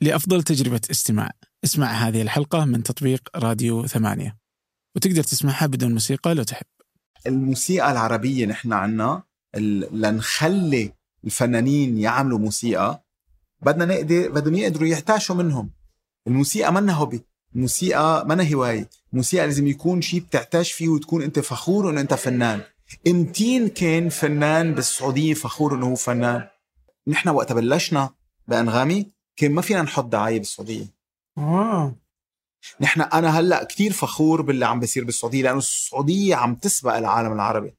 لأفضل تجربة استماع. اسمع هذه الحلقة من تطبيق راديو 8، وتقدر تسمعها بدون موسيقى لو تحب. الموسيقى العربية نحن عنا لنخلي الفنانين يعملوا موسيقى بدهم يقدروا يحتاجوا منهم. الموسيقى منا هوبي، الموسيقى منا هواية، الموسيقى لازم يكون شيء بتحتاج فيه وتكون انت فخور انه انت فنان. امتين كان فنان بالسعودية فخور انه هو فنان؟ نحن وقت بلشنا بأنغامي كان ما فينا نحط دعاية بالسعودية. نحن أنا هلأ كتير فخور باللي عم بيصير بالسعودية، لأنه السعودية عم تسبق العالم العربي.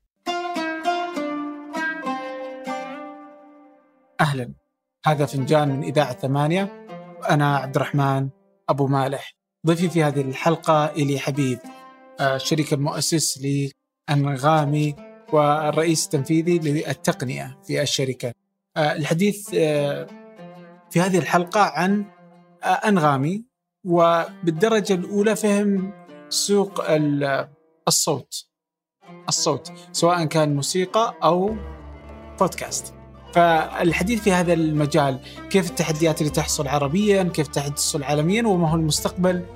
أهلا، هذا فنجان من إذاعة 8، وأنا عبد الرحمن أبو مالح. ضيفي في هذه الحلقة إلي حبيب، الشريك المؤسس لأنغامي والرئيس التنفيذي للتقنية في الشركة. الحديث في هذه الحلقة عن أنغامي، وبالدرجة الأولى فهم سوق الصوت سواء كان موسيقى أو بودكاست. فالحديث في هذا المجال، كيف التحديات اللي تحصل عربيا، كيف تحصل عالميا، وما هو المستقبل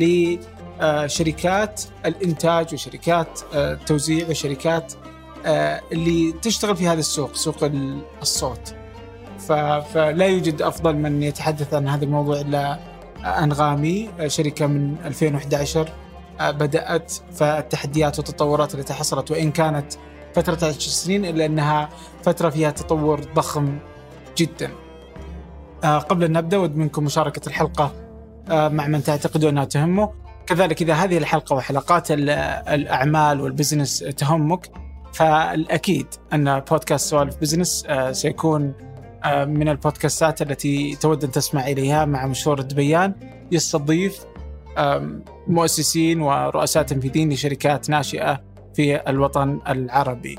لشركات الإنتاج وشركات التوزيع وشركات اللي تشتغل في هذا السوق، سوق الصوت. فلا يوجد أفضل من يتحدث عن هذا الموضوع إلا أنغامي، شركة من 2011 بدأت، فالتحديات والتطورات التي حصلت، وإن كانت فترة 10 سنين إلا أنها فترة فيها تطور ضخم جدا. قبل أن نبدأ ود منكم مشاركة الحلقة مع من تعتقدوا أنها تهمه. كذلك إذا هذه الحلقة وحلقات الأعمال والبزنس تهمك، فالأكيد أن بودكاست سوالف بزنس سيكون من البودكاستات التي تود أن تسمع إليها، مع مشهور الدبيان يستضيف مؤسسين ورؤساء تنفيذيين لشركات ناشئة في الوطن العربي.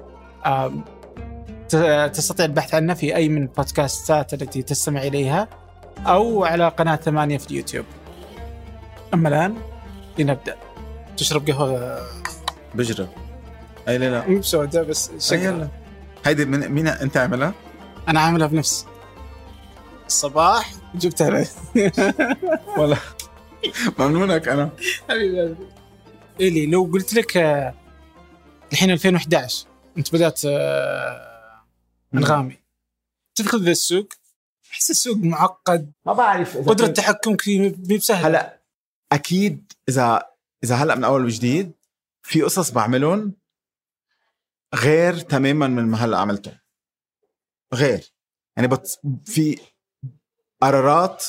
تستطيع البحث عنه في أي من البودكاستات التي تستمع إليها أو على قناة 8 في اليوتيوب. أما الآن لنبدأ. تشرب قهوة؟ بجرب. أي لا مو بسودة بس شكرا. هيدي مين أنت عملها؟ أنا عاملها بنفس الصباح جبتها لي. والله ممنونك. أنا حبيبي إلي، لو قلت لك الحين 2011 أنت بدأت أنغامي، تدخل ذا السوق، أحس السوق معقد، ما بعرف قدرة تحكم فيه بسهل. هلأ أكيد إذا هلأ من أول وجديد في قصص بعملهم غير تماماً من ما هلأ عملته، غير يعني في قرارات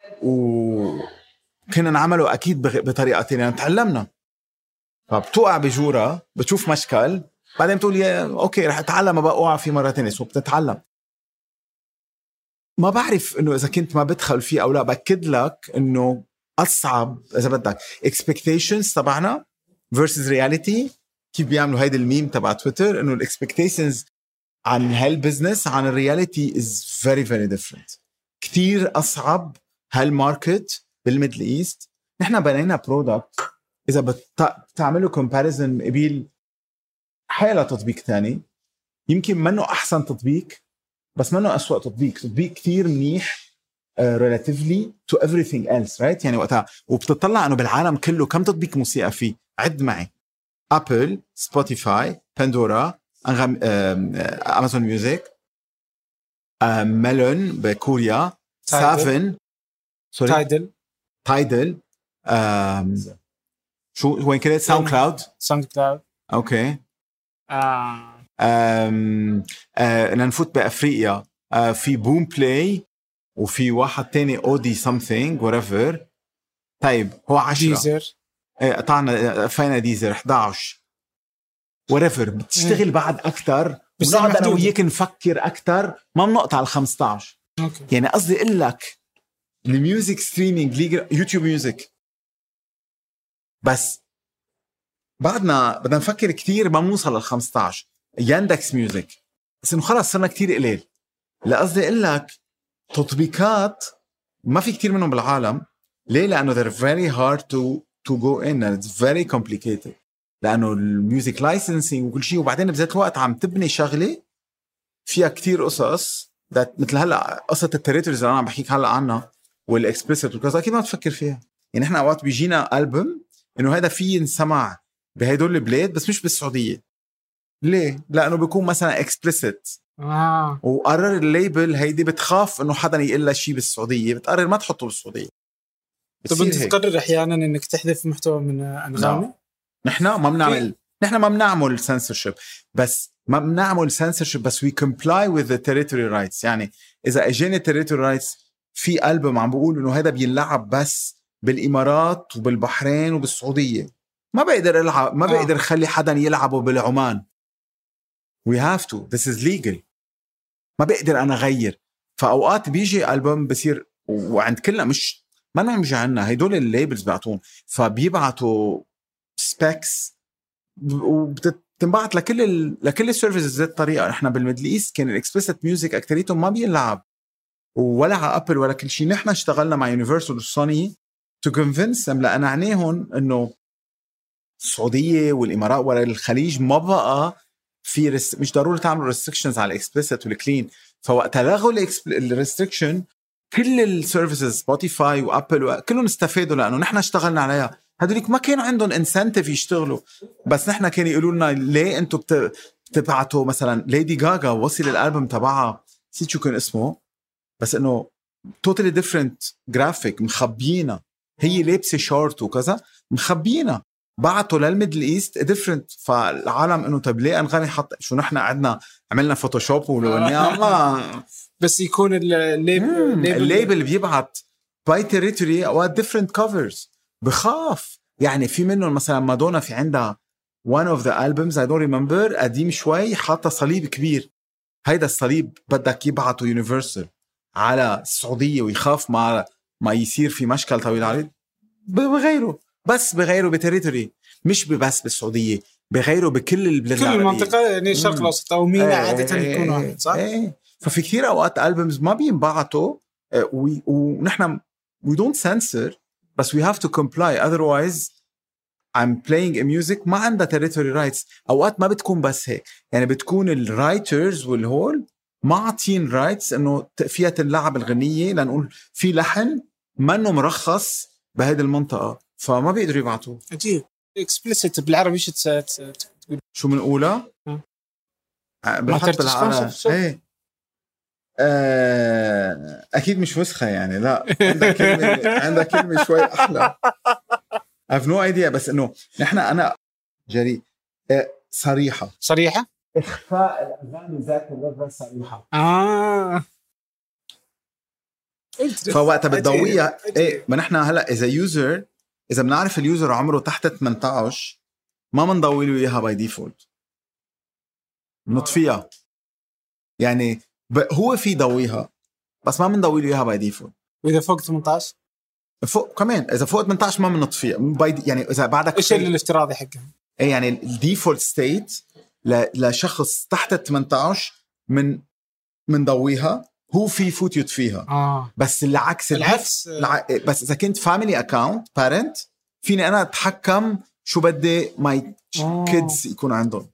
وكنا نعمله أكيد بطريقة تانية. يعني تعلمنا، فبتوقع بجورة، بتشوف مشكل، بعدين بتقول يا أوكي رح أتعلم بقى أوقع فيه مرة تانية، بتتعلم. ما بعرف إنه إذا كنت ما بدخل فيه أو لا. بأكد لك إنه أصعب إذا بدك expectations تبعنا versus reality. كيف بيعملوا هيدا الميم تبع تويتر إنه expectations عن هالبزنس عن الرياليتي is very very different. كتير أصعب هالماركت بالميدل إيست. نحن بنينا برودكت إذا بتعملوا comparison قبيل حالة تطبيق تاني، يمكن منه أحسن تطبيق بس منه أسوأ تطبيق كتير منيح relatively to everything else, right؟ يعني وقتها وبتطلع أنه بالعالم كله كم تطبيق موسيقى فيه. عد معي: أبل، سبوتيفاي، باندورا، أمازون ميوزك، ميلون بكوريا، سافن، تايدل، شو وين كده؟ ساوند كلاود. أوكي. ننفوت بأفريقيا في بوم بلاي، وفي واحد تاني أودي something whatever. طيب هو 10. ديزر طعنا فينا ديزر 11 whatever. بتشتغل بعد أكتر، بس نقعد أنا وياك نفكر أكتر، ما بنقطع على 15. يعني قصدي أقول لك الميوزك ستريمينج يوتيوب ميوزك، بس بعدنا بدنا نفكر كتير ما نوصل لل15. ياندكس ميوزك، بس إنه خلاص صرنا كتير قليل. لا قصدي أقول لك تطبيقات ما في كتير منهم بالعالم. ليه؟ لأنه they're very hard to go in and it's very complicated، لأنه الميوزك لايسنسينج وكل شيء. وبعدين بذات الوقت عم تبني شغلة فيها كتير قصص مثل هلأ قصة التريتوريز اللي أنا عم بحكيك هلأ عنها. والاكسبلسيت وكذا اكيد ما تفكر فيها. يعني احنا اوقات بيجينا ألبوم انه هذا فيه ينسمع بهدول البلاد بس مش بالسعوديه. ليه؟ لانه بيكون مثلا اكسبلسيت وقرر الليبل هيدي بتخاف انه حدا يقول لها شيء بالسعوديه، بتقرر ما تحطه بالسعوديه. طب انت تقرر احيانا انك تحذف محتوى من انغامي؟ نحن ما بنعمل سنسورشيب، بس ما بنعمل سنسورشيب بس we comply with the territory rights. يعني اذا اجاني territory rights في ألبوم عم بقول انه هذا بيلعب بس بالامارات وبالبحرين وبالسعوديه، ما بقدر العب، ما بقدر خلي حدا يلعبه بالعمان. we have to, this is legal. ما بقدر انا اغير. فاوقات بيجي ألبوم بصير وعند كلنا مش ما نعمج عنا هيدول الليبلز بيعطون، فبيبعتوا سبيكس وبتنبعت لكل السيرفيسز ذات الطريقه. احنا بالميدل ايست كان الاكسبلسيت ميوزك اكتريتهم ما بينلعب ولا على ابل ولا كل شيء. نحن اشتغلنا مع يونيفرسال وسوني تو كونفينسهم لأقنعناهم انه السعوديه والامارات ولا الخليج ما بقى في مش ضروري تعملوا ريستريكشنز على الاكسبلسيت والكلين. فوقت لغوا الريستريكشن كل السيرفيسز سبوتيفاي وابل كلهم استفادوا لانه نحن اشتغلنا عليها. هذوليك ما كانوا عندهم انسنتيف يشتغلوا، بس نحن كانوا يقولوا لنا ليه انتم بتبعتوا مثلا ليدي غاغا وصل الالبوم تبعها نسيت شو كان اسمه، بس انه توتالي ديفرنت جرافيك مخبينا، هي لابسه شورت وكذا مخبينا، بعتوا للميدل ايست ديفرنت. فالعالم انه طيب ليه انغامي حط شو نحن عملنا فوتوشوب ولونيا بس يكون الليبل بيبعت باي تيريتوري او ديفرنت كفرز. بخاف يعني في منهم مثلا مادونا في عندها one of the albums I don't remember قديم شوي حاطه صليب كبير. هيدا الصليب بدك يبعته يونيفرسال على السعوديه ويخاف ما يصير في مشكل طويل عريض بغيره، بس بغيره بتريتوري مش بس بالسعوديه، بغيره بكل البلاد كل المنطقه يعني الشرق الاوسط او مينا عاده يكون واحد صح. ففي كثير اوقات ألبومز ما بينبعتوا ونحن we don't censor بس we have to comply otherwise I'm playing a music ما عندها territory rights. اوقات ما بتكون بس هيك، يعني بتكون الرايترز والهول ما عاطين رايتس انه فيها تنلعب الغنيه لنقول في لحن منه مرخص بهذه المنطقه فما بيقدروا يبعتوه. عجيب. explicit بالعربي شو تقول؟ شو بنقولها؟ بنحط بالعربي ايه اكيد مش وسخه يعني، لا عندها كلمه شوي احلى. I have no idea بس انه نحن انا جريء صريحه اخفاء الاغاني ذات اللغه صريحه. فوقتها بتضويها ايه. ما نحن هلا اذا بنعرف اليوزر عمره تحت 18 ما بنضوي له اياها باي ديفولت، بنطفيها. يعني هو في ضويها بس ما بنضوي له اياها باي ديفولت. واذا فوق 18 فوق كمان، اذا فوق 18 ما بنطفيها يعني اذا بعدك ايش الافتراضي حقها ايه. يعني الديفولت ستيت لشخص تحت 18 من ضويها هو في فوت يطفيها. بس العكس بس اذا كنت فاميلي اكاونت بارنت فيني انا اتحكم شو بدي ماي كيدز يكون عندهم.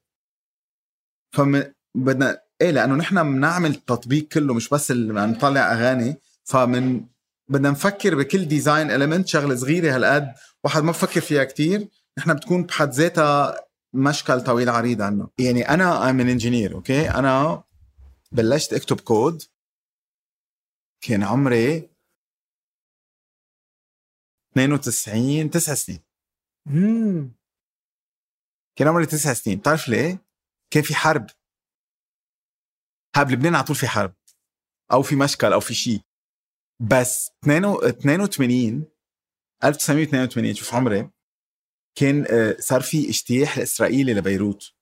بدنا ايه لانه نحن بنعمل تطبيق كله مش بس اللي نطلع اغاني. بدنا نفكر بكل ديزاين إليمنت شغله صغيره هالقد واحد ما بفكر فيها كتير. نحن بتكون بحد ذاتها مشكل طويل عريض عنه. يعني انا من انجينير اوكي، انا بلشت اكتب كود كان عمري 92 9 سنين. كان عمري 9 سنين. بتعرف ليه؟ كان في حرب بلبنان على طول، في حرب او في مشكل او في شيء. بس 1982 شوف عمري كان صار في اجتياح الاسرائيلي لبيروت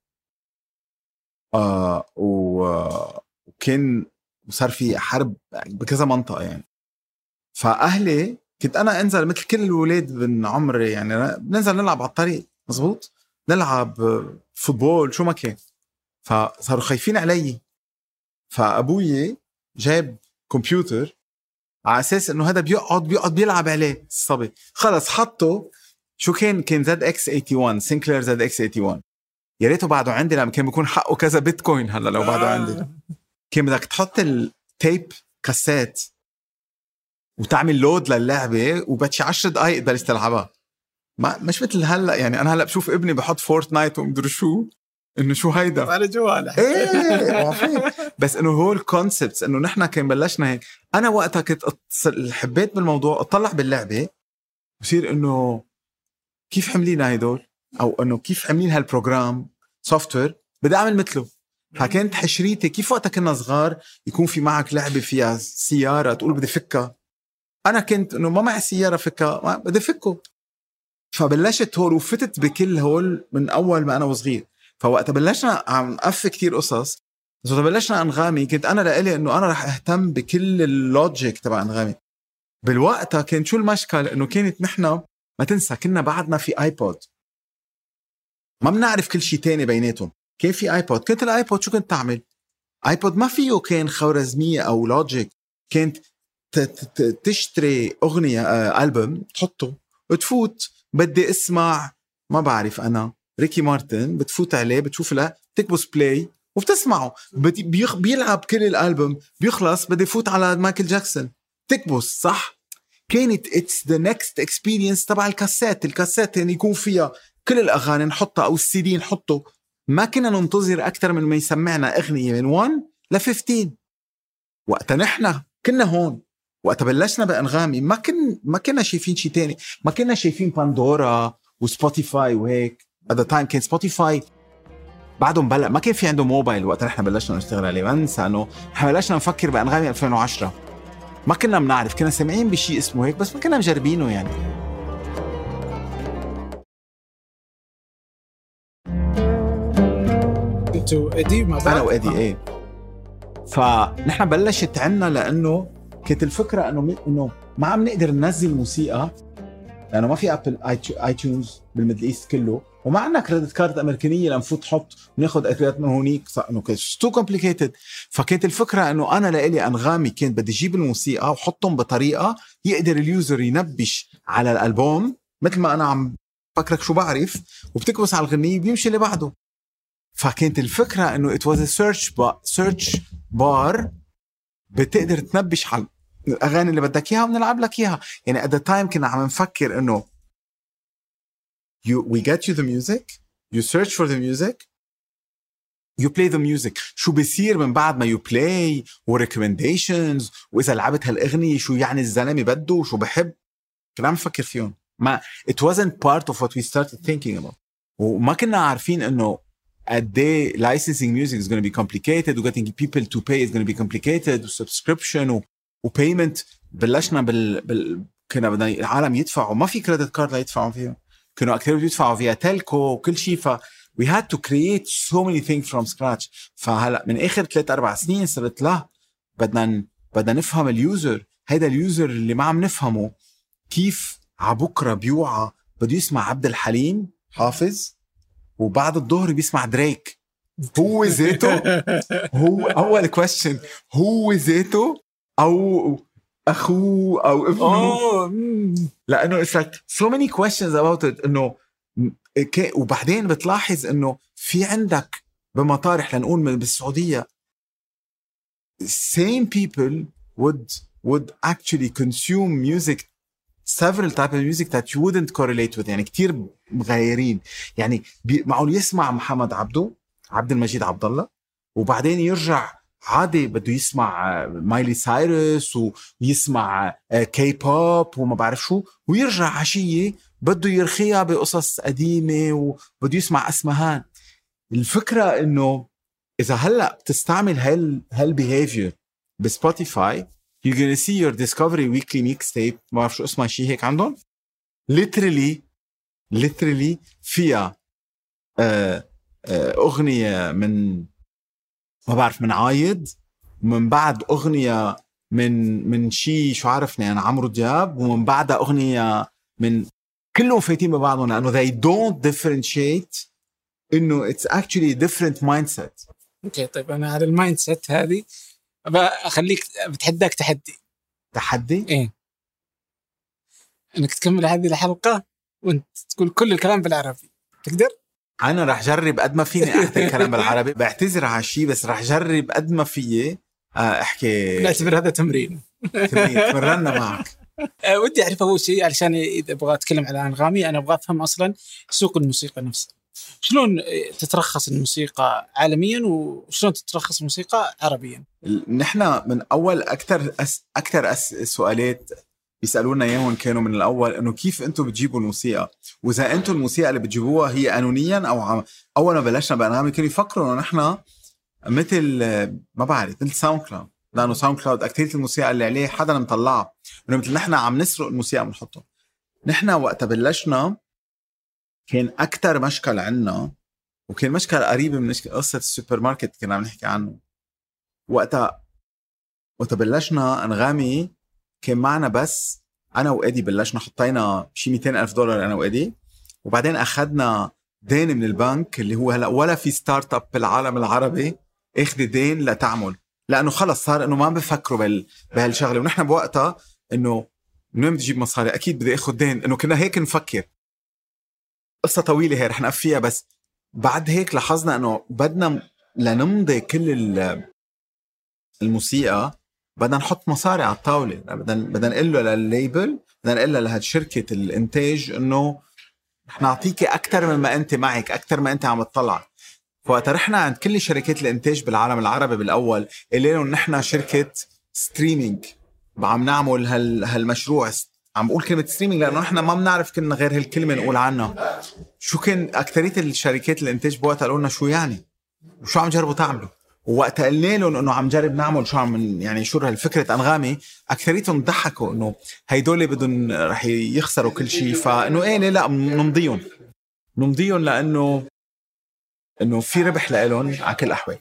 وكان وصار في حرب بكذا منطقه يعني. فاهلي كنت انا انزل مثل كل الولاد من عمري يعني بننزل نلعب على الطريق مزبوط، نلعب فوتبول شو ما كان. فصاروا خايفين علي، فابوي جاب كمبيوتر على اساس انه هذا بيقعد بيلعب عليه الصبي. خلص حطه شو كان ZX81 سينكلير ZX81. يا ريته بعده عندي لما كان بيكون حقه كذا بيتكوين. هلا لو بعده عندي كان بدك تحط التيب كاسات وتعمل لود للعبه وبتشي 10 دقائق تبلش تلعبها. مش مثل هلا يعني انا هلا بشوف ابني بحط فورتنايت ومدري شو انه شو هيدا على جواله. ايه بس انه هو الكونسبتس انه نحن كان بلشنا هيك. انا وقتها كنت حبيت بالموضوع اطلع باللعبه بصير انه كيف حملين هيدول او انه كيف عاملين هالبروجرام سوفت وير بدي اعمل مثله. فكانت حشريتي كيف وقتها كنا صغار يكون في معك لعبه فيها سياره تقول بدي فكها. انا كنت انه ما معي سياره فكها بدي فكه. فبلشت هول وفتت بكل هول من اول ما انا وصغير. فوقت بلشنا عم نقف كتير قصص بس بلشنا انغامي كنت انا لقلي انه انا رح اهتم بكل اللوجيك تبع انغامي. بالوقتها كان شو المشكل انه كانت نحن ما تنسى كنا بعدنا في ايبود ما بنعرف كل شيء تاني بيناتهم. كان في ايبود كنت الايبود شو كنت تعمل ايبود ما فيه كان خوارزمية او لوجيك. كنت تشتري اغنية ألبوم تحطه وتفوت بدي اسمع ما بعرف انا ريكي مارتن بتفوت عليه بتشوف له تكبس بلاي وبتسمعه بيلعب كل الألبوم بيخلص بدي فوت على مايكل جاكسون تكبس صح. كانت it's the next experience تبع الكاسات يعني يكون فيها كل الأغاني نحطها أو السي دي نحطه. ما كنا ننتظر أكتر من ما يسمعنا أغنية من 1 ل 15. وقتا نحن كنا هون وقتا بلشنا بأنغامي ما كنا شايفين شيء تاني. ما كنا شايفين باندورا وسبوتيفاي وهيك. at the time كان سبوتيفاي بعدهم ما كان في عنده موبايل وقتا نحن بلشنا نشتغل عليه. ما ننسى أنه نحن بلشنا نفكر بأنغامي 2010 ما كنا بنعرف كنا سامعين بشيء اسمه هيك بس ما كنا مجربينه يعني. انتوا ايدي مع بعض انا وايدي ايه. فنحن بلشت عنا لانه كانت الفكره انه ما عم نقدر ننزل موسيقى لانه ما في ابل اي تيونز بالميدل ايست كله وما عندنا كريدت كارد امريكانيه لنفوت حط وناخذ اكريدات من هونيك انه كان تو كومبليكيتد. فكانت الفكره انه انا لإلي انغامي كنت بدي اجيب الموسيقى وحطهم بطريقه يقدر اليوزر ينبش على الالبوم مثل ما انا عم فكرك شو بعرف وبتكبس على الغنية بيمشي اللي بعده. فكانت الفكرة انه it was a search bar بتقدر تنبش على الاغاني اللي بدك اياها ونلعب لك اياها. يعني at the time كنا عم نفكر انه we get you the music, you search for the music, you play the music. شو بيصير من بعد ما you play و recommendations واذا لعبت هالاغنية شو يعني الزلمة بده وشو بحب كنا عم نفكر فيهم. ما it wasn't part of what we started thinking about. وما كنا عارفين انه قد ايه licensing music is going to be complicated و getting people to pay is going to be complicated و subscription و payment. بلشنا كنا بدنا العالم يدفعوا ما في كريدت كارد لا يدفعوا فيه كانوا أكثر يدفعوا فيها تلكو وكل شيء. we had to create so many things from scratch. فهلا من آخر 3-4 سنين صرت لا بدنا نفهم اليوزر. هيدا اليوزر اللي ما عم نفهمه كيف عبكرة بيوعى بده يسمع عبد الحليم حافظ وبعد الظهر بيسمع دريك. هو ذاته هو أول question هو ذاته أو أخوه أو ابنه لأنه it's like so many questions about it. إنه وبعدين بتلاحظ إنه في عندك بمطارح لنقول بالسعودية same people would actually consume music several types of music that you wouldn't correlate with. يعني كتير مغيرين. يعني معقول يسمع محمد عبد المجيد عبد الله وبعدين يرجع عادي بده يسمع مايلي سايرس ويسمع كي بوب وما بعرف شو ويرجع عشية بده يرخيها بقصص قديمة وبده يسمع أسمهان. الفكرة إنه إذا هلأ بتستعمل هالbehavior بسبوتيفاي you're gonna see your Discovery Weekly Mixtape ما بعرف شو اسمها شيء هيك عندهم literally فيها أغنية من ما بعرف من عايد ومن بعد أغنية من شيء شو عارفني أنا عمرو دياب ومن بعدها أغنية من كلهم فايتين ببعضهم لأنه they don't differentiate إنه it's actually a different mindset. اوكي طيب أنا على المايند سيت هذه أخليك بتحداك تحدي إيه إنك تكمل هذه الحلقة وأنت تقول كل الكلام بالعربي تقدر؟ أنا رح جرب قد ما فيني أحكي الكلام بالعربي. بعتذر على شيء بس رح جرب قد ما فيي أحكي. نعتبر هذا تمرين. تمرنا معك. ودي أعرف أول شيء علشان إذا أبغى أتكلم على أنغامي أنا أبغى أفهم أصلا سوق الموسيقى نفسه، شلون تترخص الموسيقى عالميا وشلون تترخص الموسيقى عربيا؟ نحن من أول أكثر سؤالات بيسألونا إياهم كانوا من الأول إنه كيف أنتم بتجيبوا الموسيقى، وإذا أنتم الموسيقى اللي بتجيبوها هي قانونيا أو أول ما بلشنا بأنغامي كانوا يفكروا إنه نحن مثل ما بعرف مثل ساوند كلاود، لأنه ساوند كلاود أكترية الموسيقى اللي عليه حدا مطلعها، إنه مثل نحن عم نسرق الموسيقى بنحطها. نحن وقت بلشنا كان أكتر مشكل عنا، وكان مشكل قريب من قصة السوبر ماركت كنا عم نحكي عنه. وقت بلشنا أنغامي كان معنا بس أنا وإيدي، بلشنا حطينا شي $200,000 أنا وإيدي، وبعدين أخذنا دين من البنك اللي هو هلأ ولا في ستارت اب بالعالم العربي اخذ دين لتعمل، لأنه خلص صار إنه ما بفكروا بهالشغلة. ونحن بوقتها إنه منين بدي أجيب مصاري؟ أكيد بدي أخذ دين، إنه كنا هيك نفكر. قصة طويلة هي رح نقف فيها، بس بعد هيك لاحظنا إنه بدنا لنمضي كل الموسيقى بدنا نحط مصاري على الطاولة، بدنا نقول له للليبل، بدنا نقول له لهاد شركة الانتاج انه رح نعطيك اكثر مما انت معك، اكثر ما انت عم تطلع. فوقت رحنا عند كل شركات الانتاج بالعالم العربي بالاول قلنا لهم نحن شركة ستريمينج عم نعمل هالمشروع. عم بقول كلمة ستريمينج لانه نحن ما بنعرف كنا غير هالكلمة نقول عنها. شو كان اكثرية الشركات الانتاج بوقتها قالوا لنا شو يعني وشو عم جربوا تعملوا، ووقت قلنا لهم انه عم جرب نعمل شو عم يعني شو هالفكره انغامي، اكثريتهم ضحكوا انه هيدول بدهم رح يخسروا كل شيء. فانه ايه لا نمضيهم لانه في ربح لهم على كل الاحوال.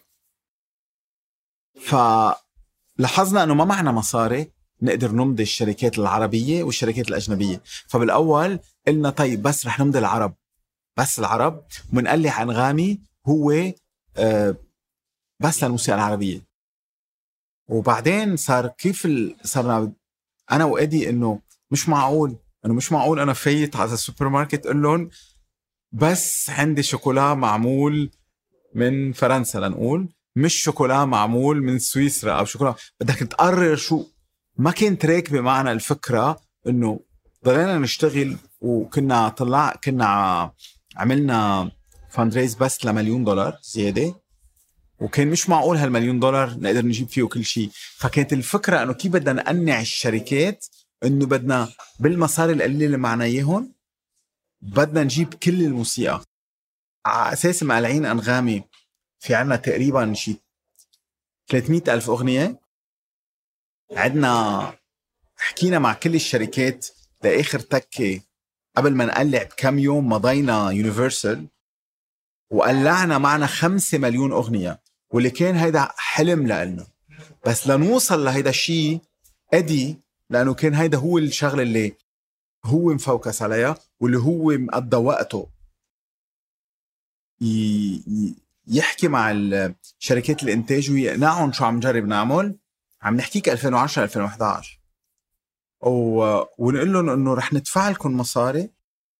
فلاحظنا انه ما معنا مصاري نقدر نمضي الشركات العربيه والشركات الاجنبيه. فبالاول قلنا طيب بس رح نمضي العرب، بس العرب، ومنقلع انغامي هو بس للموسيقى العربية. وبعدين صار كيف صارنا أنا وإيدي إنه مش معقول أنا فايت على السوبر ماركت أقول لهم بس عندي شوكولا معمول من فرنسا لنقول، مش شوكولا معمول من سويسرا أو شوكولا. بدك تقرر شو. ما كنت راكبة معنا الفكرة إنه ضلينا نشتغل، وكنا كنا عملنا فاندريز بس $1,000,000 زيادة، وكان مش معقول $1,000,000 نقدر نجيب فيه كل شيء. فكانت الفكرة انه كيف بدنا نقنع الشركات انه بدنا بالمصاري القليلة اللي معنا اياهم بدنا نجيب كل الموسيقى. على اساس مقلعين انغامي في عنا تقريبا شيء 300,000 اغنية. عدنا حكينا مع كل الشركات لاخر تكة قبل ما نقلع بكم يوم، مضينا يونيفرسال وقلعنا معنا 5 مليون اغنية، واللي كان هيدا حلم لنا. بس لنوصل لهيدا الشيء أدي، لأنه كان هيدا هو الشغل اللي هو مفوكس عليها واللي هو مقضى وقته يحكي مع شركات الإنتاج ويقنعهم شو عم نجرب نعمل. عم نحكيك 2010-2011 ونقول لهم إنه رح ندفع لكم مصاري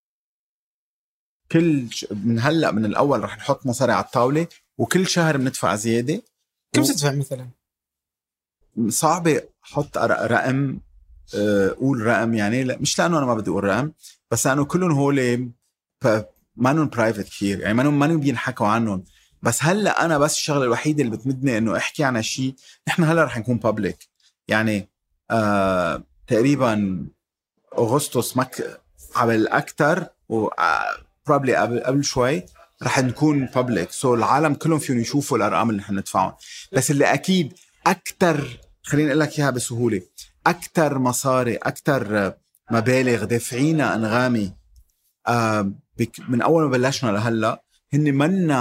من هلأ من الأول، رح نحط مصاري على الطاولة وكل شهر بندفع زيادة. كم تدفع مثلا؟ صعبة حط رقم، قول رقم يعني، لا مش لأنه أنا ما بدي أقول رقم، بس لأنه كلهم هولي مانون برايفت كثير، يعني مانون بينحكوا عنهم. بس هلأ أنا بس الشغلة الوحيدة اللي بتمدني إنه أحكي عن شيء، نحن هلأ رح نكون بابليك يعني تقريبا أغسطس قبل أكتر probably قبل شوي رح نكون public، so العالم كلهم فيهم يشوفوا الأرقام اللي حندفعهم. بس اللي أكيد أكتر، خليني أقول لك إياها بسهولة، أكتر مصاري أكتر مبالغ دافعينا أنغامي من أول ما بلشنا لهلا هن منا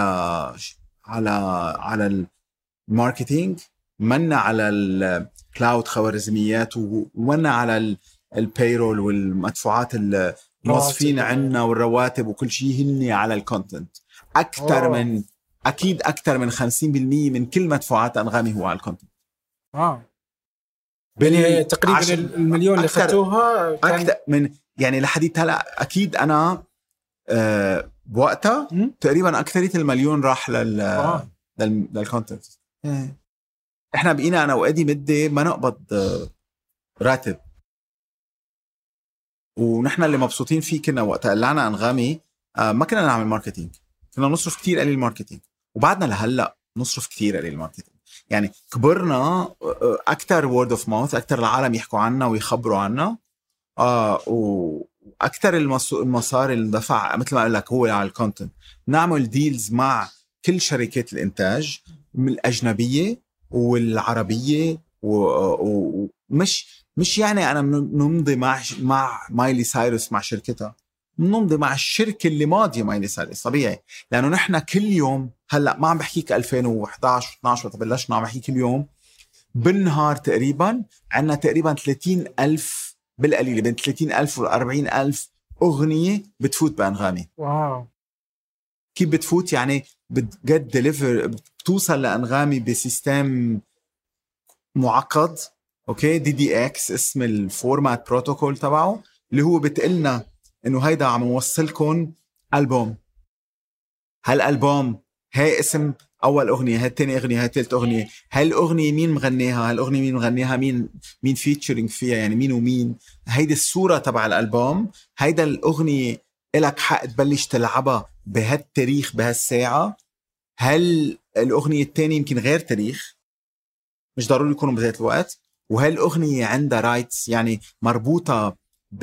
على الماركتينج، منا على الكلاود خوارزميات، ومنا على البيرول والمدفوعات الموظفين عنا والرواتب وكل شيء هن على الكونتنت. أكتر من أكيد أكتر من 50% من كل مدفوعات أنغامي هو على الكونتنت. يعني تقريبا المليون اللي خدتوها أكتر من يعني لحديت هلا أكيد أنا بوقتها تقريبا أكثرية $1,000,000 راح للكونتنت. إحنا بقينا أنا وإيدي مدة ما نقبض راتب. ونحن اللي مبسوطين فيه كنا وقت قلعنا أنغامي ما كنا نعمل ماركتينج، كنا نصرف كتير قليل الماركتينج، وبعدنا لهلأ نصرف كتير قليل الماركتينج. يعني كبرنا أكتر word of mouth، أكتر العالم يحكوا عنا ويخبروا عنا، وأكتر المصاري اللي دفع مثل ما قال لك هو على الكونتنت. نعمل ديلز مع كل شركات الإنتاج من الأجنبية والعربية، ومش يعني أنا نمضي مع مايلي سايرس مع شركتها، نمضي مع الشركة اللي ماضية مايلي سايرس. طبيعي لأنه نحن كل يوم، هلأ ما عم بحكيك 2011 12 وقت بلشنا، عم بحكيك اليوم بالنهار تقريبا عنا تقريبا 30,000 بالقليل، بين 30,000 و 40,000 أغنية بتفوت بأنغامي. واو. كيف بتفوت؟ يعني بتجد ديليفر، بتوصل لأنغامي بسيستم معقد. اوكي، DDX اسم الفورمات بروتوكول تبعه، اللي هو بتقلنا انه هيدا عم نوصلكم ألبوم. هالألبوم هاي اسم اول اغنيه، هاي تاني اغنيه، هاي ثالث اغنيه، هاي الاغنيه مين مغنيها، هالاغنيه مين مغنيها، مين فيتشرينج فيها، يعني مين ومين، هيدي الصوره تبع الالبوم، هيدا الاغنيه إلك حق تبلش تلعبها بهالتاريخ بهالساعه. هل الاغنيه الثانيه يمكن غير تاريخ، مش ضروري يكونوا بذات الوقت، وهالأغنية عندها رايتس يعني مربوطة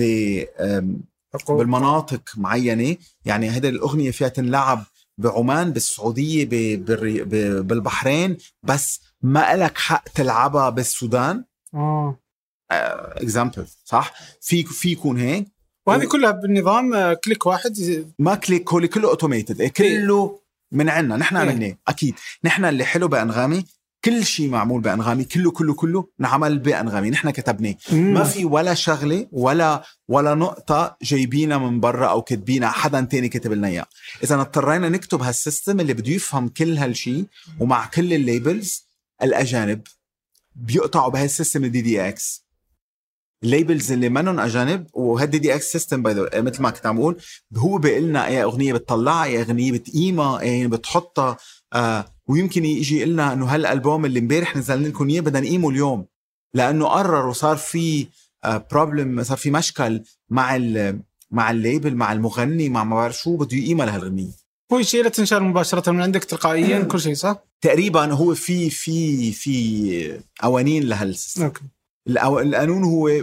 بالمناطق معينة. يعني هذه الأغنية فيها تنلعب بعمان، بالسعودية، بالبحرين، بس ما لك حق تلعبها بالسودان. example صح؟ في يكون هيك، وهذه كلها بالنظام كليك واحد، ما كليك، هو كله اوتوميتد، كله من عنا نحن عملناه. اكيد نحن اللي حلو بأنغامي كل شيء معمول بأنغامي، كله نعمل بأنغامي، نحن كتبناه. ما في ولا شغلة ولا نقطة جايبينها من برا أو كتبينها حدا تاني كتب لنا إياه. إذا اضطرينا نكتب هالسيستم اللي بده يفهم كل هالشيء، ومع كل الليبلز الأجانب بيقطعوا بهالسيستم DDX. الليبلز اللي منهم أجانب، وهال DDX سيستم مثل ما كنت عم بقول، هو بيقلنا أي أغنية بتطلعها، أي أغنية بتقيمها، أي بتحطها. ويمكن يجي لنا انه هالالبوم اللي امبارح نزلنا لكم اياه بدنا نقيمه اليوم، لانه قرر وصار في بروبلم، صار في مشكل مع الليبل، مع المغني، مع ما بعرف شو بده يقيمها لهالغنية. هو شيء لا تنشر مباشرة من عندك تلقائيا كل شيء صح؟ تقريبا هو في قوانين لهالسيستم. اوكي. القانون هو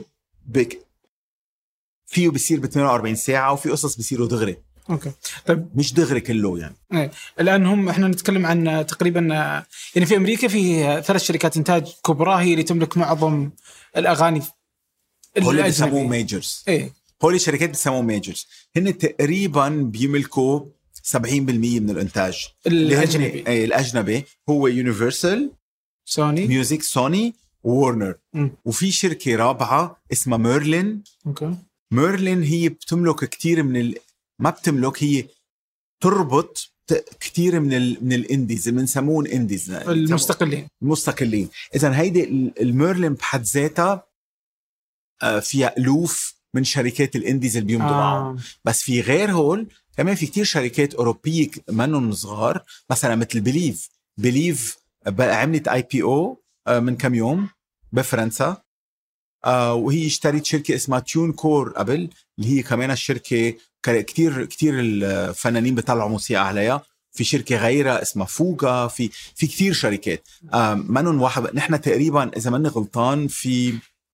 فيه بيصير ب 48 ساعة، وفي قصص بيصيروا دغري. اوكي. طيب مش دغري كله يعني. ايه الان احنا نتكلم عن تقريبا يعني في امريكا في 3 شركات انتاج كبرى هي اللي تملك معظم الاغاني اللي بيسموه ميجرز. ايه هول الشركات بيسموه ميجرز، هن تقريبا بيملكوا 70% من الانتاج الاجنبي. ايه الاجنبي هو يونيفرسال، سوني ميوزك، سوني، وورنر. وفي شركه رابعه اسمها ميرلين. اوكي. ميرلين هي بتملك كتير ما بتملك، هي تربط كتير من الانديز اللي بنسموهم انديز، المستقلين. اذا هيدي الميرلين بحد ذاتها فيها الوف من شركات الانديز اللي بيمضوا معهم. بس في غير هول كمان في كتير شركات اوروبيه منهم صغار، مثلا مثل بليف عملت IPO من كم يوم بفرنسا، وهي اشترت شركة اسمها تيون كور قبل، اللي هي كمان الشركة كتير الفنانين بيطلعوا موسيقى عليها. في شركة غيرها اسمها فوغا، في كتير شركات منهم واحد. نحن تقريبا إذا ماني غلطان في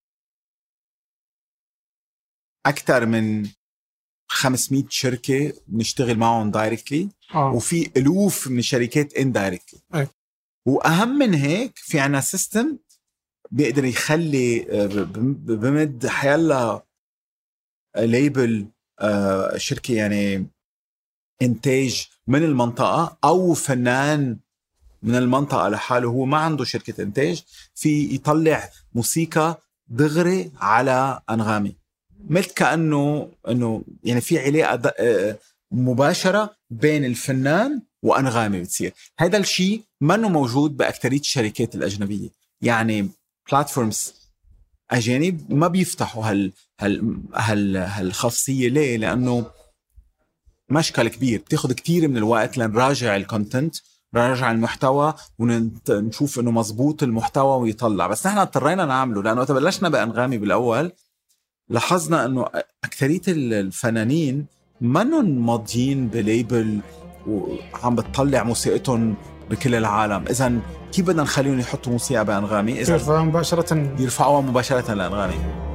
أكتر من 500 شركة بنشتغل معهم دايركتلي، وفي ألوف من الشركات اندايركتلي. وأهم من هيك في عنا سيستم بيقدر يخلي بمد حيالله ليبل شركة يعني إنتاج من المنطقة، أو فنان من المنطقة لحاله هو ما عنده شركة إنتاج، في يطلع موسيقى دغري على أنغامي، مثل كأنه يعني في علاقة مباشرة بين الفنان وأنغامي بتصير. هذا الشيء منه موجود بأكترية الشركات الأجنبية. يعني بلاتفورمز أجانب ما بيفتحوا هالخاصية. ليه؟ لأنه مشكل كبير، بتاخد كتير من الوقت لنراجع الكونتنت نرجع المحتوى ونشوف انه مزبوط المحتوى ويطلع. بس نحن اضطرينا نعمله لانه تبلشنا بأنغامي بالاول، لاحظنا انه اكثريه الفنانين منن ماضيين بليبل وعم بتطلع موسيقتهم بكل العالم. اذا كيف بدنا نخليهم يحطوا موسيقى بأنغامي؟ اذا يرفعوها مباشره لأنغامي.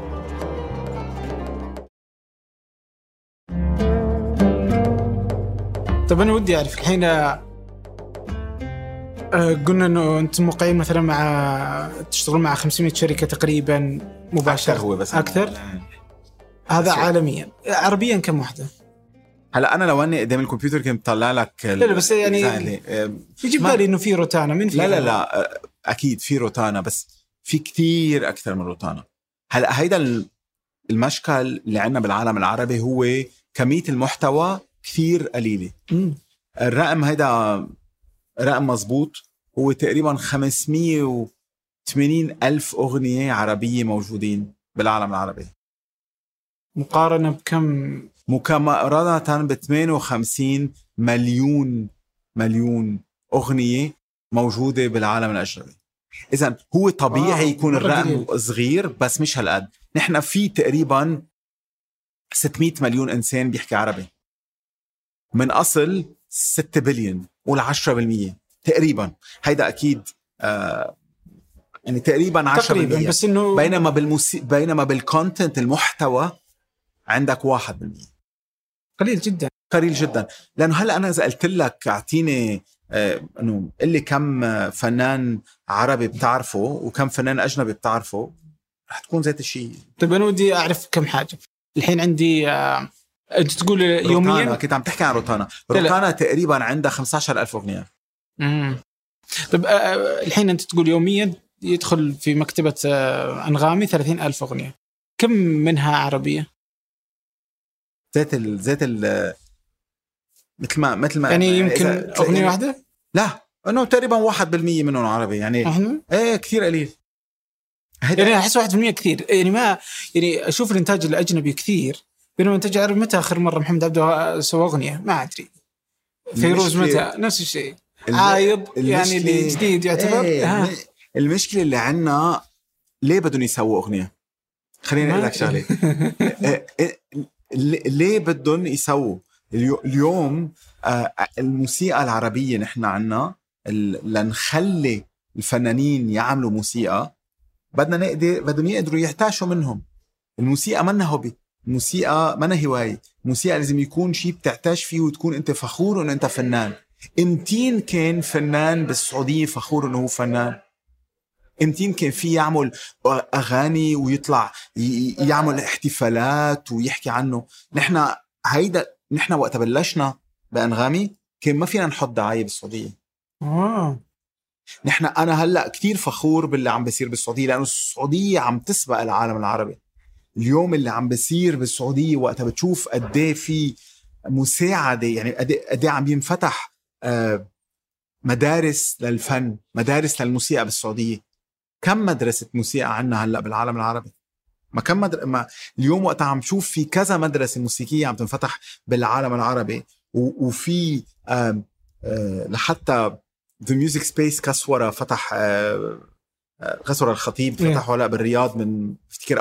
طب أنا ودي أعرف الحين، قلنا إنه أنتم موقعين مثلا تشتغلون مع 500 شركة تقريبا مباشرة. أكثر هو بس أكثر. هذا عالميا. عربيا كم واحدة؟ هلا أنا لو أني قدام الكمبيوتر كنت بطلع لك لا بس يعني يجي بالي إنه في روتانا من في لا أكيد في روتانا، بس في كتير أكثر من روتانا. هلا هيدا المشكل اللي عنا بالعالم العربي هو كمية المحتوى كثير قليلة. الرقم هيدا رقم مزبوط، هو تقريبا 580 ألف أغنية عربية موجودين بالعالم العربي، مقارنة بكم؟ مقارنة ب 58 مليون أغنية موجودة بالعالم الأجنبي. إذن هو طبيعي يكون الرقم صغير، بس مش هالقد. نحن في تقريبا 600 مليون إنسان بيحكي عربي من أصل 6 بليون، قول 10% تقريبا. هيدا أكيد يعني تقريبا 10%، بس إنه بينما بالكونتنت المحتوى عندك 1%. قليل جدا، قليل جدا. لأنه هلأ أنا إذا قلت لك أعطيني إنه اللي كم فنان عربي بتعرفه وكم فنان أجنبي بتعرفه، رح تكون ذات الشيء. طيب أنا ودي أعرف كم حاجة. الحين عندي أنت تقول يوميا، كنت عم تحكي عن روتانا تقريبا عندها 15,000 أغنية. طيب الحين أنت تقول يوميا يدخل في مكتبة أنغامي 30,000 أغنية، كم منها عربية؟ ذات ال مثل ما يعني يمكن أغنية واحدة؟ لا، إنه تقريبا 1% منهم عربي يعني. إيه كثير قليل. يعني أحس 1% كثير. يعني ما يعني أشوف الإنتاج الأجنبي كثير، بينما إنتاج عربي. متى آخر مرة محمد عبده سوى أغنية؟ ما أدري. فيروز متى؟ نفس الشيء. عايض يعني اللي جديد يعتبر. المشكلة اللي عنا ليه بدهم يسووا أغنية؟ خليني أقول لك شغلة. ليه بدهم يسووا اليوم الموسيقى العربية؟ نحن عنا لنخلي الفنانين يعملوا موسيقى، بدهم يقدروا يحتاشوا منهم. الموسيقى منا هوبي، الموسيقى منا هواية. الموسيقى لازم يكون شيء بتعتاش فيه وتكون انت فخور انه انت فنان. امتين كان فنان بالسعودية فخور انه هو فنان؟ امتين كان فيه يعمل اغاني ويطلع يعمل احتفالات ويحكي عنه؟ نحن وقت بلشنا بأنغامي كان ما فينا نحط دعاية بالسعودية. أنا هلأ كتير فخور باللي عم بيصير بالسعودية، لأنه السعودية عم تسبق العالم العربي. اليوم اللي عم بيصير بالسعودية وقتها بتشوف قديه في مساعدة، يعني قديه عم ينفتح مدارس للفن، مدارس للموسيقى بالسعودية. كم مدرسة موسيقى عنا هلأ بالعالم العربي؟ اليوم وقتها عم شوف في كذا مدرسة موسيقية عم تنفتح بالعالم العربي، وفي لحتى The Music Space كسورة فتح، كسورة الخطيب فتحوا هلا بالرياض. من بفتكر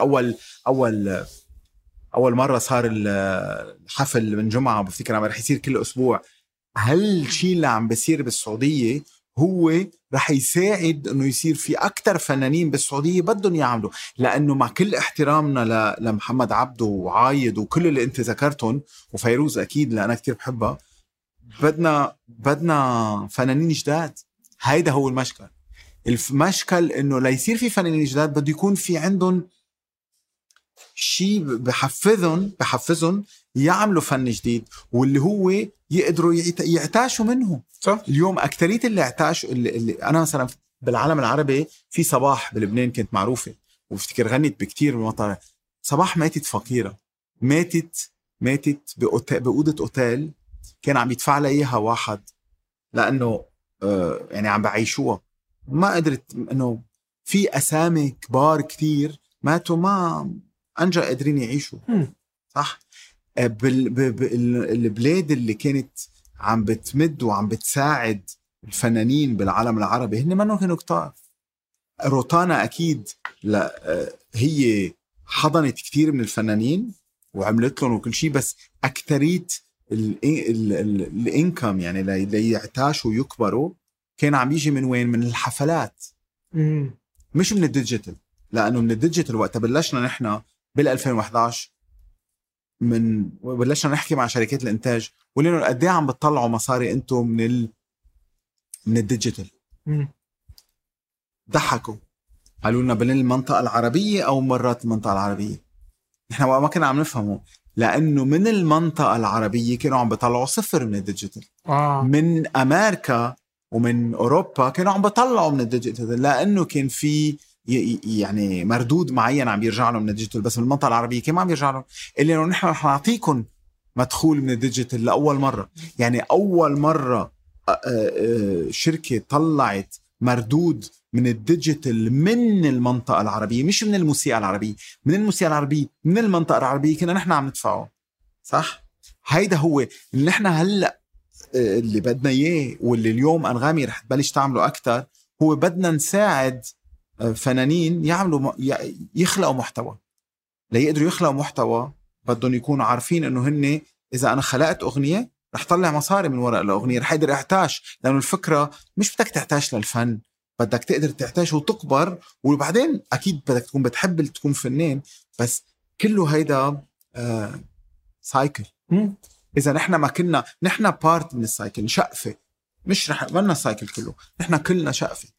أول مرة صار الحفل من جمعة، بفتكر عم رح يصير كل أسبوع. هالشيء اللي عم بيصير بالسعودية هو رح يساعد انه يصير في اكتر فنانين بالسعودية بدهم يعملوا. لانه مع كل احترامنا لمحمد عبده وعايد وكل اللي انت ذكرتهم وفيروز اكيد اللي انا كتير بحبها، بدنا فنانين جداد. هيدا هو المشكل. المشكل انه ليصير في فنانين جداد بده يكون في عندهم شيء بحفزهم يعملوا فن جديد، واللي هو يقدروا يعتاشوا منه. صح. اليوم أكترية اللي اعتاشوا اللي أنا مثلا بالعالم العربي، في صباح بلبنان كانت معروفة وفتكر غنت بكتير بمطار. صباح ماتت فقيرة، ماتت بأوضة أوتيل كان عم يدفع لها إياها واحد، لأنه يعني عم بعيشوها. ما قدرت، إنه في أسامي كبار كتير ماتوا ما أنجا قادرين يعيشوا. صح. البلاد اللي كانت عم بتمد وعم بتساعد الفنانين بالعالم العربي هن منهم كانوا كتار. روتانا أكيد لا هي حضنت كتير من الفنانين وعملت لهم وكل شيء، بس أكتريت الانكم يعني ليعتاشوا ويكبروا كان عم يجي من وين؟ من الحفلات، مش من الديجيتال. لأنه من الديجيتال وقت بلشنا نحن بال2011 بلشنا نحكي مع شركات الإنتاج ولينو قد ايه عم بتطلعوا مصاري انتم من الديجيتال. ضحكوا قالوا لنا بين المنطقة العربية أو مرات المنطقة العربية. نحن ما كنا عم نفهمه، لأنه من المنطقة العربية كانوا عم بيطلعوا صفر من الديجيتال. من أمريكا ومن أوروبا كانوا عم بيطلعوا من الديجيتال، لأنه كان في يعني مردود معين عم يرجع لهم من الديجيتال. بس من المنطقة العربية كان ما عم يرجع لهم، اللي إنه نحن رح نعطيكم مدخول من الديجيتال لأول مرة. يعني أول مرة شركة طلعت مردود من الديجيتال من المنطقة العربية، مش من الموسيقى العربية، من الموسيقى العربية، من المنطقة العربية كنا نحن عم ندفعه. صح؟ هيدا هو اللي نحن هلأ اللي بدنا إياه، واللي اليوم أنغامي رح تبلش تعمله أكتر، هو بدنا نساعد فنانين يخلقوا محتوى. ليقدروا يخلقوا محتوى بدهم يكونوا عارفين إنه هن إذا أنا خلقت أغنية رح طلع مصاري من وراء الأغنية، رح يقدر يعتاش. لأنه الفكرة مش بدك تعتاش للفن، بدك تقدر تعتاش وتكبر، وبعدين أكيد بدك تكون بتحب تكون فنان. بس كله هيدا سايكل. إذا نحن ما كنا نحن بارت من السايكل، شقفة، مش رح مالنا السايكل كله، نحن كلنا شقفة.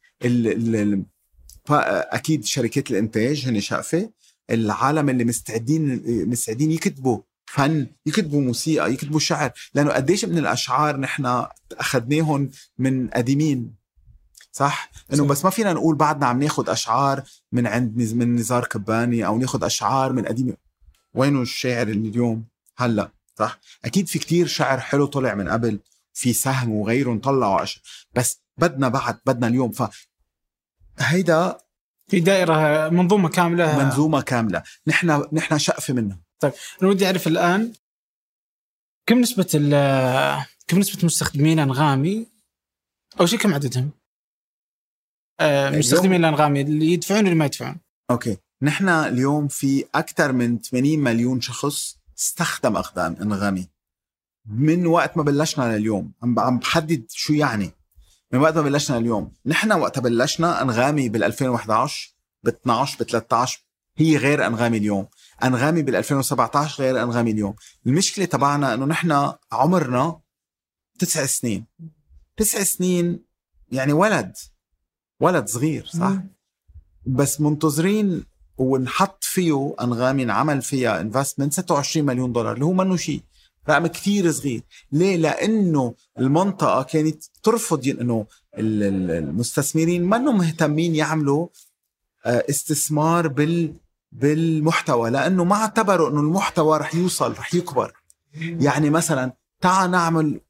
أكيد شركات الإنتاج هن شقفة، العالم اللي مستعدين يكتبوا فن، يكتبوا موسيقى، يكتبوا شعر. لأنه قديش من الأشعار نحن أخذناهم من قديمين. صح؟ إنه بس ما فينا نقول بعدنا عم ناخد أشعار من نزار كباني أو ناخد أشعار من قديم. وينه الشاعر اللي اليوم هلأ؟ صح؟ أكيد في كتير شعر حلو طلع من قبل، في سهم وغيره طلعوا بس بدنا اليوم. فهيدا في دائرة منظومة كاملة. نحن شقفة منها. طيب أنا ودي أعرف الآن كم نسبة مستخدمين أنغامي، أو شيء كم عددهم مستخدمين الأنغامي اللي يدفعون واللي ما يدفعون؟ أوكي، نحن اليوم في أكثر من 80 مليون شخص استخدم أنغامي من وقت ما بلشنا لليوم. عم بحدد شو يعني من وقت ما بلشنا اليوم. نحن وقت بلشنا أنغامي بال2011 ب12 ب13 هي غير أنغامي اليوم. أنغامي بال2017 غير أنغامي اليوم. المشكلة تبعنا أنه نحن عمرنا 9 سنين. 9 سنين يعني ولد صغير. صح؟ بس منتظرين ونحط فيه أنغامي، نعمل فيها investment 26 مليون دولار اللي هو منه شيء، رقم كتير صغير. ليه؟ لأنه المنطقة كانت ترفض أنه المستثمرين منهم مهتمين يعملوا استثمار بالمحتوى، لأنه ما اعتبروا أنه المحتوى رح يوصل، رح يكبر. يعني تعال نعمل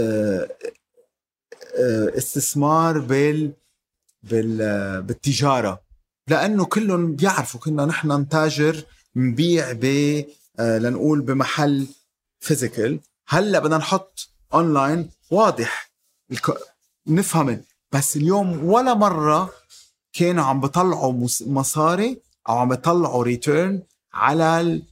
استثمار بالتجارة، لأنه كلهم بيعرفوا كنا نحن نتاجر نبيع لنقول بمحل فيزيكال. هلأ بدنا نحط أونلاين واضح نفهم. بس اليوم ولا مرة كانوا عم بيطلعوا مصاري أو عم بيطلعوا ريتيرن على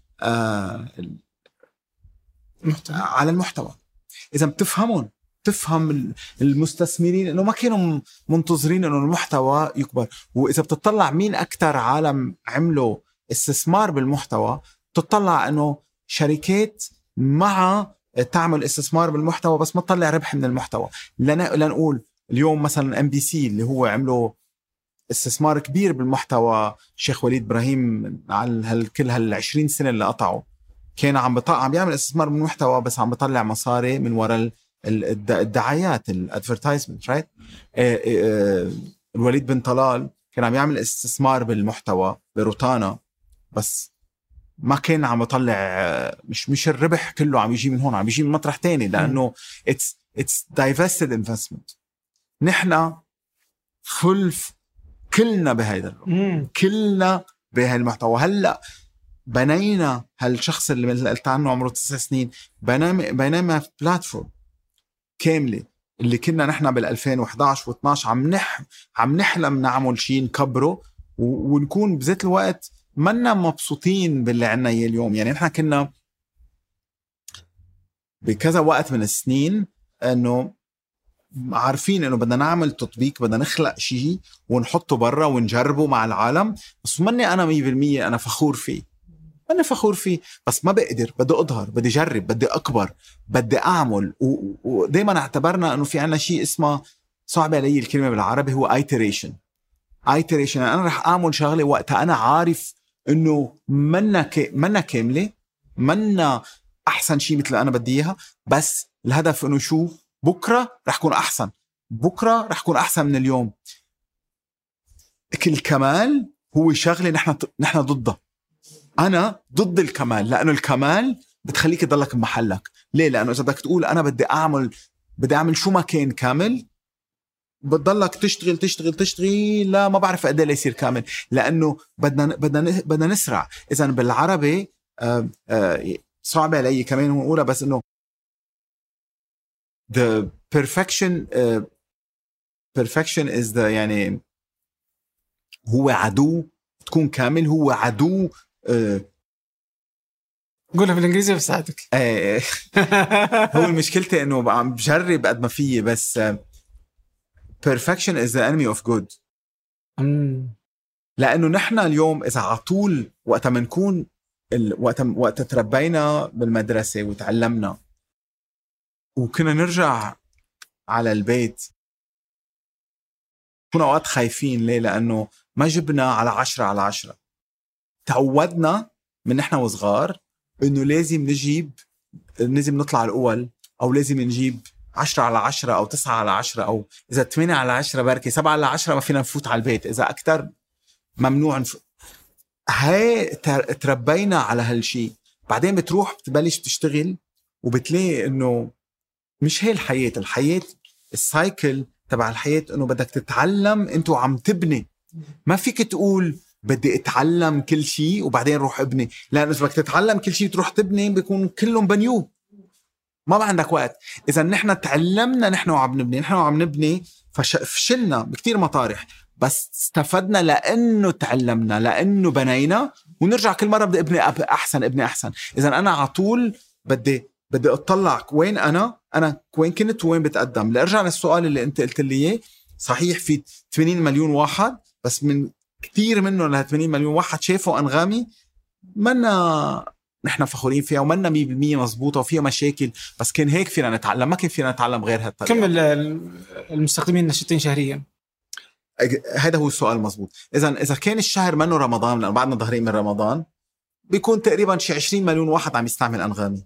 المحتوى. إذا تفهم المستثمرين إنه ما كانوا منتظرين إنه المحتوى يكبر. وإذا بتطلع مين أكتر عالم عملوا استثمار بالمحتوى، تطلع إنه شركات مع تعمل استثمار بالمحتوى بس ما تطلع ربح من المحتوى. لنقول اليوم مثلا MBC اللي هو عملوا استثمار كبير بالمحتوى، شيخ وليد إبراهيم على كل 20 سنة اللي قطعوا كان عم بيعمل استثمار بالمحتوى بس عم بيطلع مصاري من وراء الدعايات الادفيرتايزمنت. رايت؟ الوليد بن طلال كان عم يعمل استثمار بالمحتوى بروتانا بس ما كان عم يطلع، مش الربح كله عم يجي من هون، عم يجي من مطرح تاني، لأنه it's divested investment. نحن كلنا بهيدا كلنا بهاي المحتوى. هلأ بنينا هالشخص اللي قلت عنه عمره 9 سنين، بينما بلاتفورم كاملة اللي كنا نحن بال2011 و12 عم نحلم نعمل شيء نكبره ونكون بذات الوقت منا مبسوطين باللي عنا اياه اليوم. يعني نحن كنا بكذا وقت من السنين انه عارفين انه بدنا نعمل تطبيق، بدنا نخلق شيء ونحطه برا ونجربه مع العالم، بس مني انا 100% انا فخور فيه، أنا فخور فيه، بس ما بقدر، بدي أظهر، بدي أجرب، بدي أكبر، بدي أعمل. ودايما اعتبرنا أنه في عنا شيء اسمه، صعب علي الكلمة بالعربي، هو iteration. أنا رح أعمل شغلة وقتها أنا عارف أنه منا كاملة، منا أحسن شيء مثل أنا بدي إياها، بس الهدف أنه شو؟ بكرة رح يكون أحسن، بكرة رح يكون أحسن من اليوم. الكمال هو شغلة نحن ضده. أنا ضد الكمال، لأنه الكمال بتخليك تضلك بمحلك. ليه؟ لأنه إذا بدك تقول أنا بدي أعمل شو ما كان كامل، بتضلك تشتغل لا ما بعرف قد ايه يصير كامل، لأنه بدنا نسرع. إذا بالعربي صعب علي كمان نقولها، بس إنه the perfection is the، يعني هو عدو، تكون كامل هو عدو. قولها بالإنجليزي بساعدك. هو المشكلة إنه عم بجرب قد ما فيه، بس perfection is the enemy of good. لأنه نحن اليوم إذا عطول وقت ما نكون وقت تربينا بالمدرسة وتعلمنا وكنا نرجع على البيت كنا أوقات خايفين. ليه؟ لأنه ما جبنا على 10/10. تعودنا من نحن وصغار إنه لازم نطلع الأول، أو لازم نجيب 10/10 أو 9/10، أو إذا 8/10 بركي 7/10 ما فينا نفوت على البيت، إذا أكتر ممنوع هاي تربينا على هالشي. بعدين بتروح بتبلش تشتغل وبتلاقي إنه مش هي الحياة السايكل تبع الحياة، إنه بدك تتعلم أنتو عم تبني. ما فيك تقول بدي اتعلم كل شيء وبعدين روح ابني، لأنه إذا بدك تتعلم كل شيء تروح تبني بيكون كلهم بنيوب، ما بقى عندك وقت. إذا نحن تعلمنا نحن وعم نبني فشلنا بكتير مطارح، بس استفدنا لأنه تعلمنا، لأنه بنينا، ونرجع كل مرة بدي ابني أحسن. إذا أنا عطول بدي أطلع وين أنا وين كنت وين بتقدم. لأرجع للسؤال اللي أنت قلت لي إياه، صحيح في 80 مليون واحد، بس من كتير منه ل 80 مليون واحد شافوا أنغامي منا نحن فخورين فيها، ومنا 100% مزبوطة وفيها مشاكل، بس كان هيك فينا نتعلم، ما كان فينا نتعلم غير هالطريقة. كم المستخدمين النشطين شهريا؟ هذا هو السؤال مزبوط. إذا كان الشهر منه رمضان، لأن بعدنا ظهرين من رمضان، بيكون تقريبا شي 20 مليون واحد عم يستعمل أنغامي.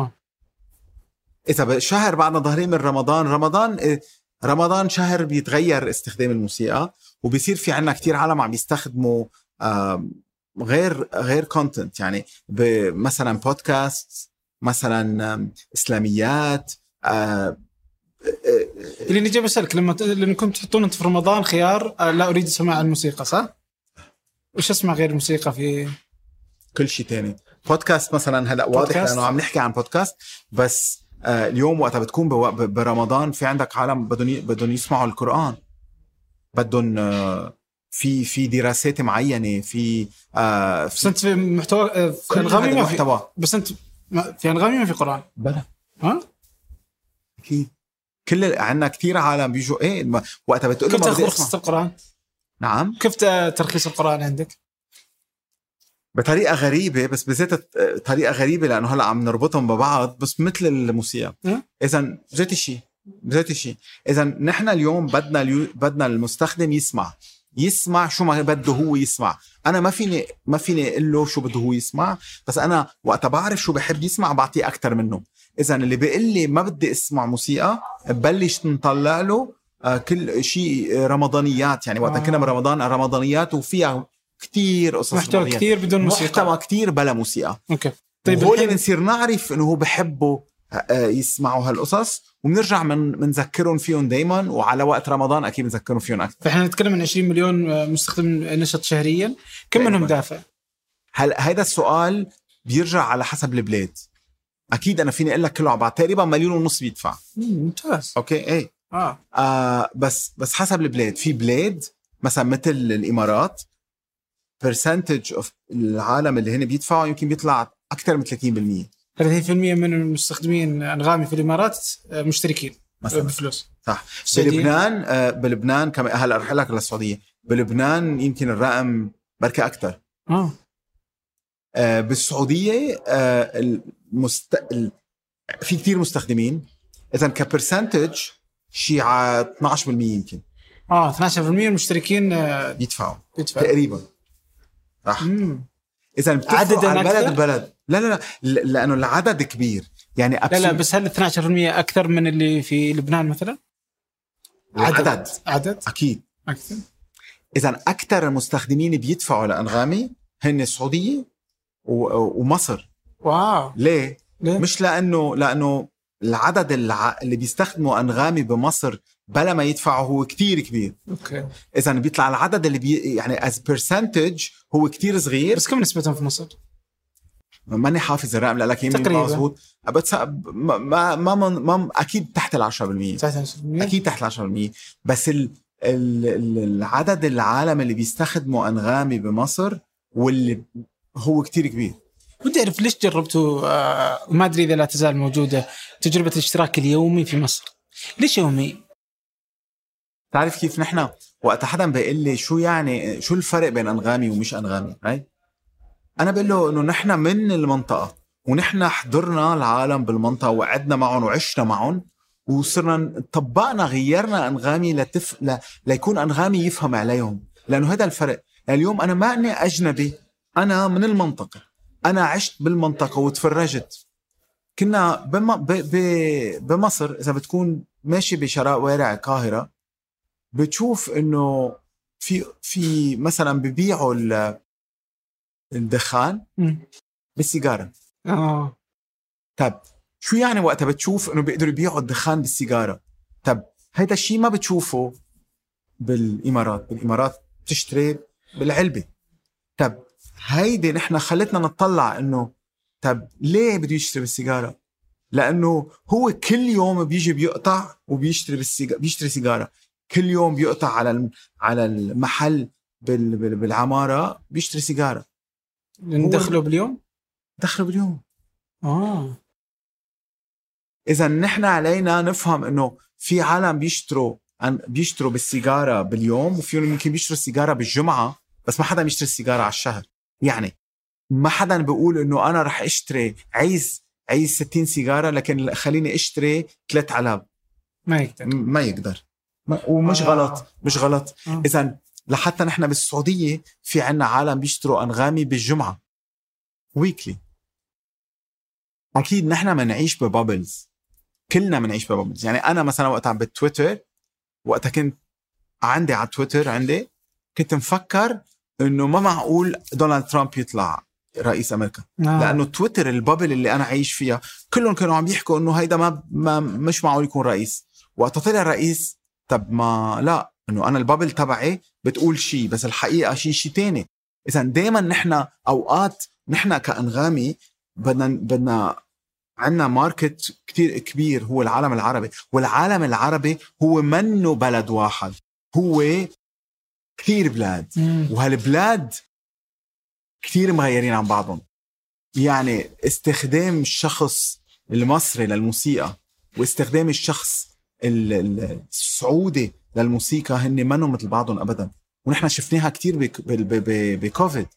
إذا شهر بعدنا ظهرين من رمضان شهر بيتغير استخدام الموسيقى، وبيصير في عنا كتير عالم عم يستخدموا غير كونتنت، يعني مثلا بودكاست، مثلا إسلاميات. اللي نجي بسألك لأنكم تحطون أنت في رمضان خيار لا أريد سماع الموسيقى، صح؟ وش أسمع غير الموسيقى؟ في كل شيء تاني. بودكاست مثلا هلأ واضح لأنه عم نحكي عن بودكاست، بس اليوم وقتها بتكون برمضان في عندك عالم بدهم يسمعوا القرآن، بدهم في دراسات معينة في بس أنت في محتوى في أنغامي ما في، بس أنت في أنغامي ما في قرآن بلا. أكيد كل عنا كتير عالم بيجوا وقتها بتقول له كيف ترخيص القرآن؟ نعم، كيف ترخيص القرآن عندك؟ بطريقة غريبة، بس بذات طريقة غريبة لأنه هلأ عم نربطهم ببعض، بس مثل الموسيقى. إذن ذات الشيء. إذا نحن اليوم بدنا المستخدم يسمع شو ما بده هو يسمع. أنا ما فيني أقول له شو بده هو يسمع، بس أنا وقت بعرف شو بحب يسمع بعطيه أكتر منه. إذا اللي بيقول لي ما بدي اسمع موسيقى، ببلش نطلع له كل شيء رمضانيات. يعني وقت كنا برمضان رمضانيات وفيها كتير قصص، محتوى كتير بدون موسيقى، محتوى كتير بلا موسيقى. اوكي طيب هول بنصير نعرف انه هو بحبه يسمعوا هالقصص، وبنرجع نذكرهم فيهم دايما، وعلى وقت رمضان اكيد بنذكرهم فيهم اكثر. فاحنا نتكلم عن 20 مليون مستخدم نشط شهريا، كم منهم دافع؟ هذا السؤال بيرجع على حسب البلاد. اكيد انا فيني اقول لك كله على بعض تقريبا 1.5 مليون بيدفع. ممتاز. اوكي بس حسب البلاد. في بلاد مثلا مثل الامارات percentage of العالم اللي هنا بيدفعوا يمكن بيطلع اكثر من 30% من المستخدمين انغامي في الامارات مشتركين مثلا بفلوس. صح. بلبنان كمان. هلا رح لك للسعوديه. بلبنان يمكن الرقم بركة اكثر. بالسعوديه في كتير مستخدمين، اذا كبرسنتج شيء 12% يمكن. 12% المشتركين يدفعوا تقريبا. صح. اذا عدد البلد لا لانه العدد كبير يعني. لا بس هل 12% اكثر من اللي في لبنان مثلا؟ عدد اكيد اكثر. اذا اكثر المستخدمين بيدفعوا لانغامي هن السعوديه ومصر. واو. ليه؟ مش لانه العدد اللي بيستخدموا انغامي بمصر بلا ما يدفعوا هو كتير كبير. اوكي. اذا بيطلع العدد اللي يعني as percentage هو كتير صغير. بس كم نسبتهم في مصر؟ ماني حافظ الرقم لك يمكن مظبوط، بس ما اكيد تحت 10%. اكيد تحت 10%. بس العدد العالم اللي بيستخدموا انغامي بمصر واللي هو كتير كبير. بدي أعرف ليش جربتوا ما أدري إذا لا تزال موجودة تجربة الاشتراك اليومي في مصر؟ ليش يومي؟ تعرف كيف نحن وقت حدا بيقول لي شو الفرق بين أنغامي ومش أنغامي، أنا بقول له إنه نحن من المنطقة ونحن حضرنا العالم بالمنطقة وقعدنا معهم وعشنا معهم وصرنا طبقنا غيرنا أنغامي ليكون أنغامي يفهم عليهم، لأنه هذا الفرق. يعني اليوم أنا ما أني أجنبي، أنا من المنطقة، أنا عشت بالمنطقة وتفرجت. كنا بمصر إذا بتكون ماشي بشوارع القاهرة بتشوف إنه في مثلا ببيعوا الدخان بالسيجارة. طب شو يعني وقتها بتشوف إنه بيقدروا يبيعوا الدخان بالسيجارة؟ طب هيدا الشيء ما بتشوفه بالإمارات تشتري بالعلبة. طب هيدي نحن خلتنا نطلع إنه طب ليه بده يشتري بالسيجارة؟ لأنه هو كل يوم بيجي بيقطع وبيشتري بيشتري سيجارة. كل يوم بيقطع على المحل بالعمارة بيشتري سيجارة. ندخله باليوم؟ دخله باليوم. إذا نحن علينا نفهم إنه في عالم بيشتروا بالسيجارة باليوم، وفيهم يمكن بيشتروا السيجارة بالجمعة، بس ما حدا بيشتري السيجارة على الشهر. يعني ما حدا بيقول إنه أنا رح أشتري عايز 60 سيجارة لكن خليني أشتري 3 علب. ما يقدر. ومش غلط. مش غلط. إذن لحتى نحن بالسعودية في عنا عالم بيشتروا أنغامي بالجمعة ويكلي. أكيد نحن منعيش ببابلز، كلنا منعيش ببابلز. يعني أنا مثلا وقت عم بالتويتر، وقتها كنت عندي على تويتر كنت مفكر إنه ما معقول دونالد ترامب يطلع رئيس أمريكا. لأنه تويتر البابل اللي أنا عايش فيها كلهم كانوا عم يحكوا إنه هيدا مش معقول يكون رئيس. وقت طلع رئيس، طب ما لا، إنه أنا البابل تبعي بتقول شيء بس الحقيقة شيء تاني. إذا دايما نحن أوقات نحن كأنغامي بدنا عنا ماركت كتير كبير هو العالم العربي. والعالم العربي هو منه بلد واحد، هو كتير بلاد. وهالبلاد كتير مغيرين عن بعضهم. يعني استخدام الشخص المصري للموسيقى واستخدام الشخص السعودي للموسيقى هن منهم مثل بعضهم أبدا. ونحن شفناها كتير بكوفيد.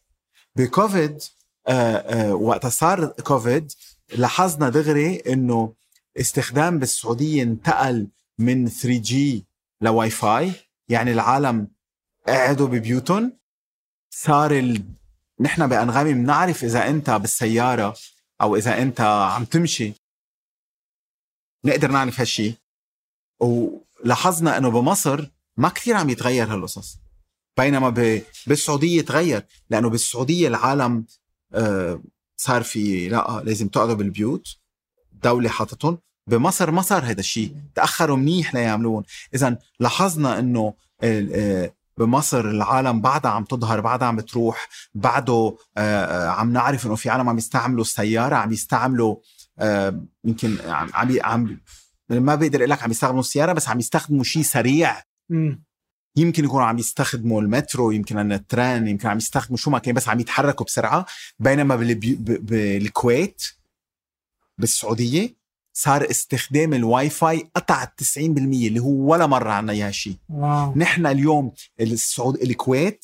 وقت صار كوفيد لاحظنا دغري إنه استخدام بالسعودية انتقل من 3G لواي فاي. يعني العالم قعدوا ببيوتهم. صار نحن بأنغامي بنعرف إذا أنت بالسيارة أو إذا أنت عم تمشي، نقدر نعرف هالشي. ولاحظنا أنه بمصر ما كثير عم يتغير هالقصص، بينما بالسعودية تغير. لأنه بالسعودية العالم صار في لا لازم تقعدوا بالبيوت، دولة حاطتهم. بمصر ما صار هذا الشيء، تأخروا منيح ليعملون. إذن لاحظنا أنه بمصر العالم بعدها عم تظهر، بعدها عم بتروح، بعده عم نعرف انه في عالم عم يستعملوا السيارة، عم يستعملوا يمكن عم ما بقدر اقول لك عم يستخدموا السياره، بس عم يستخدموا شيء سريع. يمكن يكونوا عم يستخدموا المترو، يمكن التران، يمكن عم يستخدموا شو ما كان، بس عم يتحركوا بسرعه. بينما بالكويت بالسعوديه صار استخدام الواي فاي قطع 90%، اللي هو ولا مره عنا اياها شيء. نحن اليوم الكويت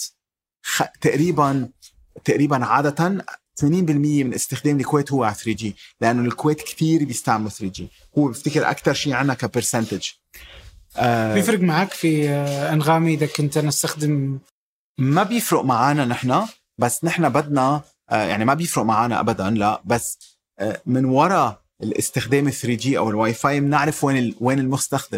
تقريبا عاده 80% من استخدام الكويت هو على 3G، لانه الكويت كثير بيستعملوا 3G. هو بفتكر اكثر شيء عنا كبرسنتج. بيفرق معك في أنغامي إذا كنت نستخدم؟ ما بيفرق معانا نحن، بس نحن بدنا يعني ما بيفرق معانا أبدا، لا، بس من وراء الاستخدام 3G أو الواي فاي بنعرف وين المستخدم.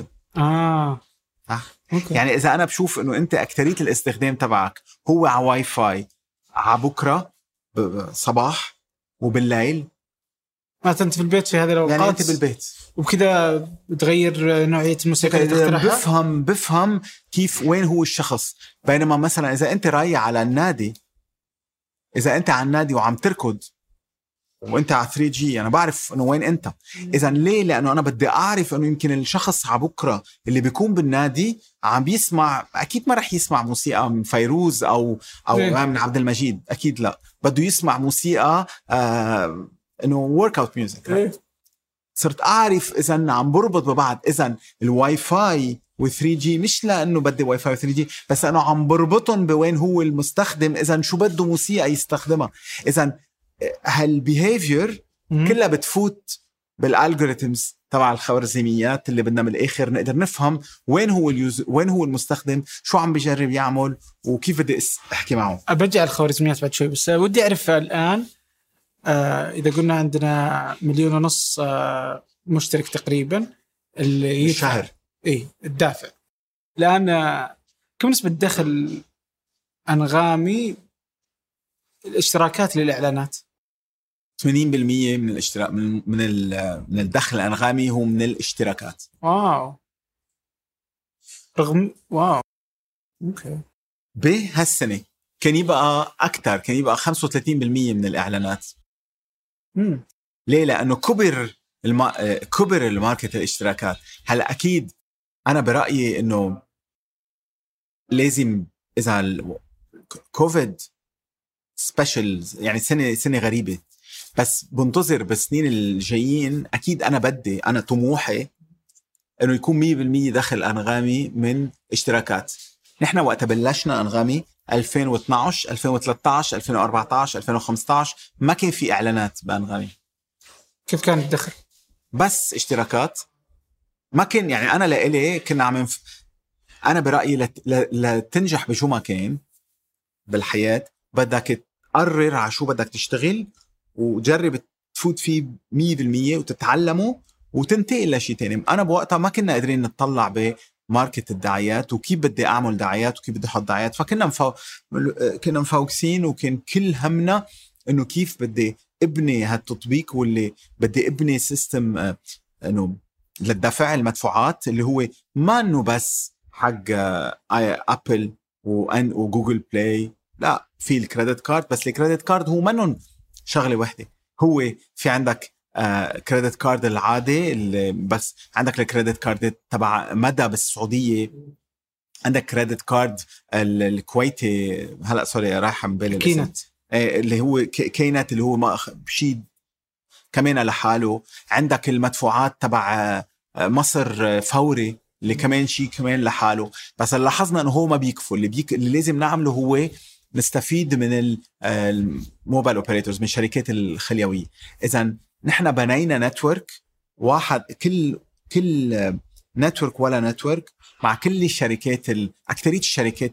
أوكي. يعني إذا أنا بشوف إنه أنت أكترية الاستخدام تبعك هو على واي فاي على بكرة صباح وبالليل، أنت في البيت في هذه الأوقات، يعني أنت بالبيت، وبكذا بتغير نوعية الموسيقى اللي تقترحها. بفهم كيف وين هو الشخص. بينما مثلا إذا أنت رايح على النادي، إذا أنت على النادي وعم تركض وأنت على 3G، أنا بعرف إنه وين أنت. إذا ليه؟ لأنه أنا بدي أعرف إنه يمكن الشخص على بكرة اللي بيكون بالنادي عم بيسمع، أكيد ما رح يسمع موسيقى من فيروز أو من عبد المجيد، أكيد لا، بده يسمع موسيقى إنه workout music. صرت أعرف إذا عم بربط ببعض. إذا الواي فاي و3G مش لأنه بدي واي فاي و3G، بس أنا عم بربطهم بوين هو المستخدم، إذا شو بده موسيقى يستخدمها. إذا هالبيهيفير كلها بتفوت بالالجوريثمز تبع الخوارزميات اللي بدنا من الآخر نقدر نفهم وين هو المستخدم، شو عم بيجرب يعمل، وكيف بدي أحكي معه. أبجع الخوارزميات بعد شوي، بس ودي أعرف الآن إذا قلنا عندنا 1.5 مليون مشترك تقريبا اللي الشهر، الدافع الآن، كم نسبة دخل أنغامي الاشتراكات للإعلانات؟ 80% من الاشتراك من الدخل الأنغامي هو من الاشتراكات. واو. اوكي. بهالسنة كان يبقى أكتر، كان يبقى 35% من الإعلانات. ليه؟ لأنه كبر الماركت الاشتراكات. هلا أكيد أنا برأيي إنه لازم إذا كوفيد سبيشلز، يعني سنة غريبة، بس بنتظر بالسنين الجايين. أكيد أنا طموحي إنه يكون 100% دخل أنغامي من اشتراكات. نحن وقت بلشنا أنغامي 2012 2013 2014 2015 ما كان في إعلانات بأنغامي. كيف كان الدخل؟ بس اشتراكات. ما كان يعني أنا لإلي كنا أنا برأيي لتنجح بشو ما كان بالحياة بدك تقرر على شو بدك تشتغل وجرب تفوت فيه 100% وتتعلمه وتنتقل لشي تاني. أنا بوقتها ما كنا قادرين نطلع بماركت الدعايات وكيف بدي أعمل دعايات وكيف بدي أحط دعايات، فكنا كنا مفوكسين، وكان كل همنا إنه كيف بدي ابني هالتطبيق، واللي بدي ابني سيستم إنه للدفع المدفوعات اللي هو ما إنه بس حق أبل وجوجل بلاي، لا، في الكريدت كارد. بس الكريدت كارد هو منن شغلة واحدة، هو في عندك كريدت كارد العادي اللي بس عندك الكريدت كارد تبع مدى بالسعودية، عندك كريدت كارد الكويتي، هلأ سوري رايح عن بالي كينت، اللي هو كينت اللي هو ما بشي كمان لحاله. عندك المدفوعات تبع مصر فوري اللي كمان شيء كمان لحاله. بس لاحظنا انه هو ما بيكفوا. اللي لازم نعمله هو نستفيد من الموبايل اوبريتورز، من شركات الخليوية. اذا نحن بنينا نتورك واحد، كل نتورك ولا نتورك مع كل الشركات اكثرية الشركات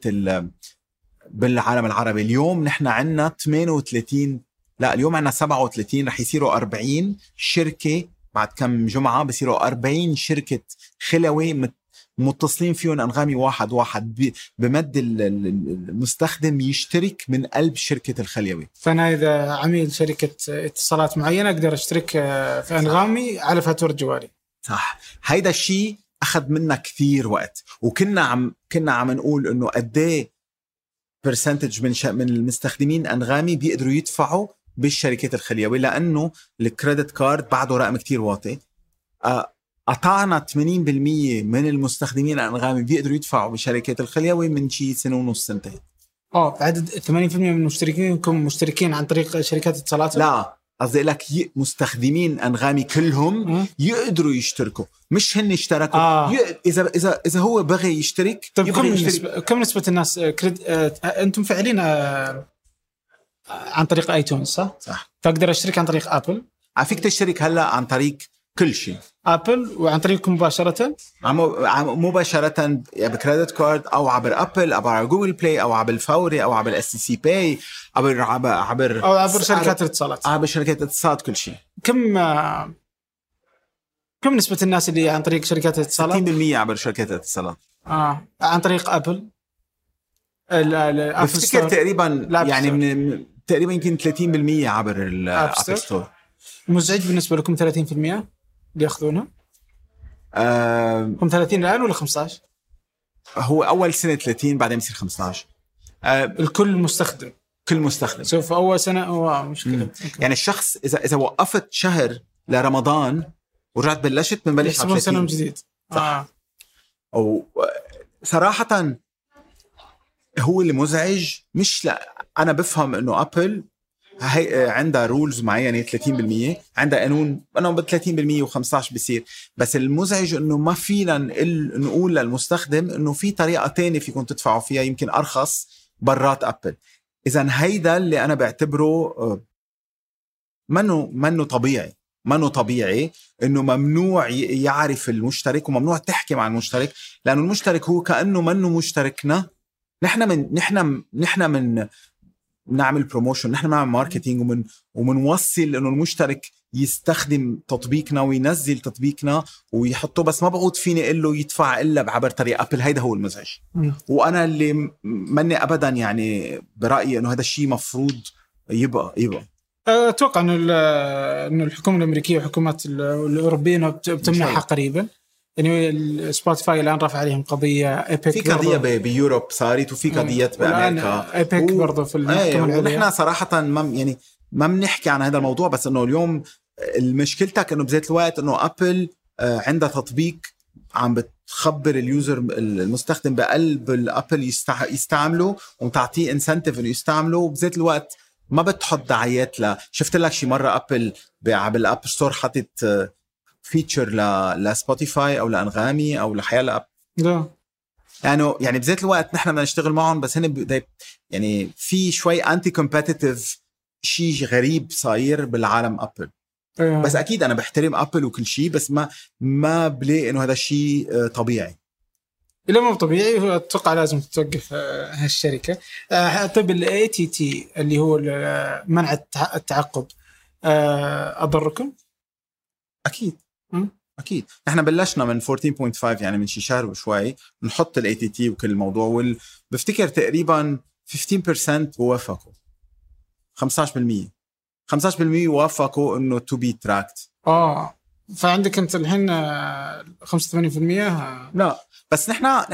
بالعالم العربي. اليوم نحن عندنا 38، لا اليوم عندنا 37، رح يصيروا 40 شركة بعد كم جمعة، بصيروا 40 شركة خلوي متصلين فيهم أنغامي واحد بمد المستخدم يشترك من قلب شركة الخليوي. فأنا إذا عميل شركة اتصالات معينة أقدر أشترك في أنغامي على فاتورة جوالي. صح. هيدا الشيء أخذ منا كثير وقت، وكنا عم نقول إنه قديه برسنتج من المستخدمين أنغامي بيقدروا يدفعوا بالشركات الخليوي، لأنه الكريدت كارد بعده رقم كتير واطي. قطعنا 80% من المستخدمين الأنغامي بيقدروا يدفعوا بشركات الخليوي من شي سنة ونص سنتين. عدد 80% من المشتركين مشتركين عن طريق شركات اتصالات؟ لا، قصدي لك مستخدمين أنغامي كلهم يقدروا يشتركوا، مش هن اشتركوا. إذا هو بغي يشترك. طيب كم نسبة الناس أنتم فعلين عن طريق ايتونز صح؟ فأقدر أشترك عن طريق أبل. فيك تشترك هلا عن طريق كل شيء أبل، وعن طريقكم مباشرة مباشرة بكريدت كارد أو عبر أبل أو عبر جوجل بلاي أو عبر الفوري أو عبر STC باي أو عبر شركات الاتصالات. عبر شركات الاتصالات كل شيء. كم نسبة الناس اللي عن طريق شركات الاتصالات؟ 60% عبر شركات الاتصالات. عن طريق أبل. بفتكر تقريبا يعني من تقريبا يمكن 30% عبر الأب ستور. مزعج بالنسبة لكم 30% اللي يأخذونها؟ هم 30 الآن ولا 15؟ هو أول سنة 30 بعدين يصير 15. الكل مستخدم. كل مستخدم. سوف أول سنة مشكلة. يعني الشخص إذا وقفت شهر لرمضان ورجعت بلشت بنبلش على سنة من جديد. أو صراحة هو اللي مزعج. مش لا أنا بفهم إنه أبل هي عندها رولز معينة 30%، عندها قانون أنه ب 30% و15 بيصير. بس المزعج إنه ما فينا نقول للمستخدم إنه في طريقة تانية فيكم تدفعوا فيها يمكن أرخص برات أبل. إذن هيدا اللي أنا بعتبره منه طبيعي إنه ممنوع يعرف المشترك وممنوع تحكي مع المشترك، لأنه المشترك هو كأنه منه مشتركنا. نحن من نعمل بروموشن، نحن نعمل ماركتينج ومنوصل انه المشترك يستخدم تطبيقنا وينزل تطبيقنا ويحطه، بس ما بقعد فيني اقول له يدفع الا بعبر طريق ابل. هيدا هو المزعج. وانا اللي مني ابدا يعني برايي انه هذا الشيء مفروض يبقى. اتوقع انه الحكومه الامريكيه والحكومات الاوروبيه بتمنعها قريبا. يعني سبوتيفاي الآن رفع عليهم قضية. إيبك في قضية بيوروب صارت، وفي قضيات بأمريكا. إيبك برضو في المحكمة العليا. ونحن صراحة ما بنحكي عن هذا الموضوع، بس إنه اليوم المشكلتك إنه بذات الوقت إنه أبل عندها تطبيق عم بتخبر اليوزر المستخدم بقلب الأبل يستعمله ومتعطيه إنسنتيف إنه يستعمله، وبذات الوقت ما بتحط دعايات. شفت لك شي مرة أبل بالأب ستور حطت فيتشر لسبوتيفاي او لانغامي او لحياة اب؟ يعني بذات الوقت نحن بدنا نشتغل معهم، بس هن يعني في شوي انتي كومبيتيتيف، شيء غريب صاير بالعالم ابل. بس اكيد انا بحترم ابل وكل شيء، بس ما بلاقي انه هذا الشيء طبيعي. إلا مو طبيعي، اتوقع لازم تتوقف هالشركه. طيب الاي تي تي اللي هو منع التعقب اضركم؟ اكيد نحن بلشنا من 14.5 يعني من شي شهر وشوي نحط الاي تي تي وكل الموضوع، بفتكر تقريبا 15% وافقوا، 15% وافقوا انه تو بي تراكت. فعندك انت الحين 85%. لا بس نحن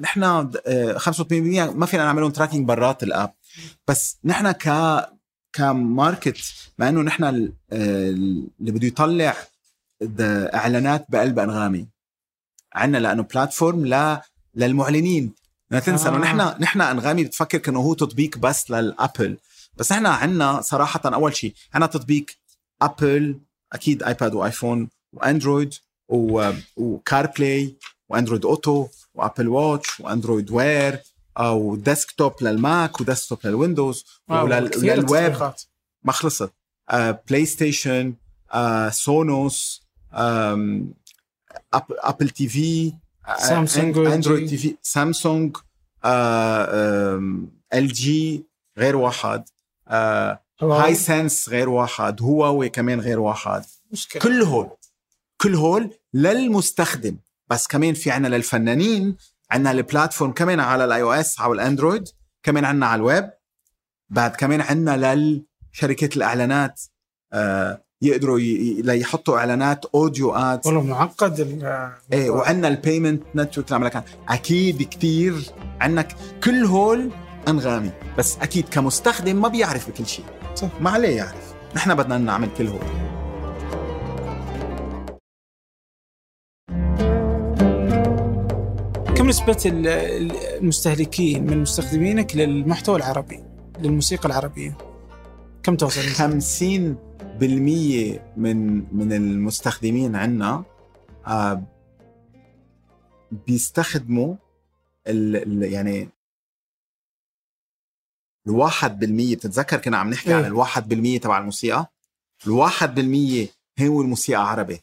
85% ما فينا نعملهم تراكينج برات الاب، بس نحن كماركت، مع انه نحن اللي بده يطلع اعلانات بقلب انغامي عنا، لانه بلاتفورم للمعلنين. لا تنسى انه نحن انغامي بتفكر كانه هو تطبيق بس للابل، بس نحن عنا صراحه اول شيء عنا تطبيق ابل، اكيد ايباد وايفون واندرويد وكار بلاي واندرويد اوتو وابل واتش واندرويد وير او ديسكتوب للماك وديسكتوب للويندوز وللويب. ما خلصت. بلاي ستيشن، سونوس، ابل تي في، سامسونج، اندرويد تي في، سامسونج، ال جي غير واحد، هاي سنس غير واحد، هواوي كمان غير واحد. كل هول للمستخدم، بس كمان في عنا للفنانين، عنا البلاتفورم كمان على الاي او اس على الاندرويد، كمان عنا على الويب، بعد كمان عنا للشركات الاعلانات يقدروا يحطوا اعلانات اوديو ادز. والله معقد. وعندنا البيمنت نتورك اللي عملها اكيد كتير. عندك كل هول انغامي، بس اكيد كمستخدم ما بيعرف بكل شيء، ما عليه يعرف. نحن بدنا نعمل كل هول. كم نسبة المستهلكين من مستخدمينك للمحتوى العربي، للموسيقى العربية؟ كم توصل؟ 50% من المستخدمين عنا بيستخدموا يعني 1%. بتتذكر كنا عم نحكي عن 1% تبع الموسيقى. 1% هو الموسيقى عربي.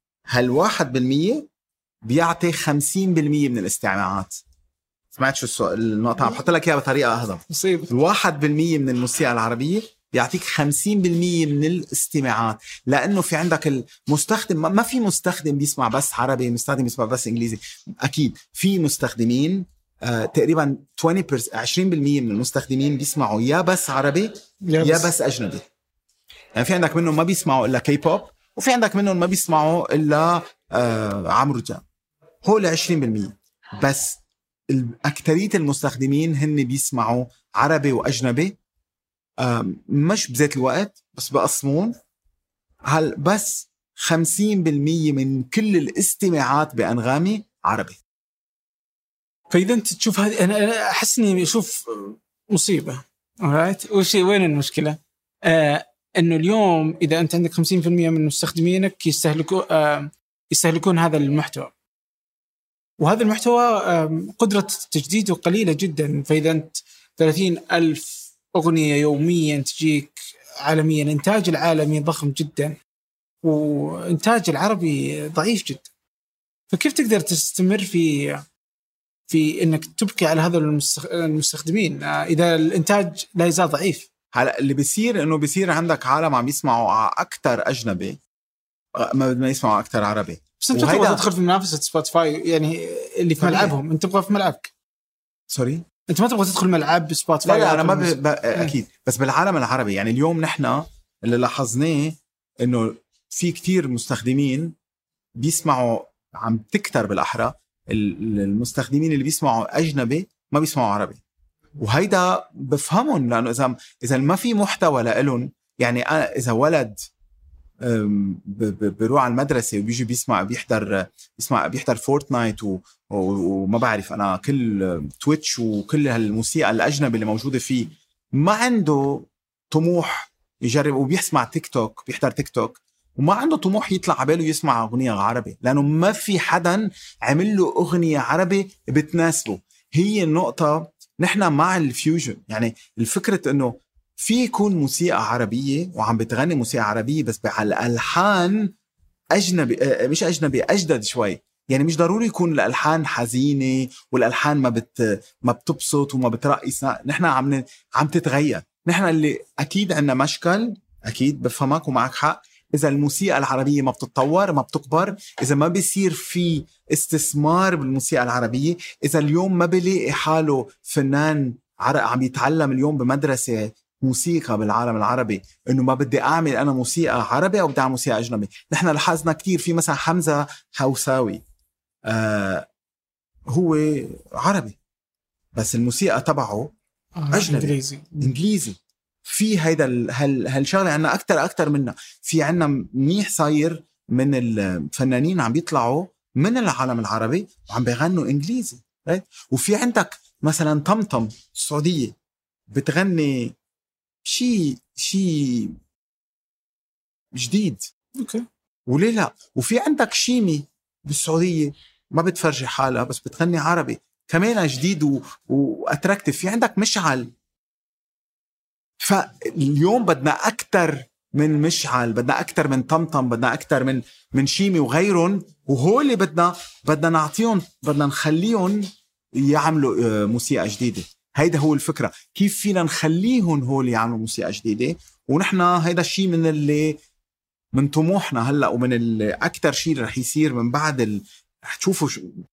1% بيعطي 50% من الاستماعات. سمعت شو النقطة؟ عم بحط لك اياها بطريقة أهضم. 1% من الموسيقى العربية بيعطيك 50% من الاستماعات، لأنه في عندك المستخدم. ما في مستخدم بيسمع بس عربي، مستخدم بيسمع بس إنجليزي. أكيد في مستخدمين تقريبا 20% من المستخدمين بيسمعوا يا بس عربي يا بس أجنبي. يعني في عندك منهم ما بيسمعوا إلا كي بوب، وفي عندك منهم ما بيسمعوا إلا عمرو دياب. هو 20%. بس أكترية المستخدمين هن بيسمعوا عربي وأجنبي، مش بذات الوقت بس بقسمون. بس 50% من كل الاستماعات بأنغامي عربي. فإذا أنت تشوف هذه، أنا أحس إني أشوف مصيبة. وين المشكلة؟ إنه اليوم إذا أنت عندك 50% من مستخدمينك يستهلكون هذا المحتوى، وهذا المحتوى قدرة تجديده قليلة جدا. فإذا أنت 30,000 أغنية يوميا تجيك عالميا، الإنتاج العالمي ضخم جدا وإنتاج العربي ضعيف جدا. فكيف تقدر تستمر في إنك تبقي على هذا المستخدمين إذا الإنتاج لا يزال ضعيف؟ هلا اللي بيصير إنه بيصير عندك عالم عم يسمعوا أكتر أجنبي ما يسمعوا أكتر عربي. بس أنت تبغى تدخل في منافسة سبوتيفاي يعني اللي في ملعبهم، أنت تبغى في ملعبك. سوري، أنت ما تبغى تدخل ملعب سبوتيفاي. لا أنا ما أكيد. بس بالعالم العربي يعني اليوم نحن اللي لاحظناه إنه في كتير مستخدمين بيسمعوا، عم تكتر بالأحرى المستخدمين اللي بيسمعوا أجنبي ما بيسمعوا عربي. وهيدا بفهمهم، لأنه إذا ما في محتوى لإلهم. يعني إذا ولد بروح على المدرسة وبيجي بيحضر فورتنايت وما بعرف أنا كل تويتش وكل هالموسيقى الأجنبي اللي موجودة فيه، ما عنده طموح يجرب، وبيسمع تيك توك، بيحضر تيك توك وما عنده طموح يطلع عباله يسمع أغنية عربي، لأنه ما في حدا عمل له أغنية عربي بتناسبه. هي النقطة. نحن مع الفيوجن، يعني الفكرة إنه في يكون موسيقى عربية وعم بتغني موسيقى عربية بس بالألحان أجنبي، مش أجنبي، أجدد شوي. يعني مش ضروري يكون الألحان حزينة والألحان ما بتبسط وما بترقص. نحن عم تتغير. نحن اللي أكيد عنا مشكل، أكيد بفهمك ومعك حق. إذا الموسيقى العربية ما بتتطور، ما بتكبر، إذا ما بيصير في استثمار بالموسيقى العربية، إذا اليوم ما بيلاقي حاله فنان عم يتعلم اليوم بمدرسة موسيقى بالعالم العربي إنه ما بدي أعمل أنا موسيقى عربي أو بدي أعمل موسيقى أجنبي. نحن لاحظنا كتير في مثلا حمزة حوساوي هو عربي بس الموسيقى تبعه أجنبي، إنجليزي. في هيدا هالشغلة عنا أكتر منا. في عنا منيح صاير من الفنانين عم بيطلعوا من العالم العربي وعم بيغنوا إنجليزي. وفي عندك مثلا طمطم السعودية بتغني شي جديد. اوكي، وليه لا؟ وفي عندك شيمي بالسعودية ما بتفرجي حالها بس بتغني عربي كمان جديد واتراكتيف. في عندك مشعل. فاليوم بدنا أكتر من مشعل، بدنا أكتر من طمطم، بدنا أكتر من شيمي وغيرهم. وهو اللي بدنا نعطيهم، بدنا نخليهم يعملوا موسيقى جديدة. هيدا هو الفكرة. كيف فينا نخليهم هو اللي يعملوا موسيقى جديدة؟ ونحن هيدا الشيء من طموحنا هلأ، ومن أكتر شيء رح يصير من بعد رح تشوفوا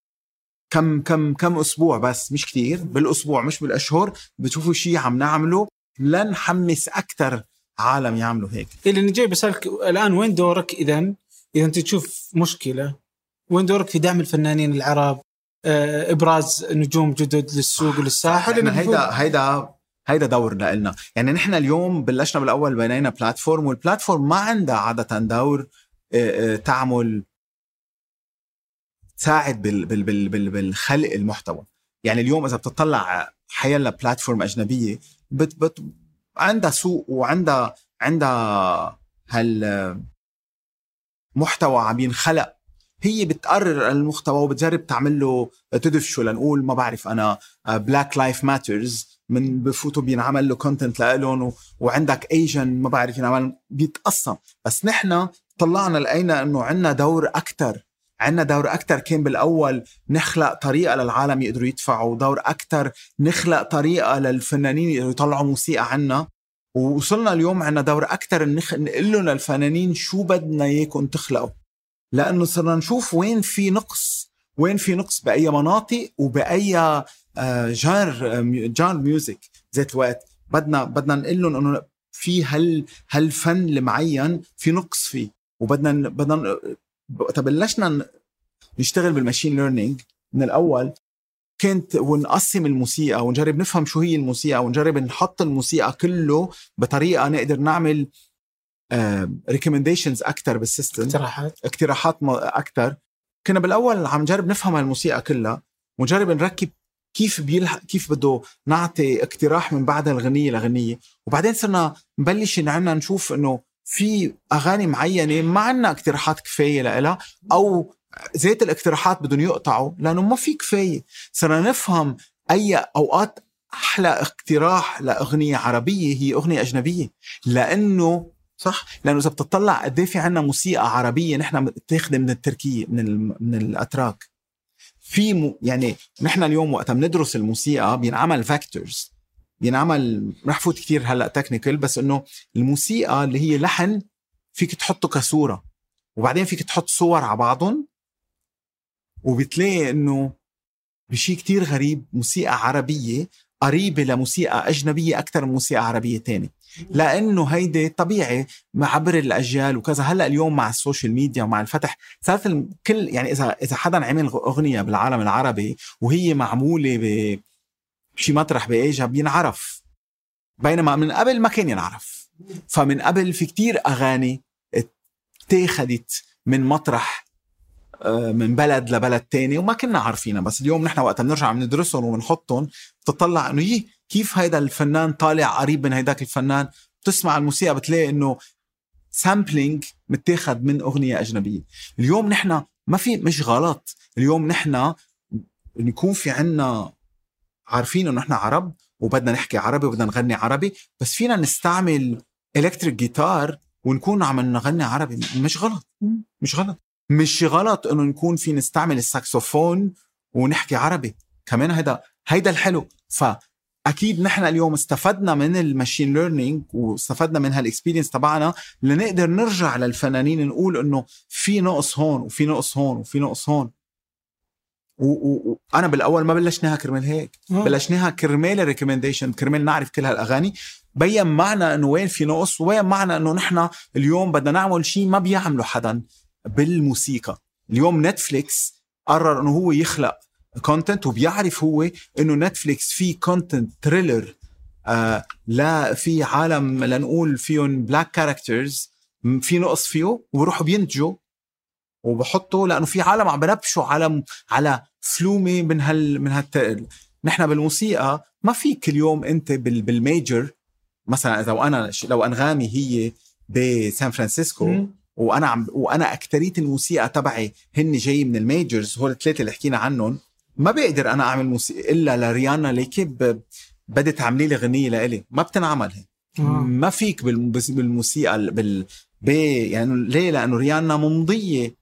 كم أسبوع، بس مش كتير، بالأسبوع مش بالأشهر، بتشوفوا شيء عم نعمله لنحمس أكتر عالم يعملوا هيك. اللي جاي بسألك الآن، وين دورك إذا أنت تشوف مشكلة؟ وين دورك في دعم الفنانين العرب، إبراز نجوم جدد للسوق وللساحة؟ هيدا دورنا لنا. يعني نحن اليوم بلشنا بالأول بنينا بلاتفورم، والبلاتفورم ما عندها عادة دور تعمل تساعد بالخلق المحتوى. يعني اليوم اذا بتطلع حيلا بلاتفورم اجنبيه عندها سوق وعندها محتوى عم ينخلق، هي بتقرر المحتوى وبتجرب تعمل له تدفشه. لنقول ما بعرف أنا Black Life Matters، من بفوتوا بينعمل له كونتنت لهم، وعندك Asian ما بعرف ينعمل بيتقسم. بس نحن طلعنا لقينا إنه عنا دور أكتر كان بالأول نخلق طريقة للعالم يقدروا يدفعوا، دور أكتر نخلق طريقة للفنانين يقدروا يطلعوا موسيقى عنا. ووصلنا اليوم عنا دور أكتر نقول لهم للفنانين شو بدنا إياكم تخلقوا، لأنه صرنا نشوف وين في نقص بأي مناطق وبأي جانر ميوزك. ذات الوقت بدنا نقول لهم إنه في هالفن المعين في نقص فيه، وبدنا تبلشنا نشتغل بالماشين ليرنينج من الأول. كنت ونقسم الموسيقى ونجرب نفهم شو هي الموسيقى، ونجرب نحط الموسيقى كله بطريقة نقدر نعمل recommendations أكتر بالسيستم، اقتراحات أكتر. كنا بالأول عم نجرب نفهم الموسيقى كلها ونجرب نركب كيف بده نعطي اقتراح من بعد الغنية لغنية. وبعدين صرنا نبلش عنا نشوف إنه في أغاني معينة ما عنا اقتراحات كفاية لها، أو زيت الاقتراحات بدهم يقطعوا لأنه ما في كفاية. صرنا نفهم أي أوقات أحلى اقتراح لأغنية عربية هي أغنية أجنبية، لأنه إذا بتطلع قد في عنا موسيقى عربية نحن بتاخد من التركية من الأتراك. في يعني نحن اليوم وقت بندرس الموسيقى بينعمل فاكتورز، بينعمل رح فوت كتير هلأ تكنيكال، بس إنه الموسيقى اللي هي لحن فيك تحطه كصورة، وبعدين فيك تحط صور على بعضهم، وبتلاقي إنه بشي كتير غريب موسيقى عربية قريبة لموسيقى أجنبية أكتر من موسيقى عربية تاني، لأنه هيدا طبيعي عبر الأجيال وكذا. هلأ اليوم مع السوشيال ميديا ومع الفتح صارت الكل، يعني إذا حدا عمل أغنية بالعالم العربي وهي معمولة بشي مطرح بإيجا بينعرف، بينما من قبل ما كان ينعرف. فمن قبل في كتير أغاني اتاخدت من مطرح من بلد لبلد تاني وما كنا عارفينها، بس اليوم نحن وقت بنرجع بندرسهم وبنحطهم بتطلع انه كيف هيدا الفنان طالع قريب من هيداك الفنان. بتسمع الموسيقى بتلاقي انه سامبلينج متاخد من اغنية اجنبية. اليوم نحن ما في، مش غلط اليوم نحن نكون في عنا عارفين انه نحن عرب وبدنا نحكي عربي وبدنا نغني عربي، بس فينا نستعمل إلكتريك جيتار ونكون عم نغني عربي. مش غلط انه نكون في نستعمل الساكسوفون ونحكي عربي كمان. هيدا الحلو. فاكيد نحن اليوم استفدنا من الماشين ليرنينج واستفدنا من هالاكسبيرينس تبعنا لنقدر نرجع للفنانين نقول انه في نقص هون وفي نقص هون وفي نقص هون. وانا بالاول ما بلشناها كرمال هيك، بلشناها كرمال الريكومنديشن، كرمال نعرف كل هالاغاني، بين معنا انه وين في نقص، وين معنا انه نحن اليوم بدنا نعمل شيء ما بيعمله حدا بالموسيقى. اليوم نتفليكس قرر انه هو يخلق كونتنت، وبيعرف هو انه نتفليكس في كونتنت تريلر لا في عالم لنقول فيهم بلاك كاركترز في نقص فيه، وبروحوا بينتجوا وبحطوا لانه في عالم عم بنبشوا على فلومه من نحن بالموسيقى ما فيك اليوم انت بالميجر مثلا اذا لو انغامي هي بسان فرانسيسكو وانا اكتريت الموسيقى تبعي هن جاي من الميجرز، هول الثلاثه اللي حكينا عنهم، ما بقدر انا اعمل موسيقى الا لريانا ليكي بدت تعملي لي غنيه لإلي، ما بتنعمل هيك. ما فيك بالموسيقى يعني ليه؟ لانه ريانا ممضيه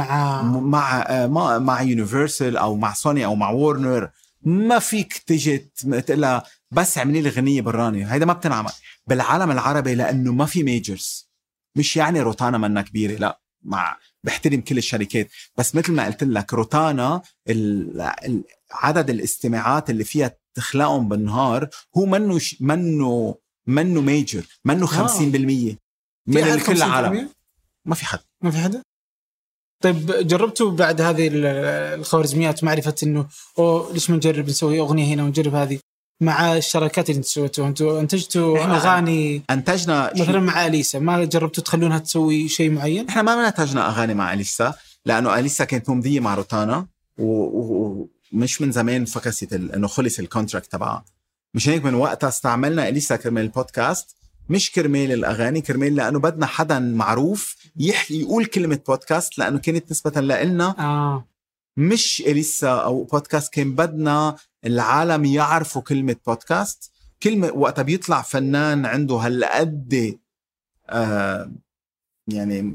مع يونيفرسال او مع سوني او مع وورنر، ما فيك تجي تقلها بس اعملي لي غنيه براني. هيدا ما بتنعمل بالعالم العربي لانه ما في ميجرز. مش يعني روتانا منا كبيره، لا، بحترم كل الشركات، بس مثل ما قلت لك روتانا عدد الاستماعات اللي فيها تخلقهم بالنهار هو منه ميجر، منه 50% من الكل العالم. ما في حدا. طيب جربتوا بعد هذه الخوارزميات معرفة انه ليش ما نجرب نسوي اغنية هنا ونجرب هذه مع الشراكات اللي سويتوها؟ انتوا انتجتوا اغاني، انتجنا مثلا مع أليسا، ما جربتوا تخلونها تسوي شيء معين؟ احنا ما انتجنا اغاني مع أليسا لانه أليسا كانت ممضية مع روتانا، ومش من زمان فكست انه خلص الكونتراكت تبعها. مش هيك من وقتها استعملنا اليسا كرمال البودكاست، مش كرمال الاغاني، كرمال لانه بدنا حدا معروف يقول كلمه بودكاست، لانه كانت نسبه لنا مش اليسا او بودكاست، كان بدنا العالم يعرفوا كلمه بودكاست. كلمه وقتها بيطلع فنان عنده هالقد يعني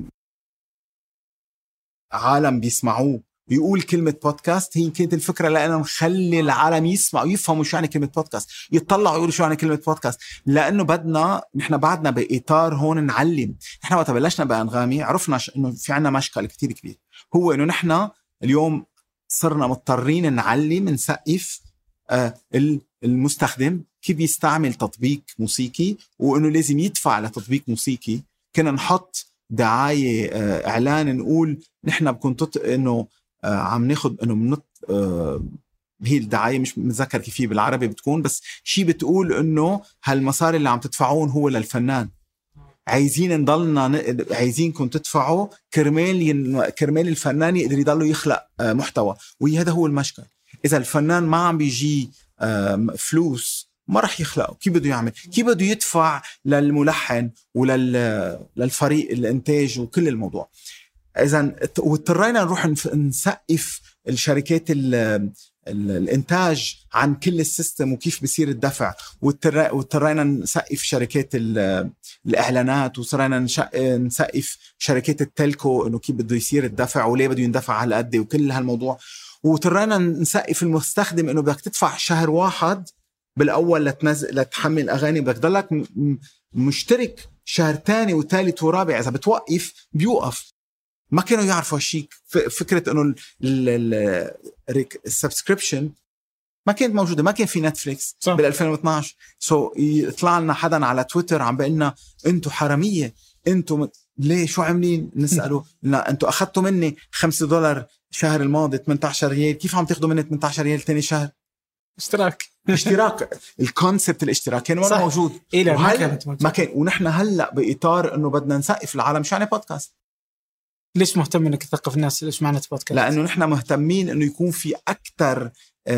عالم بيسمعوه يقول كلمة بودكاست، هي كانت الفكرة لأنه نخلي العالم يسمع ويفهموا شو يعني كلمة بودكاست، يطلعوا يقولوا شو يعني كلمة بودكاست. لأنه بدنا نحن بعدنا بإطار هون نعلم. نحن وقت بلشنا بأنغامي عرفنا إنه في عنا مشكل كتير كبير، هو إنه نحن اليوم صرنا مضطرين نعلم نسقف المستخدم كيف يستعمل تطبيق موسيقي، وإنه لازم يدفع لتطبيق موسيقي. كنا نحط دعاية إعلان نقول نحن بكون إنه عم ناخد إنه منط هي الدعاية مش متذكر كيف هي بالعربي بتكون، بس شي بتقول إنه هالمصاري اللي عم تدفعون هو للفنان، عايزين نضلنا عايزينكم تدفعوا كرمال الفنان يقدر يضلوا يخلق محتوى. وهذا هو المشكل، إذا الفنان ما عم بيجي فلوس ما رح يخلقه. كيف بده يعمل؟ كيف بده يدفع للملحن وللفريق الانتاج وكل الموضوع؟ إذن واضطرينا نروح نسقف الشركات الانتاج عن كل السيستم وكيف بيصير الدفع، واضطرينا نسقف شركات الاعلانات، وصرنا نسقف شركات التلكو انه كيف بده يصير الدفع وليه بده يندفع على قد وكل هالموضوع. واضطرينا نسقف المستخدم انه بدك تدفع شهر واحد بالاول لتحمل اغاني، بدك ضلك مشترك شهر تاني وثالث ورابع، اذا بتوقف بيوقف. ما كانوا يعرفوا هالشيء. فكره انه السبسكريبشن ما كانت موجوده، ما كان في نتفليكس بال 2012. يطلع لنا حدا على تويتر عم بيقلنا انتم حراميه، انتم ليه شو عاملين؟ نساله لا انتم اخذتوا مني $5 شهر الماضي 18 ريال، كيف عم تاخذوا مني 18 ريال ثاني شهر؟ اشتراك الكونسبت الاشتراك كان ولا موجود. ما كان. ونحن هلا باطار انه بدنا نسقف العالم شو يعني بودكاست. ليش مهتم انك تثقف الناس ليش معنى بودكاست؟ لانه نحن مهتمين انه يكون في اكثر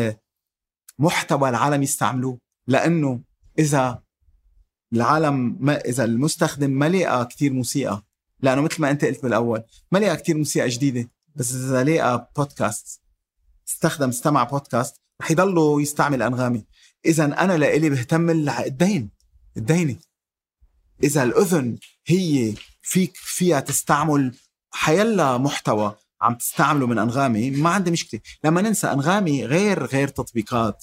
محتوى العالم يستعملوه. لانه اذا العالم اذا المستخدم ما لقى كتير موسيقى، لانه مثل ما انت قلت بالاول ما لقى كتير موسيقى جديده، بس اذا لقى بودكاست استمع بودكاست رح يضلوا يستعمل انغامي. اذا انا لإلي بهتم الديني. اذا الاذن هي فيها تستعمل حيلا محتوى عم تستعمله من أنغامي، ما عندي مشكلة. لما ننسى أنغامي غير تطبيقات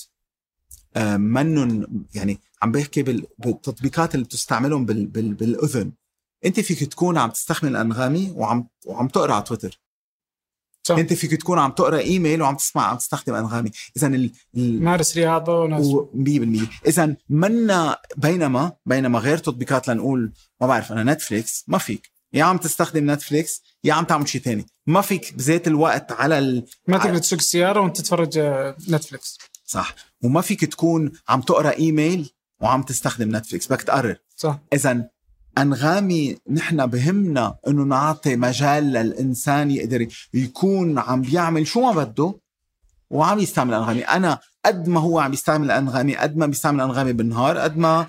منن، يعني عم بحكي بالتطبيقات اللي بتستعملهم بالأذن. انت فيك تكون عم تستخدم أنغامي وعم تقرأ على تويتر صح. انت فيك تكون عم تقرأ ايميل وعم تستخدم أنغامي. اذا مارس رياضة 100%. اذا منا بينما غير تطبيقات، لنقول ما بعرف انا نتفليكس، ما فيك يا عم تستخدم نتفليكس يا عم تعمل شيء تاني. ما فيك بذات الوقت ما تقدر تسوق السيارة وانت تتفرج نتفليكس صح. وما فيك تكون عم تقرأ ايميل وعم تستخدم نتفليكس، بدك تقرر صح. اذا أنغامي نحن بهمنا انه نعطي مجال للإنسان يقدر يكون عم بيعمل شو ما بده وعم يستعمل أنغامي. انا قد ما هو عم يستعمل أنغامي، قد ما بيستعمل أنغامي بالنهار، قد ما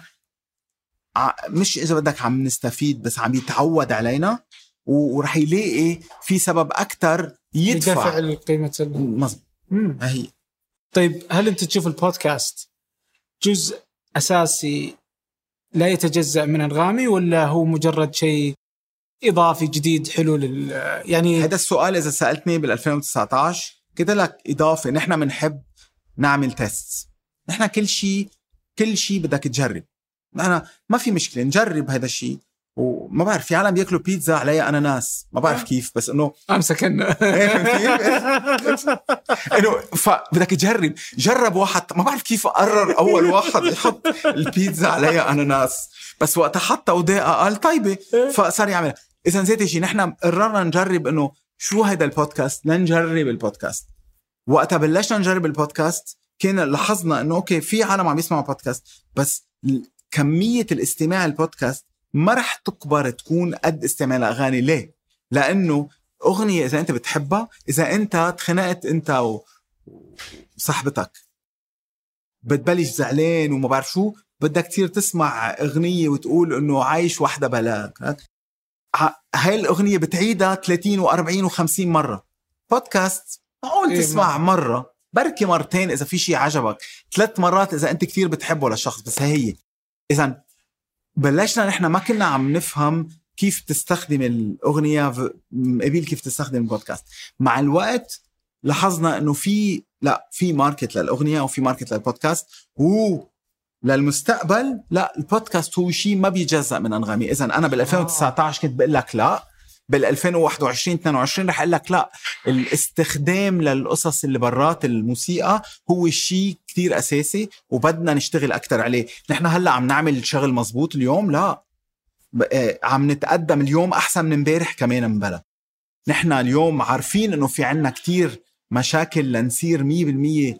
مش إذا بدك عم نستفيد، بس عم يتعود علينا ورح يلاقي في سبب أكتر يدفع القيمة مظبوط. هي طيب، هل أنت تشوف البودكاست جزء أساسي لا يتجزأ من أنغامي، ولا هو مجرد شيء إضافي جديد حلو يعني هذا السؤال إذا سألتني بال2019 كده لك إضافة. نحن منحب نعمل تيست. نحن كل شيء بدك تجرب. أنا ما في مشكلة نجرب هذا الشيء. وما بعرف في عالم بياكلوا بيتزا عليها أناناس، ما بعرف كيف، بس إنه أمسكن إنه فبدك جرب واحد. ما بعرف كيف قرر أول واحد يحط البيتزا عليها أناناس، بس وقت حطها وداقة قال طيبة فصار يعمل. إذا زيت شيء نحن قررنا نجرب إنه شو هذا البودكاست، نجرب البودكاست. وقت بلشنا نجرب البودكاست كنا لاحظنا إنه أوكي في عالم عم يسمعوا بودكاست، بس كمية الاستماع البودكاست ما رح تكبر تكون قد استعمال أغاني. ليه؟ لأنه أغنية إذا أنت بتحبها، إذا أنت تخنقت أنت وصاحبتك بتبلش زعلان وما بعرف شو، بدك كتير تسمع أغنية وتقول إنه عايش وحدة بلاك، هاي الأغنية بتعيدها 30 و40 و50 مرة. بودكاست معقول تسمع مرة، بركي مرتين إذا في شيء عجبك، 3 مرات إذا أنت كتير بتحبه للشخص. بس هي إذا بلشنا نحن ما كنا عم نفهم كيف تستخدم الأغنية قبل كيف تستخدم البودكاست. مع الوقت لاحظنا إنه في ماركت للأغنية وفي ماركت للبودكاست، للمستقبل لا البودكاست هو شيء ما بيجزأ من أنغامي. إذن أنا بال2019 كنت بقول لك لا، بال2021-22 رح أقول لك لا، الاستخدام للقصص اللي برات الموسيقى هو شيء كتير أساسي وبدنا نشتغل أكتر عليه. نحن هلأ عم نعمل شغل مزبوط اليوم، لا عم نتقدم اليوم أحسن من امبارح كمان مبلا. نحن اليوم عارفين إنه في عنا كتير مشاكل لنصير 100%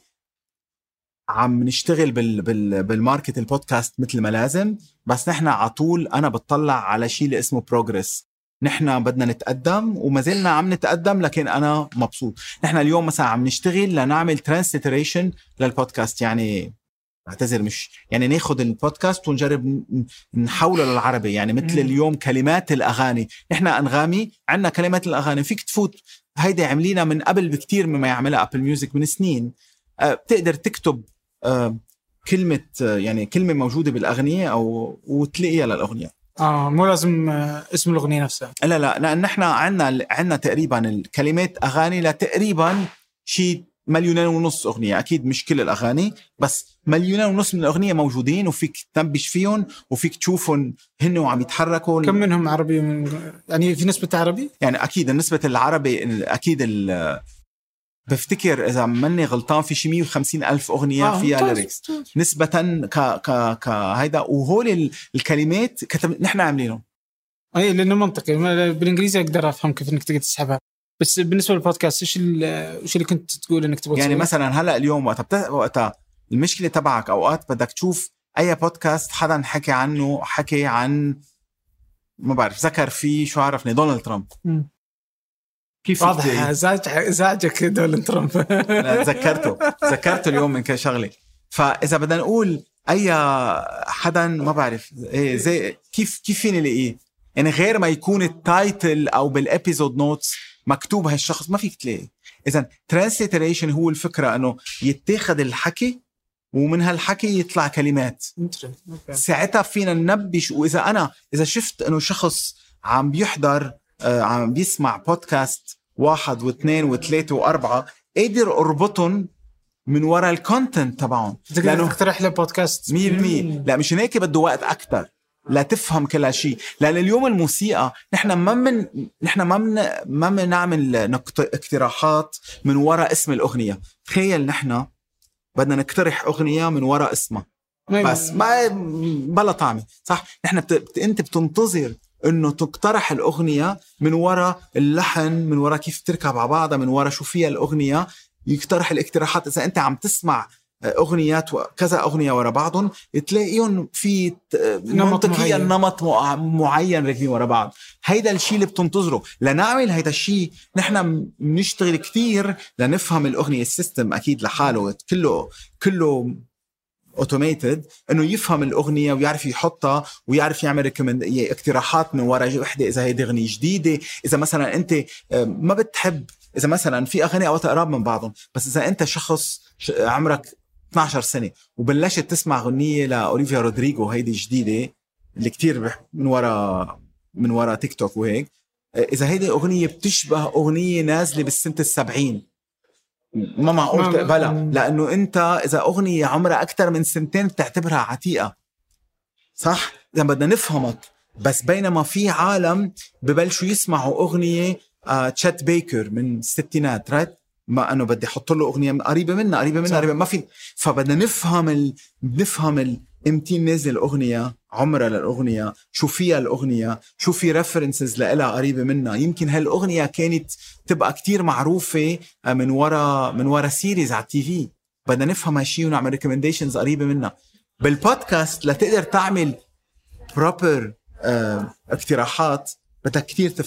عم نشتغل بالماركت البودكاست مثل ما لازم. بس نحن عطول أنا بتطلع على شيء اللي اسمه بروجرس. نحن بدنا نتقدم وما زلنا عم نتقدم، لكن أنا مبسوط. نحن اليوم مثلا عم نشتغل لنعمل ترانسليتريشن للبودكاست، يعني اعتذر مش يعني ناخد البودكاست ونجرب نحوله للعربي، يعني مثل اليوم كلمات الأغاني. نحن أنغامي عنا كلمات الأغاني فيك تفوت، هيدا عملينا من قبل بكتير مما يعملها أبل ميوزك من سنين. بتقدر تكتب كلمة، يعني كلمة موجودة بالأغنية أو وتلاقيها للأغنية. مو لازم اسم الأغنية نفسها. لا لأن احنا عنا تقريبا الكلمات أغاني لتقريبا شيء 1.5 مليون أغنية. أكيد مش كل الأغاني، بس 1.5 مليون من الأغنية موجودين وفيك تنبش فيهم وفيك تشوفهم هن وعم يتحركوا. كم منهم عربي؟ يعني في نسبة عربي؟ يعني أكيد النسبة العربي أكيد بفتكر إذا مني غلطان في شي 150,000 أغنية فيها ليركس نسبة هيدا. وهول الكلمات نحن عاملينهم. أي لأنه منطقي بالإنجليزي أقدر أفهم كيف إنك تقدر تسحبها. بس بالنسبة للبودكاست إيش اللي كنت تقول إنك تبغى يعني مثلا هلأ اليوم وقتها المشكلة تبعك أوقات بدك تشوف أي بودكاست حدا حكي عن ما بعرف ذكر فيه شو عرفني دونالد ترامب. كيف واضح ازعجك دونالد ترامب. ذكرته اليوم من كل شغله. فاذا بدنا نقول اي حدا ما بعرف ايه زي كيف فيني لاقيه، يعني غير ما يكون التايتل او بالابيزود نوتس مكتوب هالشخص ما فيك تلاقيه. اذا ترانسليتريشن هو الفكره انه يتاخذ الحكي ومن هالحكي يطلع كلمات. ساعتها فينا ننبش. واذا اذا شفت انه شخص عم بيحضر عم بيسمع بودكاست 1 و2 و3 و4 قادر أربطهم من وراء الكونتنت تبعهم، لأنه اقترح له بودكاست 100%. لا مش هيك، بده وقت أكتر لا تفهم كل هالشيء. لأن اليوم الموسيقى نحن ما بنعمل اقتراحات من وراء اسم الأغنية. تخيل نحن بدنا نقترح أغنية من وراء اسمها بس ما بلا طعمة، صح؟ نحن أنت بتنتظر انه تقترح الاغنيه من وراء اللحن، من وراء كيف تركب على بعضها، من وراء شو فيها الاغنيه. يقترح الاقتراحات. اذا انت عم تسمع اغنيات كذا اغنيه ورا بعضهم تلاقيهم في منطقيا نمط معين راكبين ورا بعض. هيدا الشيء اللي بتنتظره لنعمل هيدا الشيء. نحن بنشتغل كتير لنفهم الاغنيه. السيستم اكيد لحاله كله اوتوميتد انه يفهم الاغنيه ويعرف يحطها ويعرف يعمل اقتراحات من وراء وحده. اذا هي اغنيه جديده، اذا مثلا انت ما بتحب، اذا مثلا في اغاني اوقات قراب من بعضهم، بس اذا انت شخص عمرك 12 سنه وبلشت تسمع اغنيه لاوليفيا رودريغو هيدي جديده اللي كتير من وراء تيك توك وهيك، اذا هيدي اغنيه بتشبه اغنيه نازله بالسنه 70 ما معقول تقبلها. لأنه أنت إذا أغنية عمرها أكتر من 2 بتعتبرها عتيقة، صح؟ إذا بدنا نفهمك. بس بينما في عالم ببلشوا يسمعوا أغنية تشات بيكر من الستينات، رايت؟ ما أنه بدي أحط له أغنية قريبة منها ما في. فبدنا نفهم امتى نازل الأغنية، عمرها للأغنية، شو فيها الأغنية، شو في ريفرنسز لها قريبة منها. يمكن هالأغنية كانت تبقى كتير معروفة من وراء سيريز على التي في. بدنا نفهم هالشي ونعمل ريكومنديشنز قريبة منها. بالبودكاست لتقدر تعمل بروبر اقتراحات بدك كتير تفهم.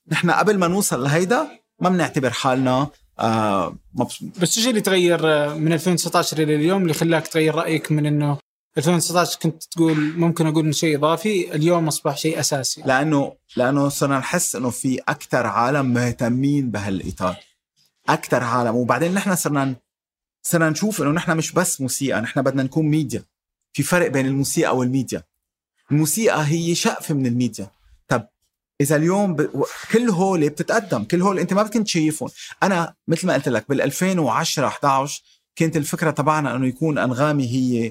نحن قبل ما نوصل لهيدا ما بنعتبر حالنا مبسوط. بس ايش اللي تغير من 2019 الى اليوم اللي خلاك تغير رايك من انه 2019 كنت تقول ممكن اقول شيء اضافي، اليوم اصبح شيء اساسي؟ لانه صرنا نحس انه في اكثر عالم مهتمين بهالاطار، اكثر عالم. وبعدين نحن صرنا نشوف انه نحن مش بس موسيقى، نحن بدنا نكون ميديا. في فرق بين الموسيقى والميديا. الموسيقى هي شقفة من الميديا. طب إذا اليوم كل هول بتتقدم، كل هول أنت ما كنت شايفهم. أنا مثل ما قلت لك بال2010-11 كانت الفكرة تبعنا أنه يكون أنغامي هي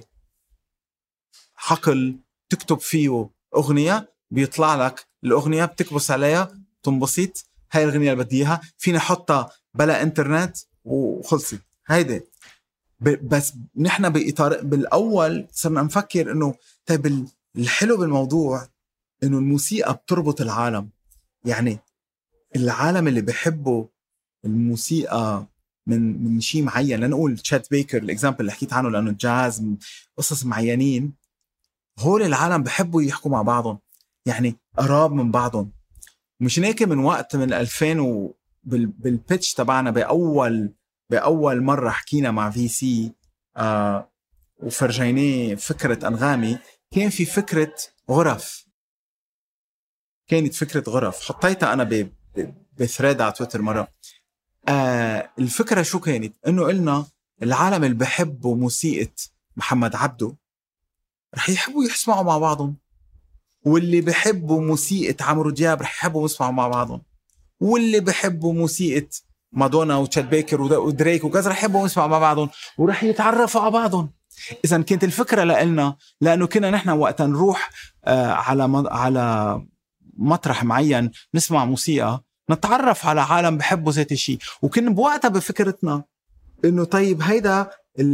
حقل تكتب فيه أغنية، بيطلع لك الأغنية بتكبس عليها تنبسط، هاي الأغنية اللي بدي إياها، فينا حطها بلا إنترنت وخلصت هيدا. بس نحن بإطار بالأول صرنا نفكر إنه طيب الحلو بالموضوع إنه الموسيقى بتربط العالم. يعني العالم اللي بيحبوا الموسيقى من شيء معين، لنقول تشات بيكر الإكزامبل اللي حكيت عنه، لأنه الجاز قصص معينين، هول العالم بيحبوا يحكوا مع بعضهم، يعني قراب من بعضهم. مش هيك من وقت من 2000 بالبيتش تبعنا بأول مرة حكينا مع في سي وفرجيناه فكرة أنغامي، كان في فكرة غرف. كانت فكرة غرف حطيتها أنا بثريد على تويتر مرة. الفكرة شو كانت؟ إنه قلنا العالم اللي بحبوا موسيقى محمد عبده رح يحبوا يسمعوا مع بعضهم، واللي بحبوا موسيقى عمرو دياب رح يحبوا يسمعوا مع بعضهم، واللي بحبوا موسيقى مادونا وتشات بيكر ودريك وكذا رح يحبوا يسمعوا مع بعضهم ورح يتعرفوا على بعضهم. إذا كانت الفكرة لنا، لأنه كنا نحن وقتا نروح على مطرح معين نسمع موسيقى، نتعرف على عالم بحبوا ذات الشيء. وكنا بوقتها بفكرتنا إنه طيب هيدا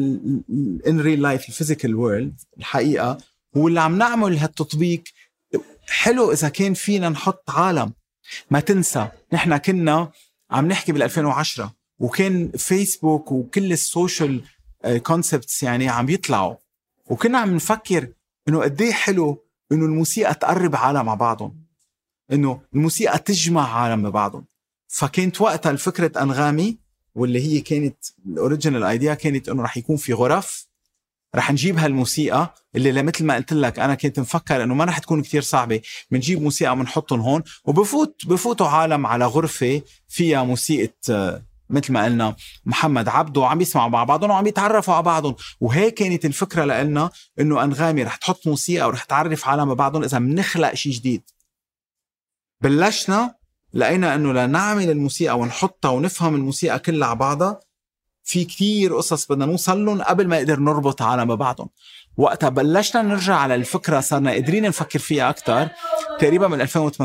in real life الفيزيكال وورلد الحقيقة هو اللي عم نعمل هالتطبيق حلو. إذا كان فينا نحط عالم، ما تنسى نحن كنا عم نحكي بال2010 وكان فيسبوك وكل السوشيال كونسبتس يعني عم يطلعوا، وكنا عم نفكر إنه قديه حلو إنه الموسيقى تقرب عالم مع بعضهم، إنه الموسيقى تجمع عالم ببعضهم. فكانت وقتها الفكرة أنغامي، واللي هي كانت الأوريجينال ايديا، كانت إنه رح يكون في غرف، رح نجيب هالموسيقى اللي مثل ما قلت لك أنا كنت مفكر إنه ما رح تكون كتير صعبة، بنجيب موسيقى منحطهم هون وبفوتوا عالم على غرفة فيها موسيقى مثل ما قلنا محمد عبده، وعم يسمعوا مع بعضهم وعم يتعرفوا على بعضهم. وهيك كانت الفكرة لنا إنه أنغامي رح تحط موسيقى ورح تعرف عالم ببعضهم إذا بنخلق شيء جديد. بلشنا لقينا إنه لنعمل الموسيقى ونحطها ونفهم الموسيقى كلها على بعضها في كتير قصص بدنا نوصل لهم قبل ما نقدر نربط عالم ببعضهم. وقتها بلشنا نرجع على الفكرة، صرنا قادرين نفكر فيها أكتر تقريبا من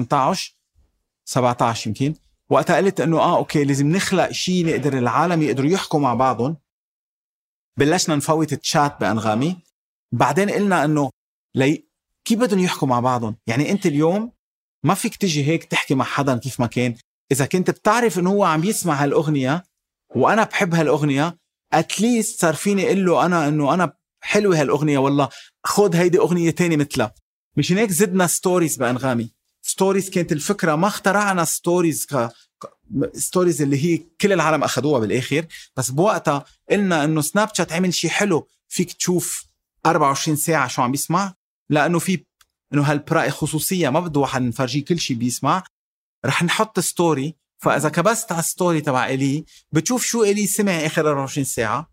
2018-17 يمكن. وقتها قلت إنه أوكي لازم نخلق شيء نقدر العالم يقدروا يحكوا مع بعضهم. بلشنا نفوت التشات بأنغامي. بعدين قلنا إنه كيف بدهم يحكوا مع بعضهم؟ يعني أنت اليوم ما فيك تجي هيك تحكي مع حدا كيف ما كان. إذا كنت بتعرف إنه هو عم يسمع هالأغنية وأنا بحب هالأغنية، أتليست صار فيني قل له أنا إنه أنا حلوة هالأغنية، والله خد هيدي أغنية تاني مثلها. مش هيك زدنا ستوريز بأنغامي. ستوريز كانت الفكرة، ما اخترعنا ستوريز ستوريز اللي هي كل العالم أخدوها بالآخر، بس بوقتها قلنا إنه سناب شات عمل شيء حلو، فيك تشوف 24 ساعة شو عم بيسمع، لأنه في إنه هالبراءة خصوصية ما بده واحد نفرجيه كل شيء بيسمع. رح نحط ستوري، فإذا كبست على ستوري تبع إلي بتشوف شو إلي سمع آخر 24 ساعة.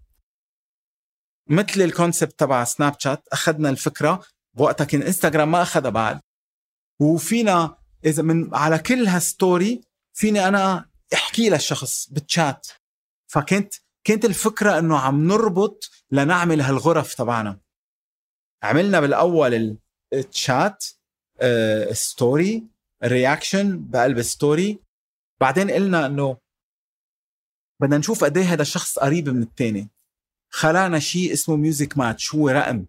مثل الكونسبت تبع سناب شات، أخذنا الفكرة بوقتها كان إنستغرام ما أخذها بعد، وفينا إذا من على كل هالستوري فيني أنا أحكي للشخص بالشات. كانت الفكرة إنه عم نربط لنعمل هالغرف تبعنا. عملنا بالأول الشات ستوري رياكشن بقلب ستوري، بعدين قلنا إنه بدنا نشوف قديه هذا الشخص قريب من التاني. خلانا شيء اسمه ميوزك ماتش، هو رقم.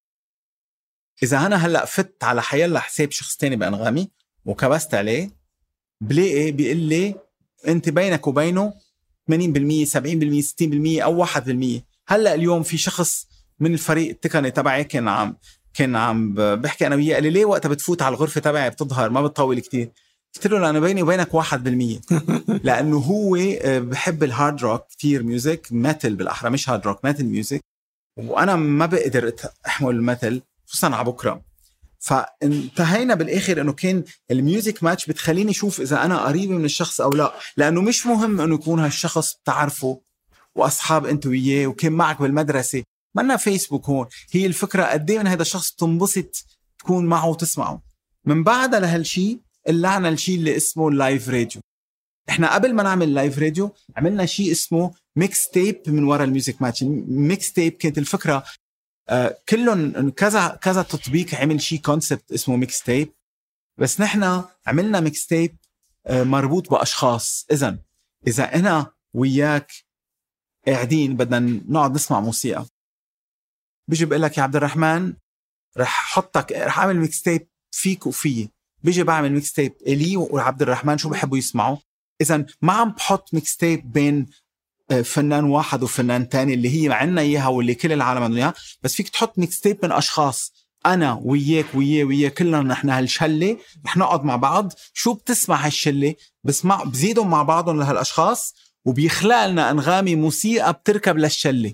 إذا أنا هلأ فت على حيالله حساب شخص تاني بأنغامي وكبست عليه، بلاقي بيقول لي أنت بينك وبينه 80% 70% 60% أو 1%. هلأ اليوم في شخص من الفريق التقني تبعي كان عم بحكي أنا وياه، قال لي ليه وقتها بتفوت على الغرفة تبعي بتظهر ما بتطول كتير؟ قلت له لا، أنا بيني وبينك 1%. لأنه هو بحب الهارد روك كتير، ميوزك ميتل بالأحرى، مش هارد روك، ميتل ميوزك، وأنا ما بقدر أحمل الميتل خصوصا على بكرة. فانتهينا بالآخر أنه كان الميوزك ماتش بتخليني أشوف إذا أنا قريب من الشخص أو لا، لأنه مش مهم أنه يكون هالشخص بتعرفه وأصحاب أنت وياه وكان معك بالمدرسة، منا فيسبوك هون. هي الفكرة قد ايه من هذا الشخص تنبسط تكون معه وتسمعه. من بعدها لهالشي اللعنا الشيء اللي اسمه اللايف راديو. احنا قبل ما نعمل لايف راديو عملنا شيء اسمه ميكس تيب من وراء الميوزك ماتش. ميكس تيب كانت الفكرة كلهم كذا تطبيق عمل شيء كونسبت اسمه ميكس تيب، بس نحن عملنا ميكس تيب مربوط بأشخاص. إذا أنا وياك قاعدين بدنا نقعد نسمع موسيقى، بيجي بقول لك يا عبد الرحمن رح أعمل ميكس تيب فيك وفيي. بيجي بعمل ميكس تيب إلي وعبد الرحمن شو بحبوا يسمعوا. إذن ما عم بحط ميكس تيب بين فنان واحد وفنان تاني اللي هي عنا إياها واللي كل العالم عندنا إياها، بس فيك تحط ميكس تيب من أشخاص. أنا وياك وياه كلنا نحن هالشلة رح نقعد مع بعض. شو بتسمع هالشلة بزيدهم مع بعضهم لهالأشخاص، وبيخلق لنا أنغامي موسيقى بتركب للشلة.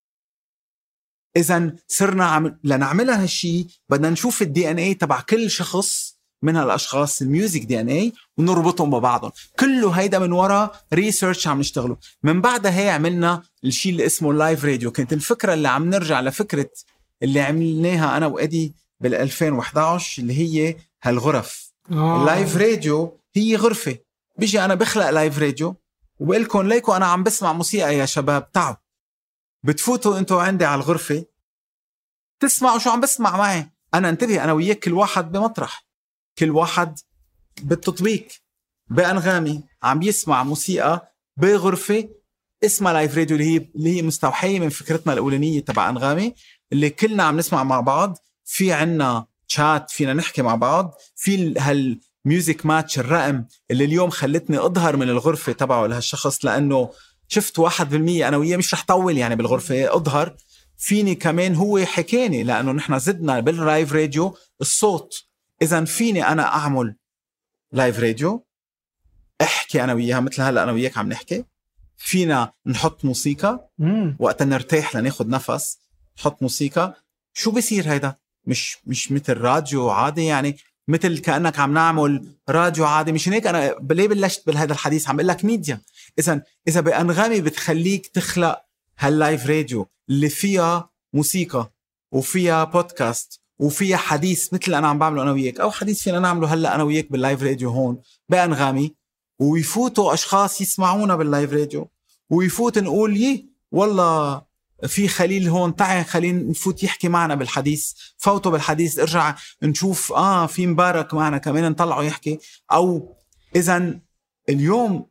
إذن صرنا لنعملها هالشي بدنا نشوف الدي ان اي تبع كل شخص من هالأشخاص، الميوزك دي ان اي، ونربطهم ببعضهم. كله هيدا من وراء ريسيرش عم نشتغله. من بعدها هي عملنا الشي اللي اسمه اللايف راديو. كانت الفكرة اللي عم نرجع لفكرة اللي عملناها أنا وأدي بال2011 اللي هي هالغرف. اللايف راديو هي غرفة، بيجي أنا بخلق لايف راديو وبقلكم ليكو أنا عم بسمع موسيقى يا شباب، تعالوا بتفوتوا انتوا عندي على الغرفة تسمعوا شو عم بسمع معي. أنا انتبه، أنا وياك كل واحد بمطرح، كل واحد بالتطبيق بأنغامي عم يسمع موسيقى بغرفة اسمها لايف راديو، اللي هي مستوحية من فكرتنا الأولانية تبع أنغامي، اللي كلنا عم نسمع مع بعض. في عنا شات فينا نحكي مع بعض، في هالميوزك ماتش الرقم اللي اليوم خلتني أظهر من الغرفة تبعه لهالشخص، لأنه شفت 1% أنا وياه مش رح طول يعني بالغرفة أظهر. فيني كمان هو حكاني لأنه نحن زدنا باللايف راديو الصوت. إذن فيني أنا أعمل لايف راديو احكي أنا وياها مثل هلأ أنا وياك عم نحكي. فينا نحط موسيقى وقت نرتاح لناخد نفس، نحط موسيقى. شو بيصير هيدا؟ مش مثل راديو عادي، يعني مثل كأنك عم نعمل راديو عادي. مش هيك أنا ليه بلشت بهذا الحديث عم بقول لك ميديا. إذا بأنغامي بتخليك تخلق هاللايف راديو اللي فيها موسيقى وفيها بودكاست وفيها حديث مثل أنا عم بعمله أنا وياك، أو حديث فينا نعمله هلأ أنا وياك باللايف راديو هون بأنغامي، ويفوتوا أشخاص يسمعونا باللايف راديو، ويفوت نقول والله في خليل هون، تعال خلينا نفوت يحكي معنا بالحديث. فوتوا بالحديث، ارجع نشوف في مبارك معنا كمان نطلعه يحكي. أو إذن اليوم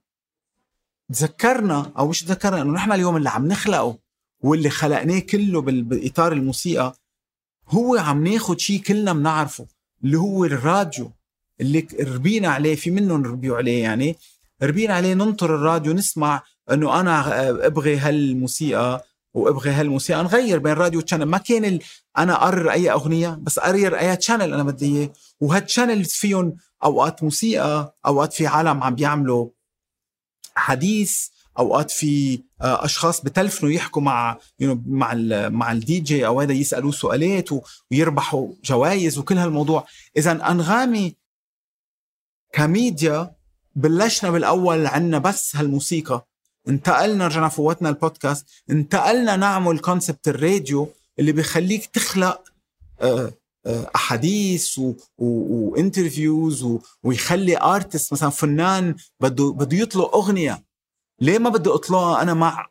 تذكرنا أو مش تذكرنا أنه نحن اليوم اللي عم نخلقه واللي خلقناه كله بإطار الموسيقى هو عم ناخد شيء كلنا منعرفه اللي هو الراديو اللي ربينا عليه. في منه نربيه عليه، يعني ربينا عليه ننطر الراديو نسمع أنه أنا أبغي هالموسيقى وأبغي هالموسيقى، نغير بين راديو وتشانل. ما كان أنا أقرر أي أغنية، بس أقرر أي تشانل أنا بدي إياه. وهالتشانل فيهم أوقات موسيقى، أوقات في عالم عم بيعملوا حديث، اوقات في اشخاص بتلفنوا يحكوا مع الدي جي او هذا يسالوه سؤالات ويربحوا جوائز وكل هالموضوع. اذا انغامي كميديا بلشنا بالاول عنا بس هالموسيقى، انتقلنا رجعنا فوتنا البودكاست، انتقلنا نعمل كونسبت الراديو اللي بيخليك تخلق أحاديث وانترفيوز ويخلي آرتست مثلا فنان بده يطلق أغنية. ليه ما بدي أطلقها أنا مع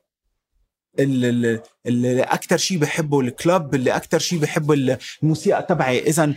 اللي أكتر شيء بحبه الكلاب، اللي أكتر شيء بحبه الموسيقى تبعي. إذن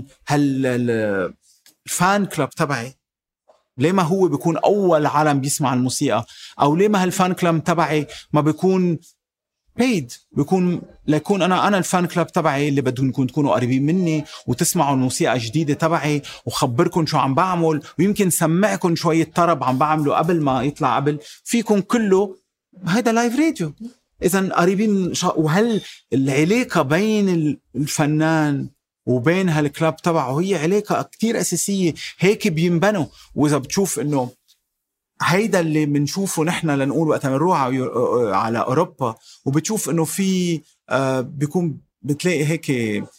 الفان كلاب تبعي ليه ما هو بيكون أول عالم بيسمع الموسيقى؟ أو ليه ما هالفان كلاب تبعي ما بيكون paid؟ بيكون ليكون أنا الفان كلاب تبعي اللي بدهم تكونوا قريبين مني وتسمعوا الموسيقى الجديدة تبعي وخبركم شو عم بعمل، ويمكن سمعكم شوية طرب عم بعمله قبل ما يطلع قبل فيكم كله. هيدا لايف راديو. إذن قريبين وهل العلاقة بين الفنان وبين هالكلاب تبعه هي علاقة كتير أساسية. هيك بينبنوا. وإذا بتشوف إنه هيدا اللي بنشوفه نحن لنقول وقت بنروح على أوروبا وبتشوف إنه في بيكون بتلاقي هيك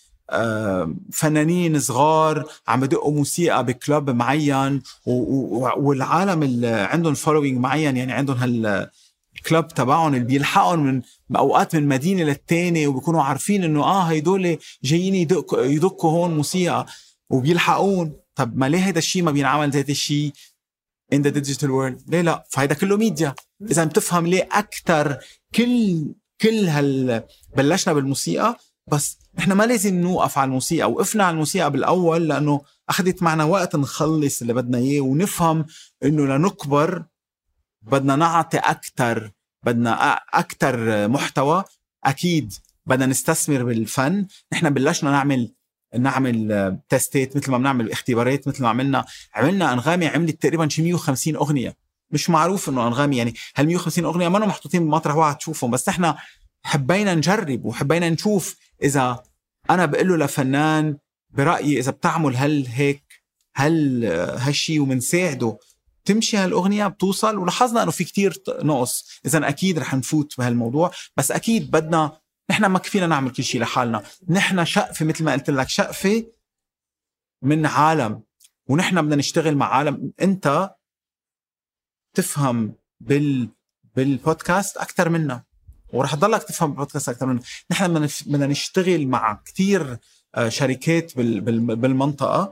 فنانين صغار عم بدقوا موسيقى بكلاب معين والعالم اللي عندهم فولوينج معين، يعني عندهم هالكلاب تبعهم اللي بيلحقهم من أوقات من مدينة للتانية وبيكونوا عارفين إنه هيدول جايين يدقوا هون موسيقى وبيلحقون. طب ما ليه هيدا الشيء ما بينعمل ذات الشيء in the digital world؟ ليه لا؟ فهيدا كله ميديا. إذا بتفهم ليه أكتر كل بلشنا بالموسيقى، بس إحنا ما لازم نوقف على الموسيقى. وقفنا على الموسيقى بالأول لأنه أخذت معنا وقت نخلص اللي بدنا إياه ونفهم إنه لنكبر بدنا نعطي أكتر، بدنا أكتر محتوى. أكيد بدنا نستثمر بالفن. نحن بلشنا نعمل تستات مثل ما بنعمل اختبارات، مثل ما عملنا أنغامي عملت تقريبا 150 أغنية. مش معروف إنه أنغامي يعني 150 أغنية ما محطوطين بمطرح واحد تشوفهم، بس إحنا حبينا نجرب وحبينا نشوف إذا أنا بقوله لفنان برأيي إذا بتعمل هالشي ومنساعده تمشي هالأغنية بتوصل. ولاحظنا إنه في كتير نقص. إذن أكيد رح نفوت بهالموضوع، بس أكيد بدنا نحن ما كفينا نعمل كل شيء لحالنا. نحن شقفة مثل ما قلت لك، شقفة من عالم، ونحن بدنا نشتغل مع عالم. أنت تفهم بالبودكاست أكتر منا ورح تضلك تفهم بالبودكاست أكتر منا. نحن بدنا نشتغل مع كتير شركات بالمنطقة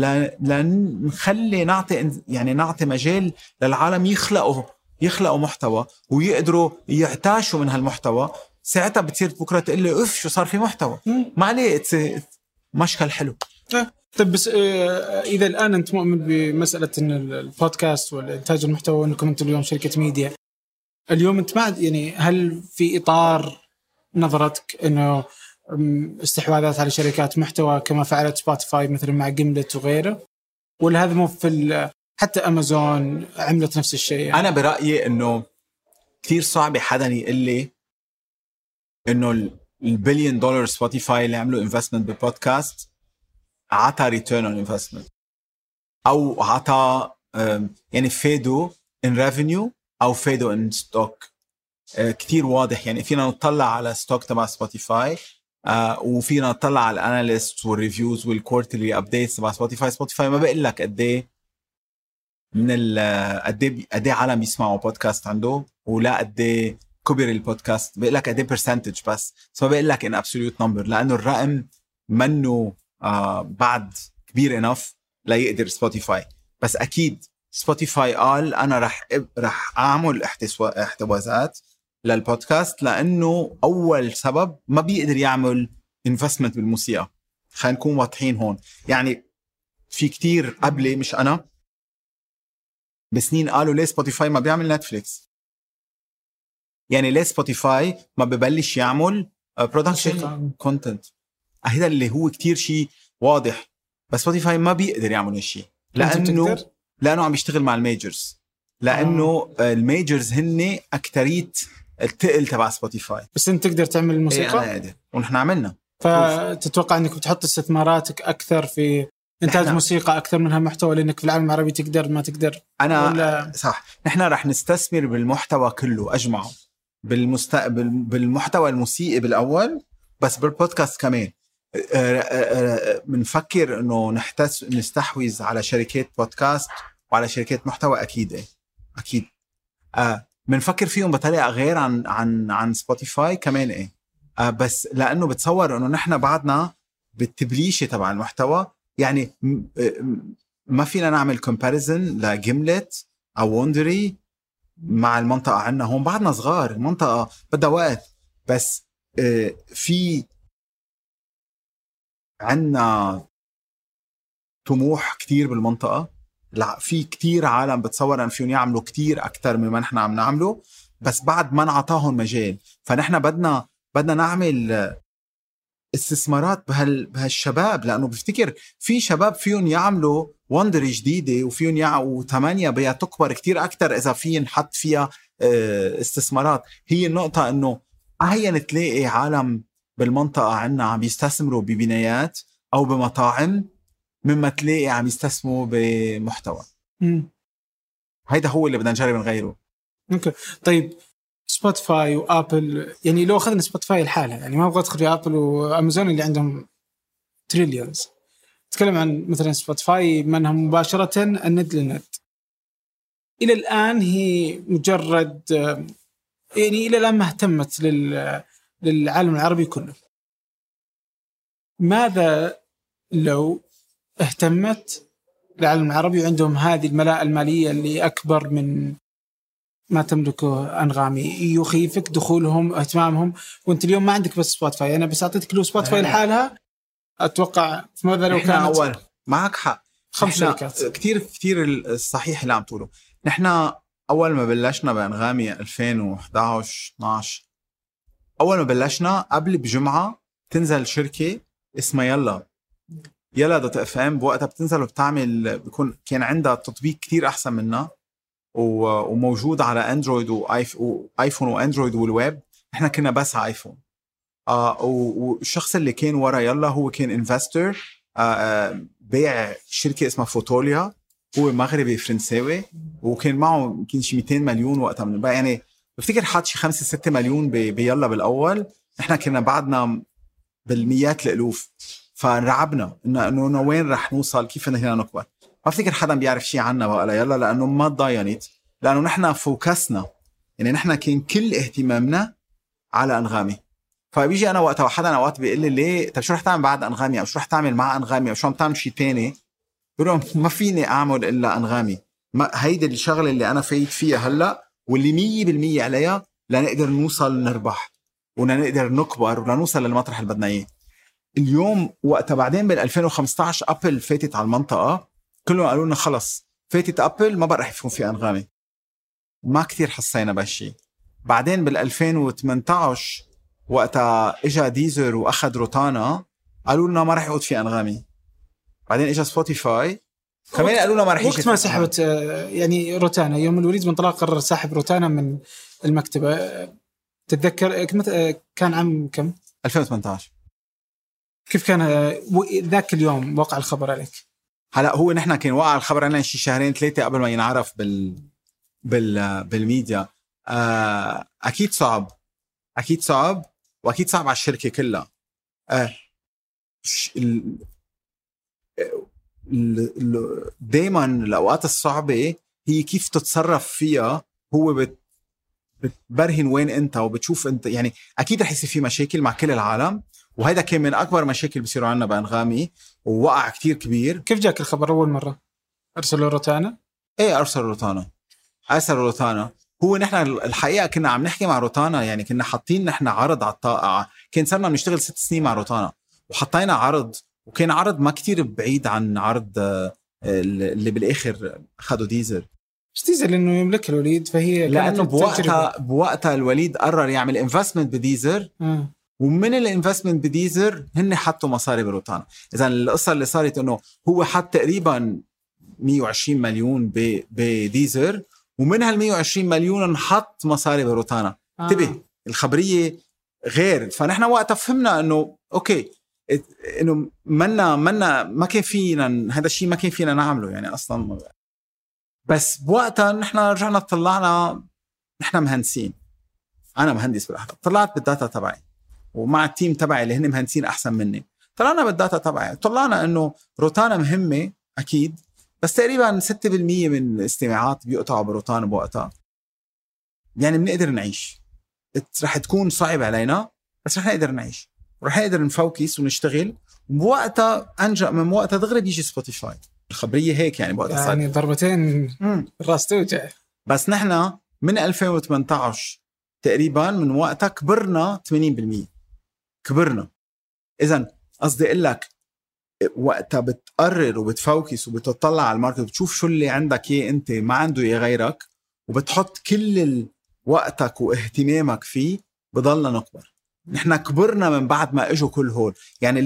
لنخلي نعطي مجال للعالم يخلقوا محتوى ويقدروا يعتاشوا من هالمحتوى. ساعتها بتصير بكرة تقول لي شو صار في محتوى. ما عليه مشكل حلو. طيب بس إذا الآن أنت مؤمن بمسألة إن البودكاست والإنتاج المحتوى إنكم أنتم اليوم شركة ميديا، اليوم أنت ما يعني هل في إطار نظرتك إنه استحواذات على شركات محتوى كما فعلت سبوتيفاي مثلا مع جيملت وغيره، ولا هذا مو في حتى أمازون عملت نفس الشيء يعني؟ أنا برأيي إنه كتير صعب حدا يقول لي إنه $1 بليون سبوتيفاي اللي عملوا انفستمنت بالبودكاست عطى ريتيرن اون انفستمنت او عطى يعني فادوا ان ريفينيو او فادوا ان ستوك. كتير واضح. يعني فينا نطلع على ستوك تبع سبوتيفاي وفينا نطلع على الاناليست والريفيوز والكوارترلي ابديتس تبع سبوتيفاي ما بقول لك قد ايه من قد ايه عالم يسمعوا بودكاست عنده، ولا قد ايه كبر البودكاست. بقول لك قد ايه برسنتج بس ما بقول لك ان ابسوليوت نمبر، لانه الرقم منه بعد كبير انف لا يقدر سبوتيفاي. بس اكيد سبوتيفاي قال انا رح اعمل احتوازات للبودكاست، لانه اول سبب ما بيقدر يعمل انفستمنت بالموسيقى. خلينا نكون واضحين هون. يعني في كتير قبلي مش انا بسنين قالوا ليه سبوتيفاي ما بيعمل نتفليكس، يعني ليه سبوتيفاي ما ببلش يعمل برودكشن كونتنت. هذا اللي هو كتير شيء واضح. بس سبوتيفاي ما بيقدر يعمل هالشيء لانه عم يشتغل مع الميجرز، لانه الميجرز هن اكتريت التقل تبع سبوتيفاي. بس انت تقدر تعمل الموسيقى؟ انا قادر ونحن عملنا. فتتوقع انك بتحط استثماراتك اكثر في انتاج موسيقى اكثر منها محتوى، لانك في العالم العربي تقدر ما تقدر؟ انا صح. نحن رح نستثمر بالمحتوى كله اجمعه، بالمحتوى الموسيقي بالاول، بس بالبودكاست كمان. بنفكر انه نستحوذ على شركات بودكاست وعلى شركات محتوى. اكيد بنفكر فيهم بطريقه غير عن سبوتيفاي كمان. بس لانه بتصور انه نحن بعدنا بالتبليشه تبع المحتوى، يعني ما فينا نعمل كومباريزن لجيملت او وندري مع المنطقه. عنا هون بعدنا صغار، المنطقه بدها وقت. بس في عنا طموح كتير بالمنطقة. في كتير عالم بتصور أن فيهم يعملوا كتير أكتر مما نحن عم نعمله، بس بعد ما نعطاهم مجال. فنحن بدنا نعمل استثمارات بهالشباب، لأنه بفتكر في شباب فيهم يعملوا وندري جديدة وفيهم وثمانية بيها تكبر كتير أكتر إذا فين حط فيها استثمارات. هي النقطة أنه هي نتلاقي عالم بالمنطقة عنا عم يستثمروا ببنايات او بمطاعم مما تلاقي عم يستثمروا بمحتوى. هيدا هو اللي بدنا نجرب نغيره. اوكي طيب سبوتيفاي وابل، يعني لو اخذنا سبوتيفاي لحالها، يعني ما ابغى ادخل في ابل وامازون اللي عندهم تريليونز، نتكلم عن مثلا سبوتيفاي منها مباشرة الند للند، إلى الآن هي مجرد يعني إلى الآن ما اهتمت للعالم العربي كله. ماذا لو اهتمت للعالم العربي وعندهم هذه الملاءة المالية اللي أكبر من ما تملكه أنغامي؟ يخيفك دخولهم اهتمامهم وانت اليوم ما عندك بس سبوتيفاي. أنا بس أعطيتك له سبوتيفاي لحالها أتوقع ماذا لو كانت أول معك حق 5 شركات. كتير الصحيح اللي عم تقوله. نحن أول ما بلشنا بأنغامي 2011-12، أول ما بلشنا قبل بجمعة تنزل شركة اسمها يلا دوت اف ام، بوقتها بتنزل وبتعمل كان عندها تطبيق كتير أحسن منا وموجود على أندرويد وآيفون وأندرويد والويب. نحن كنا بس على آيفون. والشخص اللي كان ورا يلا هو كان انفستر بيع شركة اسمها فوتوليا، هو مغربي فرنساوي، وكان معه يمكن شي 200 مليون وقتها من بقى، يعني بفتكر حاط شي 5-6 مليون بيلا بالأول. نحن كنا بعدنا بالمئات الألوف، فرعبنا إنه وين رح نوصل، كيف بدنا نكبر. ما بفتكر حدا بيعرف شي عنا بقى يلا، لأنه ما ضاينت، لأنه نحن فوكسنا، يعني نحن كان كل اهتمامنا على أنغامي. فبيجي أنا وقتها حدا أوقات بيقول لي ليه طب شو رح تعمل بعد أنغامي، أو شو رح تعمل مع أنغامي، أو شو عم تعمل شي تاني؟ بقولهم ما فيني أعمل إلا أنغامي. هيدي الشغلة اللي أنا فايت فيها هلأ، واللي 100% عليها لنقدر نوصل نربح ونقدر نكبر ونوصل للمطرح اللي بدنا إياه اليوم. وقتها بعدين بال 2015 أبل فاتت على المنطقة، كلهم قالوا لنا خلص فاتت أبل ما بقى رح يكون في أنغامي. ما كتير حسينا بهالشي. بعدين بال 2018 وقتها اجا ديزر واخذ روتانا، قالوا لنا ما رح يقعد في أنغامي. بعدين اجا سبوتيفاي كمان قالوا لنا ما رح يجي. وقت ما سحبت يعني روتانا، يوم الوليد بن طلال قرر سحب روتانا من المكتبة، تتذكر كان عام كم؟ 2018. كيف كان ذاك اليوم وقع الخبر عليك؟ هلا هو نحن كان وقع الخبر علينا شي 2-3 قبل ما ينعرف بالميديا. اكيد صعب واكيد صعب على الشركه كلها. دايما الاوقات الصعبه هي كيف تتصرف فيها، هو بتبرهن وين انت وبتشوف انت. يعني اكيد رح يصير في مشاكل مع كل العالم، وهذا كان من اكبر مشاكل بيصيروا عنا بأنغامي، ووقع كتير كبير. كيف جاك الخبر اول مره؟ ارسلوا روتانا؟ ايه ارسلوا روتانا. هو نحن الحقيقه كنا عم نحكي مع روتانا، يعني كنا حاطين نحن عرض على الطاقه، كان صرنا بنشتغل 6 سنين مع روتانا، وحطينا عرض، وكان عرض ما كتير بعيد عن عرض اللي بالاخر اخذوا ديزر. مش ديزر لانه يملك الوليد، فهي لانه بوقتها الوليد قرر يعمل انفستمنت بديزر، ومن الانفستمنت بديزر هن حطوا مصاري بروتانا. اذا القصه اللي صارت انه هو حط تقريبا 120 مليون بديزر، ومن هال 120 مليون نحط مصاري بروتانا. انتبه الخبريه غير. فنحن وقتها فهمنا انه اوكي، انه ما كان فينا هذا الشيء، ما كان فينا نعمله يعني اصلا. بس بوقتها نحن رجعنا طلعنا، نحن مهندسين، انا مهندس بالاحرى، طلعت بالداتا تبعي ومع التيم تبعي اللي هن مهندسين احسن مني، طلعنا بالداتا تبعي، طلعنا انه روتانا مهمه اكيد، بس تقريبا 6% من الاستماعات بيقطعوا بروتانا بوقتها. يعني بنقدر نعيش، رح تكون صعب علينا بس رح نقدر نعيش، ورح نقدر نفوكس ونشتغل. وبوقتها انجا من وقتها دغري بيجي سبوتيفاي. الخبريه هيك يعني بوقتها يعني ضربتين الراس توجع. بس نحن من 2018 تقريبا من وقتها كبرنا 80%، كبرنا. اذا قصدي اقول لك وقتها بتقرر وبتفوكس وبتطلع على الماركت، بتشوف شو اللي عندك ايه انت ما عنده ايه غيرك، وبتحط كل وقتك واهتمامك فيه، بضلنا نكبر. نحن كبرنا من بعد ما اجوا كل هول. يعني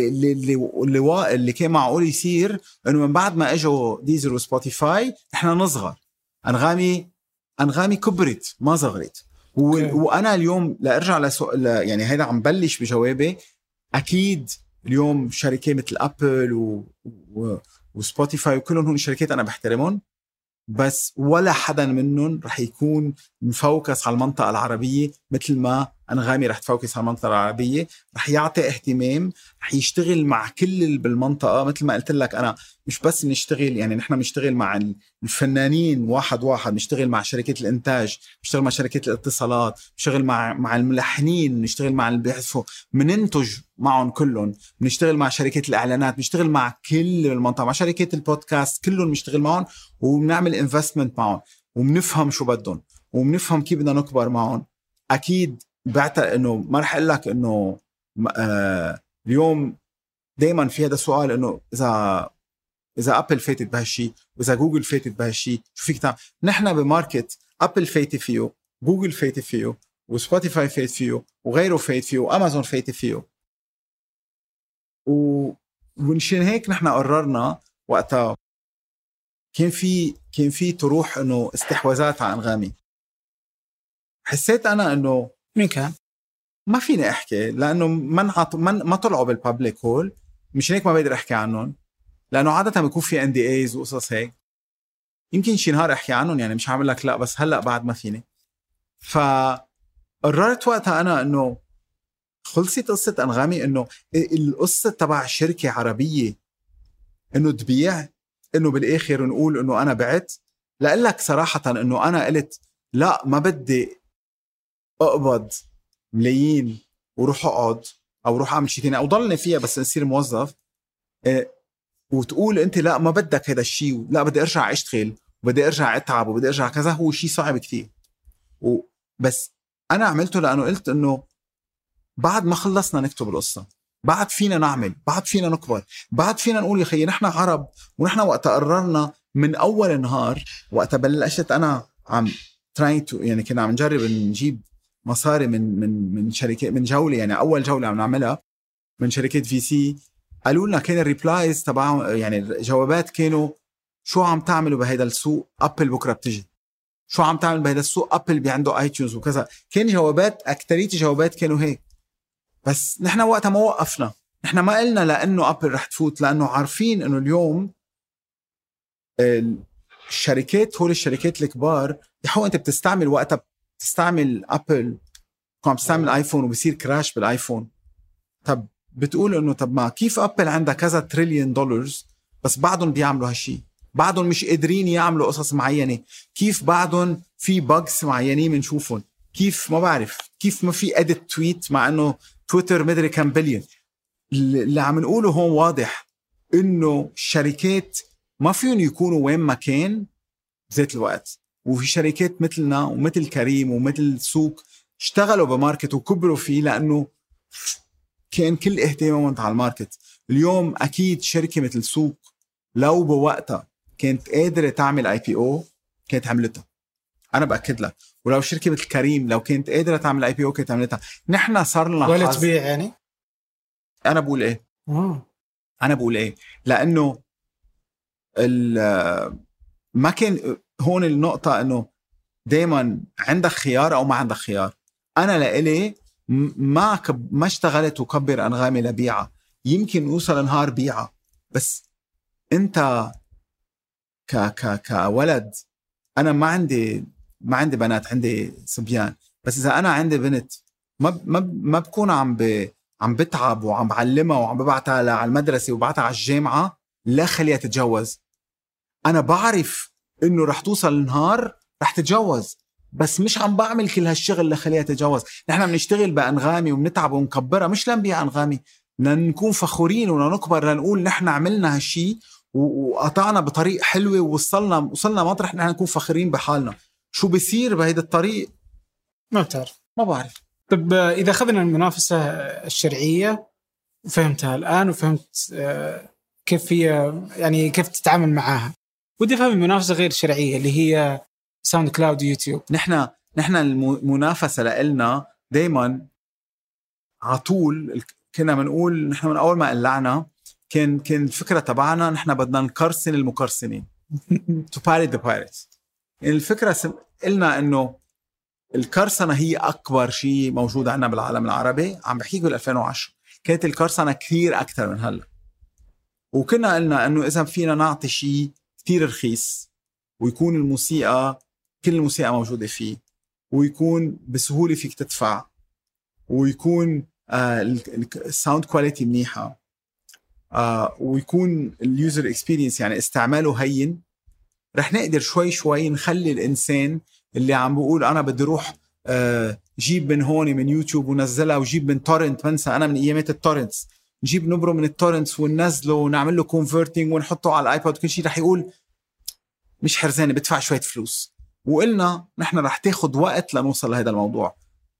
اللي كان معقول يصير انه من بعد ما اجوا ديزر وسبوتيفاي نحن نصغر. انغامي كبرت ما صغرت. وانا اليوم لارجع يعني هيدا عم بلش بجوابي، اكيد اليوم شركات مثل ابل وسبوتيفاي وكلهم هون شركات انا بحترمهم، بس ولا حدا منهم رح يكون مفوكس على المنطقة العربية مثل ما أنغامي رح تفوكس على المنطقة العربية. رح يعطي اهتمام، رح يشتغل مع كل اللي بالمنطقة. مثل ما قلت لك أنا مش بس نشتغل، يعني نحن بنشتغل مع الفنانين واحد نشتغل مع شركات الإنتاج، نشتغل مع شركات الاتصالات، نشتغل مع الملحنين، نشتغل مع اللي بيحذفوا، مننتج معهم كلهم، بنشتغل مع شركات الإعلانات، بنشتغل مع كل المنطقة، مع شركات البودكاست كلهم بنشتغل معهم، وبنعمل انفستمنت معهم، وبنفهم شو بدهم، وبنفهم كيف بدنا نكبر معهم. أكيد بعتقد إنه ما رح أقول لك إنه اليوم دايما في هذا السؤال إنه إذا أبل فاتت بهالشي وإذا جوجل فاتت بهالشي شو فيك تعمل؟ نحن بماركت أبل فاتت فيه، جوجل فاتت فيه، وسبوتيفاي فاتت فيه، وغيره فاتت فيه، وأمازون فاتت فيه. ومنشان هيك نحن قررنا وقتها كان في تروح إنه استحواذات على أنغامي. حسيت أنا إنه مين كان؟ ما فيني أحكي لأنه ما طلعوا بالبابليك هول، مش هيك ما بقدر أحكي عنهم، لأنه عادة بيكون في NDAs وقصص هيك. يمكن شي نهار أحكي عنهم، يعني مش هعمل لك لا، بس هلأ بعد ما فيني. فقررت وقتها أنا إنه خلصت قصة أنغامي، إنه القصة تبع شركة عربية إنه تبيع، إنه بالآخر نقول إنه أنا بعت. لأقلك صراحة إنه أنا قلت لا، ما بدي أقبض ملايين وروح أقعد أو روح أعمل شيء تاني أو ضلني فيها بس نصير موظف، وتقول أنت لا ما بدك هذا الشيء، لا بدي أرجع أشتغل وبدي أرجع أتعب وبدي أرجع كذا. هو شيء صعب كتير، بس أنا عملته لأنه قلت إنه بعد ما خلصنا نكتب القصة، بعد فينا نعمل، بعد فينا نكبر، بعد فينا نقول يا خيي نحن عرب. ونحن وقت قررنا من أول نهار، وقت بلشت أنا عم يعني كنا عم نجرب نجيب مصاري من شركات، من جولة، يعني أول جولة عم نعملها من شركات VC. قالوا لنا كان الريبلايز تبعهم، يعني الجوابات كانوا شو عم تعملوا بهذا السوق؟ أبل بكرة بتجي. شو عم تعمل بهذا السوق؟ أبل بعنده iTunes وكذا. كان جوابات، أكترية جوابات كانوا هيك. بس نحن وقتها ما وقفنا، نحن ما قلنا لأنه أبل رح تفوت، لأنه عارفين أنه اليوم الشركات، هول الشركات الكبار، يحو أنت بتستعمل وقتها بتستعمل أبل، عم تستعمل آيفون وبصير كراش بالآيفون. طب بتقول أنه طب ما كيف أبل عندها كذا تريليون دولار بس بعدهم بيعملوا هالشي، بعدهم مش قادرين يعملوا قصص معينة، كيف بعدهم في باجز معينين منشوفهم، كيف ما بعرف، كيف ما في edit تويت مع أنه تويتر مدري كم بليون. اللي عم نقوله هون واضح انه الشركات ما فيهم يكونوا وين ما كان بذات الوقت. وفي شركات مثلنا ومثل كريم ومثل سوق اشتغلوا بماركت وكبروا فيه لانه كان كل اهتمامهم على الماركت. اليوم اكيد شركة مثل سوق لو بوقتها كانت قادرة تعمل IPO كانت عملتها، انا باكد لك. ولو شركة مثل كريم لو كانت قادرة تعمل IPO كانت عملتها. نحن صار لنا ولا تبيع يعني. انا بقول ايه انا بقول ايه لانه ما كان هون النقطة انه دايما عندك خيار او ما عندك خيار. انا لإلي ما اشتغلت وكبر أنغامي لبيعة، يمكن يوصل نهار بيعة، بس انت كولد، انا ما عندي بنات، عندي صبيان، بس اذا انا عندي بنت ما بكون عم بتعب وعم بعلمها وعم ببعتها على المدرسة وبعتها على الجامعة لا خليها تتجوز. أنا بعرف إنه رح توصل النهار رح تتجوز، بس مش عم بعمل كل هالشغل لخليها تتجوز. نحن بنشتغل بأنغامي وبنتعب ونكبرها مش لنبيع أنغامي، لنكون فخورين ولنكبر، لنقول نحن عملنا هالشي وقطعنا بطريق حلوة ووصلنا مطرح نحن نكون فخورين بحالنا. شو بيصير بهيدا الطريق ما بتعرف، ما بعرف. طب إذا أخذنا المنافسة الشرعية وفهمتها الآن وفهمت كيف هي، يعني كيف تتعامل معاها، ودي أفهم المنافسة غير الشرعية اللي هي ساوند كلاود ويوتيوب. نحن المنافسة لإلنا دايما عطول كنا منقول، نحن من أول ما قلعنا كان الفكرة تبعنا نحن بدنا نقرصن المقرصنين to pirate the pirates. يعني الفكرة قلنا إنه القرصنة هي أكبر شيء موجود عندنا بالعالم العربي. عم بحكيك بال2010 كانت القرصنة كثير أكثر من هلا. وكنا قلنا إنه إذا فينا نعطي شيء كثير رخيص ويكون الموسيقى كل الموسيقى موجودة فيه ويكون بسهولة فيك تدفع ويكون الساوند كواليتي منيحة ويكون اليوزر اكسبيرينس يعني استعماله هين، رح نقدر شوي شوي نخلي الإنسان اللي عم بقول أنا بدي روح جيب من هون من يوتيوب ونزلها وجيب من تورنت، منسى أنا من أيامات التورنتس، نجيب نبره من التورنتس وننزله ونعمل له كونفرتينج ونحطه على الآيباد وكل شيء، رح يقول مش حرزانة بدفع شوية فلوس. وقلنا نحن رح تاخد وقت لنوصل لهذا الموضوع.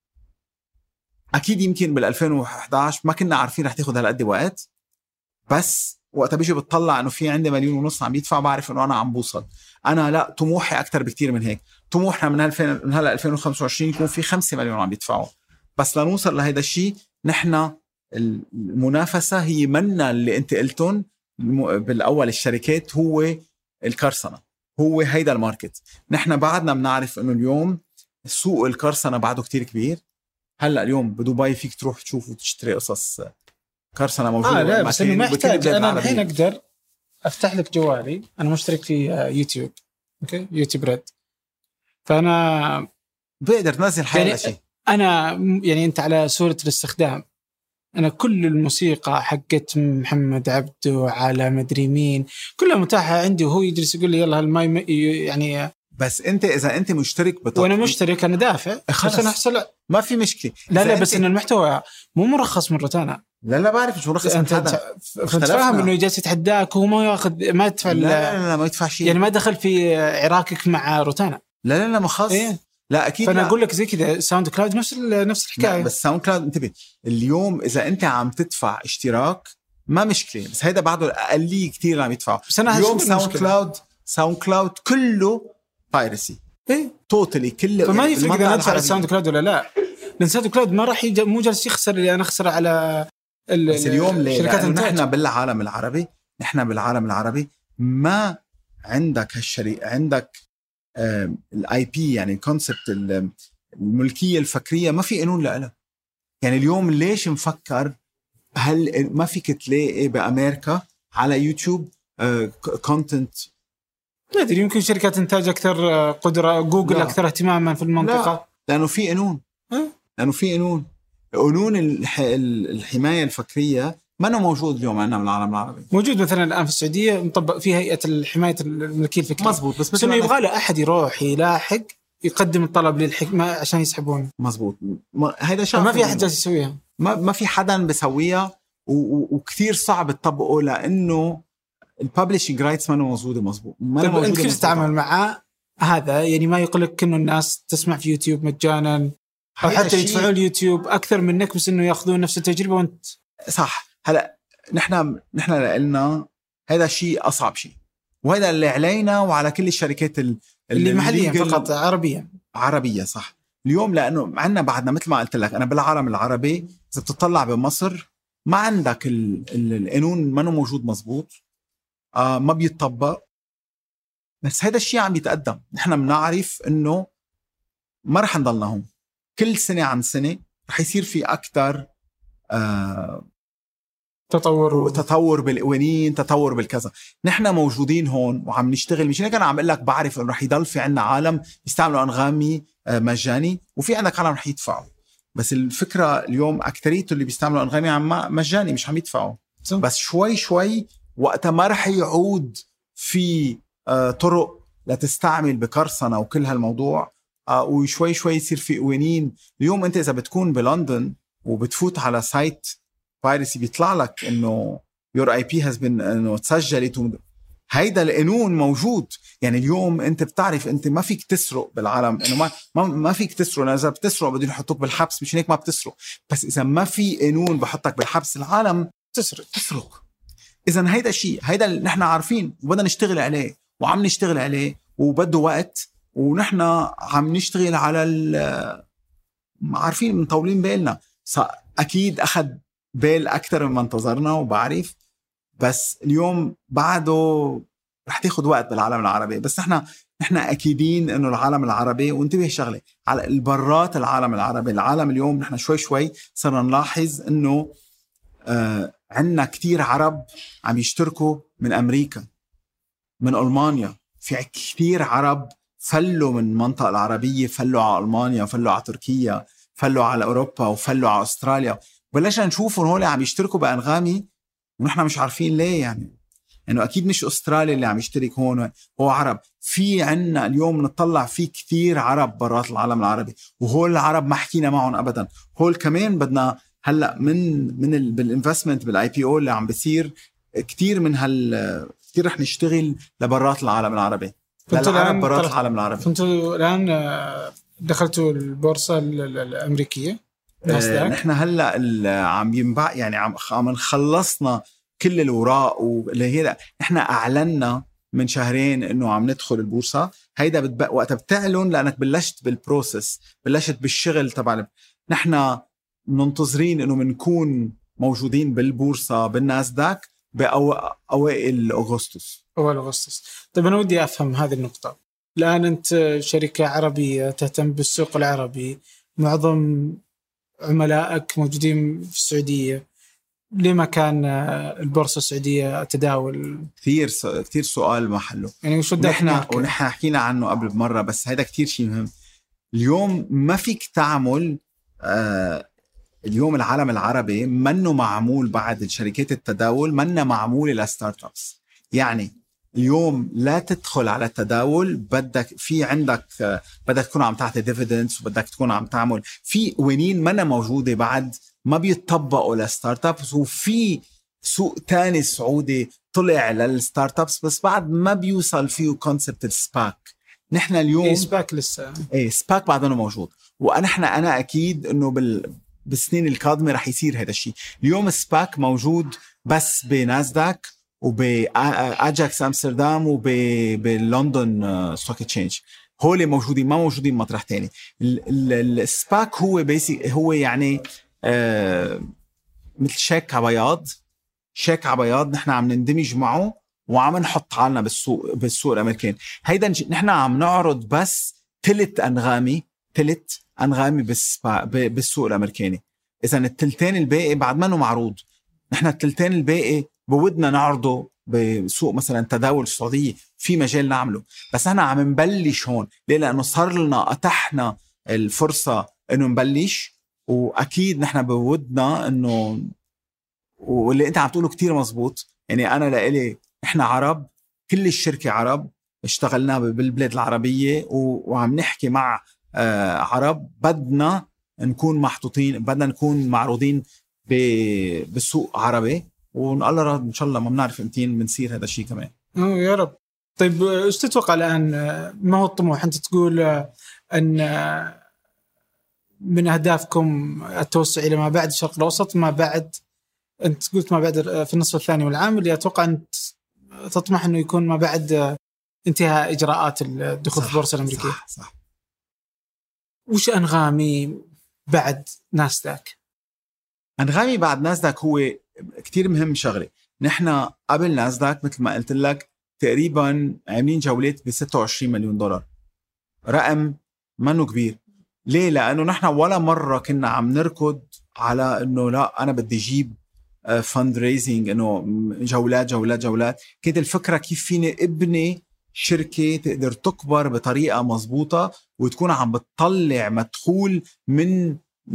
أكيد يمكن بال2011 ما كنا عارفين رح تاخد هالقد وقت، بس وقتها بيجي بتطلع إنه في عندي 1.5 مليون عم يدفع، بعرف إنه أنا عم بوصل. أنا لا، طموحي أكتر بكتير من هيك. طموحنا من هلا 2025 يكون في 5 مليون عم يدفعوا. بس لنوصل لهذا الشيء نحن المنافسة هي منا اللي أنت قلتون بالأول، الشركات هو القرصنة، هو هيدا الماركت. نحن بعدنا بنعرف إنه اليوم سوق القرصنة بعده كتير كبير. هلا اليوم بدبي فيك تروح تشوف وتشتري قصص قرصنة موجودة. لا بس إنه محتاج أنا الحين أقدر أفتح لك جوالي، أنا مشترك في يوتيوب، أوكي، يوتيوب ريد، فأنا بقدر تنزل حالة يعني شيء. أنا يعني أنت على صورة الاستخدام، أنا كل الموسيقى حقت محمد عبده على مدري مين كلها متاحة عندي، وهو يجلس يقول لي يلا هالماي يعني. بس أنت إذا أنت مشترك بتطبيق وأنا مشترك أنا دافع، بس أنا أحصل ما في مشكلة. لا بس إن المحتوى مو مرخص من روتانا. لا بعرف مش مرخص من حدا. فاهم إنه جالس يتحداك وهو ما ياخذ ما يدفع. لا ما يدفع شيء، يعني ما دخل في عراكك مع روتانا. لا ما خاص. إيه؟ لا أكيد. فأنا أقول لك زي كذا ساوند كلاود نفس الحكاية. بس ساوند كلاود انتبه، اليوم إذا أنت عم تدفع اشتراك ما مشكلة، بس هيدا بعده الأقلية كتير اللي عم يدفعوا. اليوم ساوند كلاود كله بايرسي. إيه توتالي كله. فما يفرق إذا ندفع الساوند كلاود ولا لا، لأن ساوند كلاود ما راح مو جالس يخسر اللي أنا أخسر على بس اليوم شركات الإنتاج. نحن بالعالم العربي ما عندك عندك الاي بي، يعني الكونسبت الملكية الفكرية ما في قانون لها. يعني اليوم ليش مفكر هل ما فيك تلاقي بأمريكا على يوتيوب كونتنت؟ لا أدري، يمكن شركات إنتاج أكثر قدرة، جوجل لا. أكثر اهتماما في المنطقة. لا. لأنه في قانون الحماية الفكرية ما أنه موجود اليوم عندنا بالعالم العربي. موجود مثلا الآن في السعودية مطبق في هيئة الحماية الملكية الفكرية. مزبوط، بس إنه يبغى له أحد يروح يلاحق يقدم الطلب للحكمة عشان يسحبونه. مزبوط. هذا شيء ما في أحد جالس يسويها. ما في حدا بيسويها، وكثير صعب تطبقه لأنه الببلشنج رايتس ما موجودة. مزبوط. طيب أنت كيف تتعامل معه هذا؟ يعني ما يقولك إنه الناس تسمع في يوتيوب مجانا أو حتى يدفعون اليوتيوب أكثر منك، بس إنه يأخذون نفس التجربة وأنت صح. هلا نحن لنا هذا شيء أصعب شيء، وهذا اللي علينا وعلى كل الشركات اللي محليا فقط عربية. صح. اليوم لأنه عندنا بعدنا مثل ما قلت لك أنا بالعالم العربي إذا بتطلع بمصر ما عندك القانون ما موجود مزبوط، ما بيتطبق. بس هذا الشيء عم يتقدم. نحن بنعرف إنه ما رح نضلنا هون، كل سنة عن سنة رح يصير في أكتر تطور بالقوانين، تطور بالكذا. نحن موجودين هون وعم نشتغل. مش هيك أنا عم أقول لك بعرف إنه رح يضل في عنا عالم يستعملوا أنغامي مجاني، وفي عندك عالم رح يدفعوا. بس الفكرة اليوم أكتريته اللي بيستعملوا أنغامي عم مجاني، مش عم يدفعوا. بس شوي وقتها ما رح يعود في طرق لتستعمل بقرصنة وكل هالموضوع، وشوي يصير في قوانين. اليوم أنت إذا بتكون بلندن وبتفوت على سايت بايرسي بيطلع لك إنه your IP has been إنه تسجلت. هيدا القانون موجود. يعني اليوم أنت بتعرف أنت ما فيك تسرق بالعالم، إنه ما فيك تسرق. لأن إذا بتسرق بدهم يحطوك بالحبس، مش هيك ما بتسرق. بس إذا ما في قانون بحطك بالحبس العالم تسرق. إذن هيدا الشيء هيدا اللي نحن عارفين وبدنا نشتغل عليه وعم نشتغل عليه وبده وقت، ونحن عم نشتغل على عارفين مطولين بالنا. أكيد أخذ بال أكتر مما انتظرنا وبعرف، بس اليوم بعده رح تاخد وقت بالعالم العربي. بس نحن أكيدين إنه العالم العربي، وانتبه شغلة على البرات العالم العربي، العالم اليوم نحن شوي صرنا نلاحظ إنه عندنا كتير عرب عم يشتركوا من أمريكا، من ألمانيا. في كتير عرب فلوا من المنطقة العربية، فلوا على ألمانيا، فلوا على تركيا، فلوا على أوروبا، وفلوا على أستراليا. بلشنا نشوفهم هول عم يشتركوا بأنغامي ونحن مش عارفين ليه. يعني إنه أكيد مش أستراليا اللي عم يشترك هون، هو عرب. في عنا اليوم نطلع في كتير عرب برات العالم العربي، وهول العرب ما حكينا معهم أبدا. هول كمان بدنا هلأ من بالانفستمنت بالاي بي او اللي عم بيصير كتير من كتير رح نشتغل لبرات العالم العربي، للعرب برات العالم العربي. كنتوا الآن دخلتوا البورصة الأمريكية نحن هلأ عم ينبع، يعني عم نخلصنا كل الوراء واللي هي نحن أعلنا من شهرين إنه عم ندخل البورصة. هيدا وقتها بتعلن لأنك بلشت بالبروسس، بلشت بالشغل تبع. نحن منتظرين إنه منكون موجودين بالبورصة بالناسداك بأوائل أغسطس. أول أغسطس. طيب أنا ودي أفهم هذه النقطة. الآن أنت شركة عربية تهتم بالسوق العربي، معظم عملائك موجودين في السعودية، لما كان البورصة السعودية تداول؟ كثير سؤال محله. يعني وش ونحن حكينا عنه قبل بمرة، بس هذا كثير شيء مهم. اليوم ما فيك تعمل اليوم العالم العربي منه معمول بعد الشركات التداول، منه معمول لستارت ابس. يعني اليوم لا تدخل على التداول بدك بدك تكون عم تعطي ديفيدنس، وبدك تكون عم تعمل في قوانين منه موجودة بعد، ما بيتطبقوا للستارت ابس. وفي سوق تاني سعودي طلع للستارت ابس بس بعد ما بيوصل فيه كونسبت السباك. نحن اليوم سباك لسه سباك بعدنا موجود، أنا أكيد إنه بالسنين القادمة رح يصير هذا الشيء. اليوم السباك موجود بس بناسداك وبأجاكس أمستردام وبلندن ستوك اكسشينج، هول موجودين، ما موجودين مطرح تاني. السباك هو يعني مثل شيك عبياض نحن عم نندمج معه وعم نحط حالنا بالسوق الأمريكان. هيدا نحن عم نعرض بس ثلث أنغامي بالسوق الأمريكاني. إذن الثلثين الباقي بعد ما معروض. نحن الثلثين الباقي بودنا نعرضه بسوق مثلا تداول السعودية، في مجال نعمله، بس احنا عم نبلش هون لأنه صار لنا أتحنا الفرصة إنه نبلش. وأكيد نحن بودنا إنه، واللي أنت عم تقوله كتير مزبوط. يعني أنا لإلي إحنا عرب، كل الشركة عرب، اشتغلنا بالبلاد العربية وعم نحكي مع عرب. بدنا نكون محطوطين، بدنا نكون معروضين بالسوق عربي، ونقال إن شاء الله ما بنعرف امتين بنصير هذا الشيء كمان. يا رب. طيب ايش تتوقع الآن؟ ما هو الطموح؟ أنت تقول أن من أهدافكم التوسع إلى ما بعد الشرق الأوسط، ما بعد أنت قلت ما بعد في النصف الثاني من العام، اللي أتوقع أنت تطمح أنه يكون ما بعد انتهاء إجراءات الدخول في البورصة الأمريكية. صح. وش أنغامي بعد ناسداك؟ أنغامي بعد ناسداك هو كتير مهم شغلة. نحن قبل ناسداك مثل ما قلت لك تقريبا عاملين جولات ب$26 مليون، رقم منه كبير. ليه؟ لأنه نحن ولا مرة كنا عم نركض على أنه لا أنا بدي أجيب فند ريزينج، أنه جولات. كانت الفكرة كيف فيني ابني شركة تقدر تكبر بطريقة مضبوطة وتكون عم بتطلع مدخول من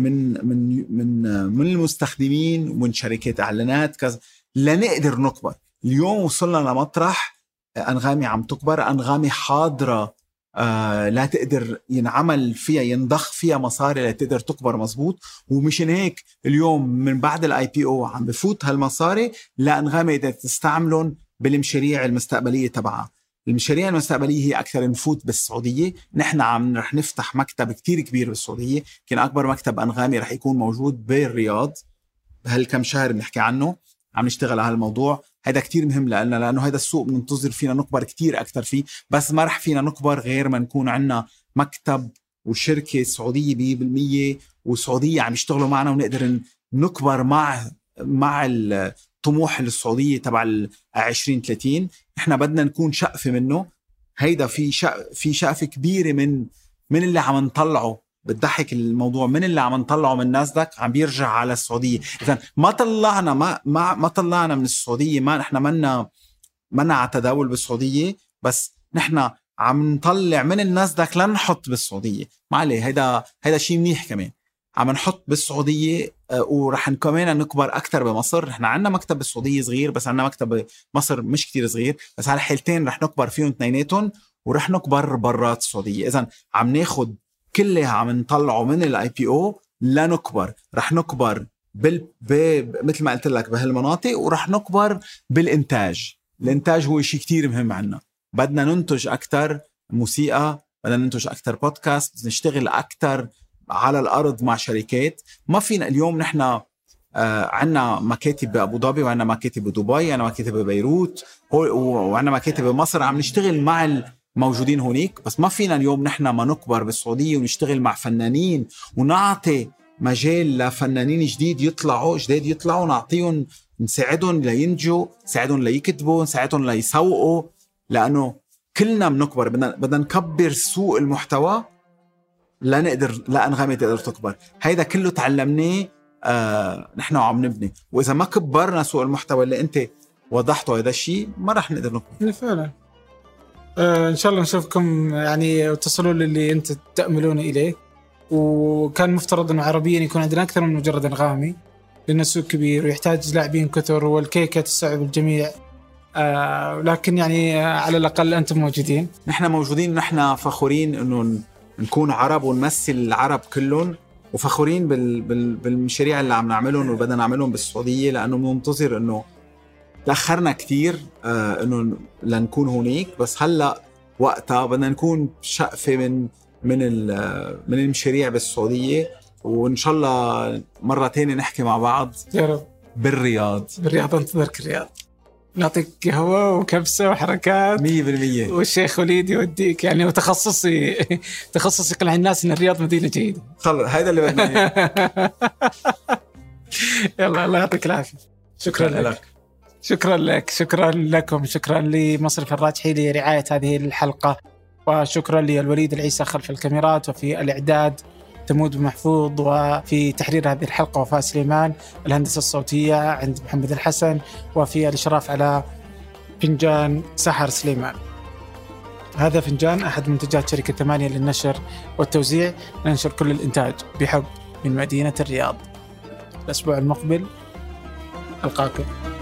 المستخدمين ومن شركات اعلانات كذا لنقدر نكبر. اليوم وصلنا لمطرح أنغامي عم تكبر، أنغامي حاضرة لا تقدر ينعمل فيها، ينضخ فيها مصاري لا تقدر تكبر مزبوط. ومشان هيك اليوم من بعد الاي بي او عم بفوت هالمصاري لأنغامي تقدر تستعملهم بالمشاريع المستقبلية تبعها. المشاريع المستقبلية هي أكثر نفوت بالسعودية. نحن رح نفتح مكتب كتير كبير بالسعودية، كان أكبر مكتب أنغامي رح يكون موجود بالرياض بهالكم شهر بنحكي عنه، عم نشتغل على هالموضوع. هذا كتير مهم لأنه هذا السوق بننتظر فينا نكبر كتير أكتر فيه، بس ما رح فينا نكبر غير ما نكون عنا مكتب وشركة سعودية 100% وسعودية عم يشتغلوا معنا، ونقدر نكبر مع الطموح السعودية تبع 2030. احنا بدنا نكون شقفة منه. هيدا في شقفة كبيرة من اللي عم نطلعه بتضحك الموضوع، من اللي عم نطلعه من ناسداك عم بيرجع على السعودية. إذن ما طلعنا ما طلعنا من السعودية، ما نحن منا على تداول بالسعودية، بس نحن عم نطلع من الناسداك لنحط بالسعودية. ما عليه، هيدا شيء منيح كمان. عم نحط بالسعودية ورح كمان نكبر أكتر بمصر. نحن عنا مكتب بالسعودية صغير، بس عنا مكتب بمصر مش كتير صغير، بس على الحالتين رح نكبر فيهم اثنيناتهم، ورح نكبر برات السعودية. إذن عم ناخد كلها عم نطلعه من الاي بي او لنكبر. رح نكبر مثل ما قلت لك بهالمناطق، ورح نكبر بالإنتاج. الإنتاج هو شيء كتير مهم عنا. بدنا ننتج أكتر موسيقى، بدنا ننتج أكتر بودكاست، نشتغل أكتر على الأرض مع شركات. ما فينا اليوم نحن عنا مكاتب بأبو ظبي، وعنا مكاتب بدبي، عنا مكاتب ببيروت، وعنا مكاتب بمصر، عم نشتغل مع الموجودين هونيك. بس ما فينا اليوم نحن ما نكبر بالسعودية ونشتغل مع فنانين ونعطي مجال لفنانين جديد يطلعوا نعطيهم، نساعدهم لينجوا، نساعدهم ليكتبوا، نساعدهم ليسوقوا، لأنه كلنا بنكبر. بدنا نكبر سوق المحتوى لا أنغامي تقدر تكبر. هيدا كله تعلمناه نحن عم نبني. وإذا ما كبرنا سوق المحتوى اللي أنت وضحته هذا الشيء، ما رح نقدر نكبر فعلا. إن شاء الله نشوفكم يعني وتصلوا للي أنت تأملون إليه. وكان مفترض أنه عربيا يكون عندنا أكثر من مجرد أنغامي، لأن السوق كبير ويحتاج لاعبين كثر، والكيكة تستوعب الجميع. لكن يعني على الأقل أنتم موجودين. نحن موجودين، نحن فخورين أنه نكون عرب ونمثل العرب كلهم، وفخورين بالمشاريع اللي عم نعملهم وبدنا نعملهم بالسعودية، لأنه منتظر أنه تأخرنا كتير أنه لنكون هونيك، بس هلأ وقتها بدنا نكون شقفة من المشاريع بالسعودية. وإن شاء الله مرة تانية نحكي مع بعض يا رب بالرياض. انتظرك الرياض، نعطيك قهوة وكبسة وحركات 100%. والشيخ وليد يوديك يعني. وتخصصي يقنع الناس إن الرياض مدينة جيدة. خلص هذا اللي بدنا إياه. يلا الله يعطيك العافية. شكرا لك. شكرا لكم. شكرا لمصرف الراجحي لرعاية هذه الحلقة، وشكرا للوليد العيسى خلف الكاميرات، وفي الإعداد تمود محفوظ، وفي تحرير هذه الحلقة وفاء سليمان، الهندسة الصوتية عند محمد الحسن، وفي الإشراف على فنجان سحر سليمان. هذا فنجان أحد منتجات شركة 8 للنشر والتوزيع. ننشر كل الإنتاج بحب من مدينة الرياض. الأسبوع المقبل ألقاكم.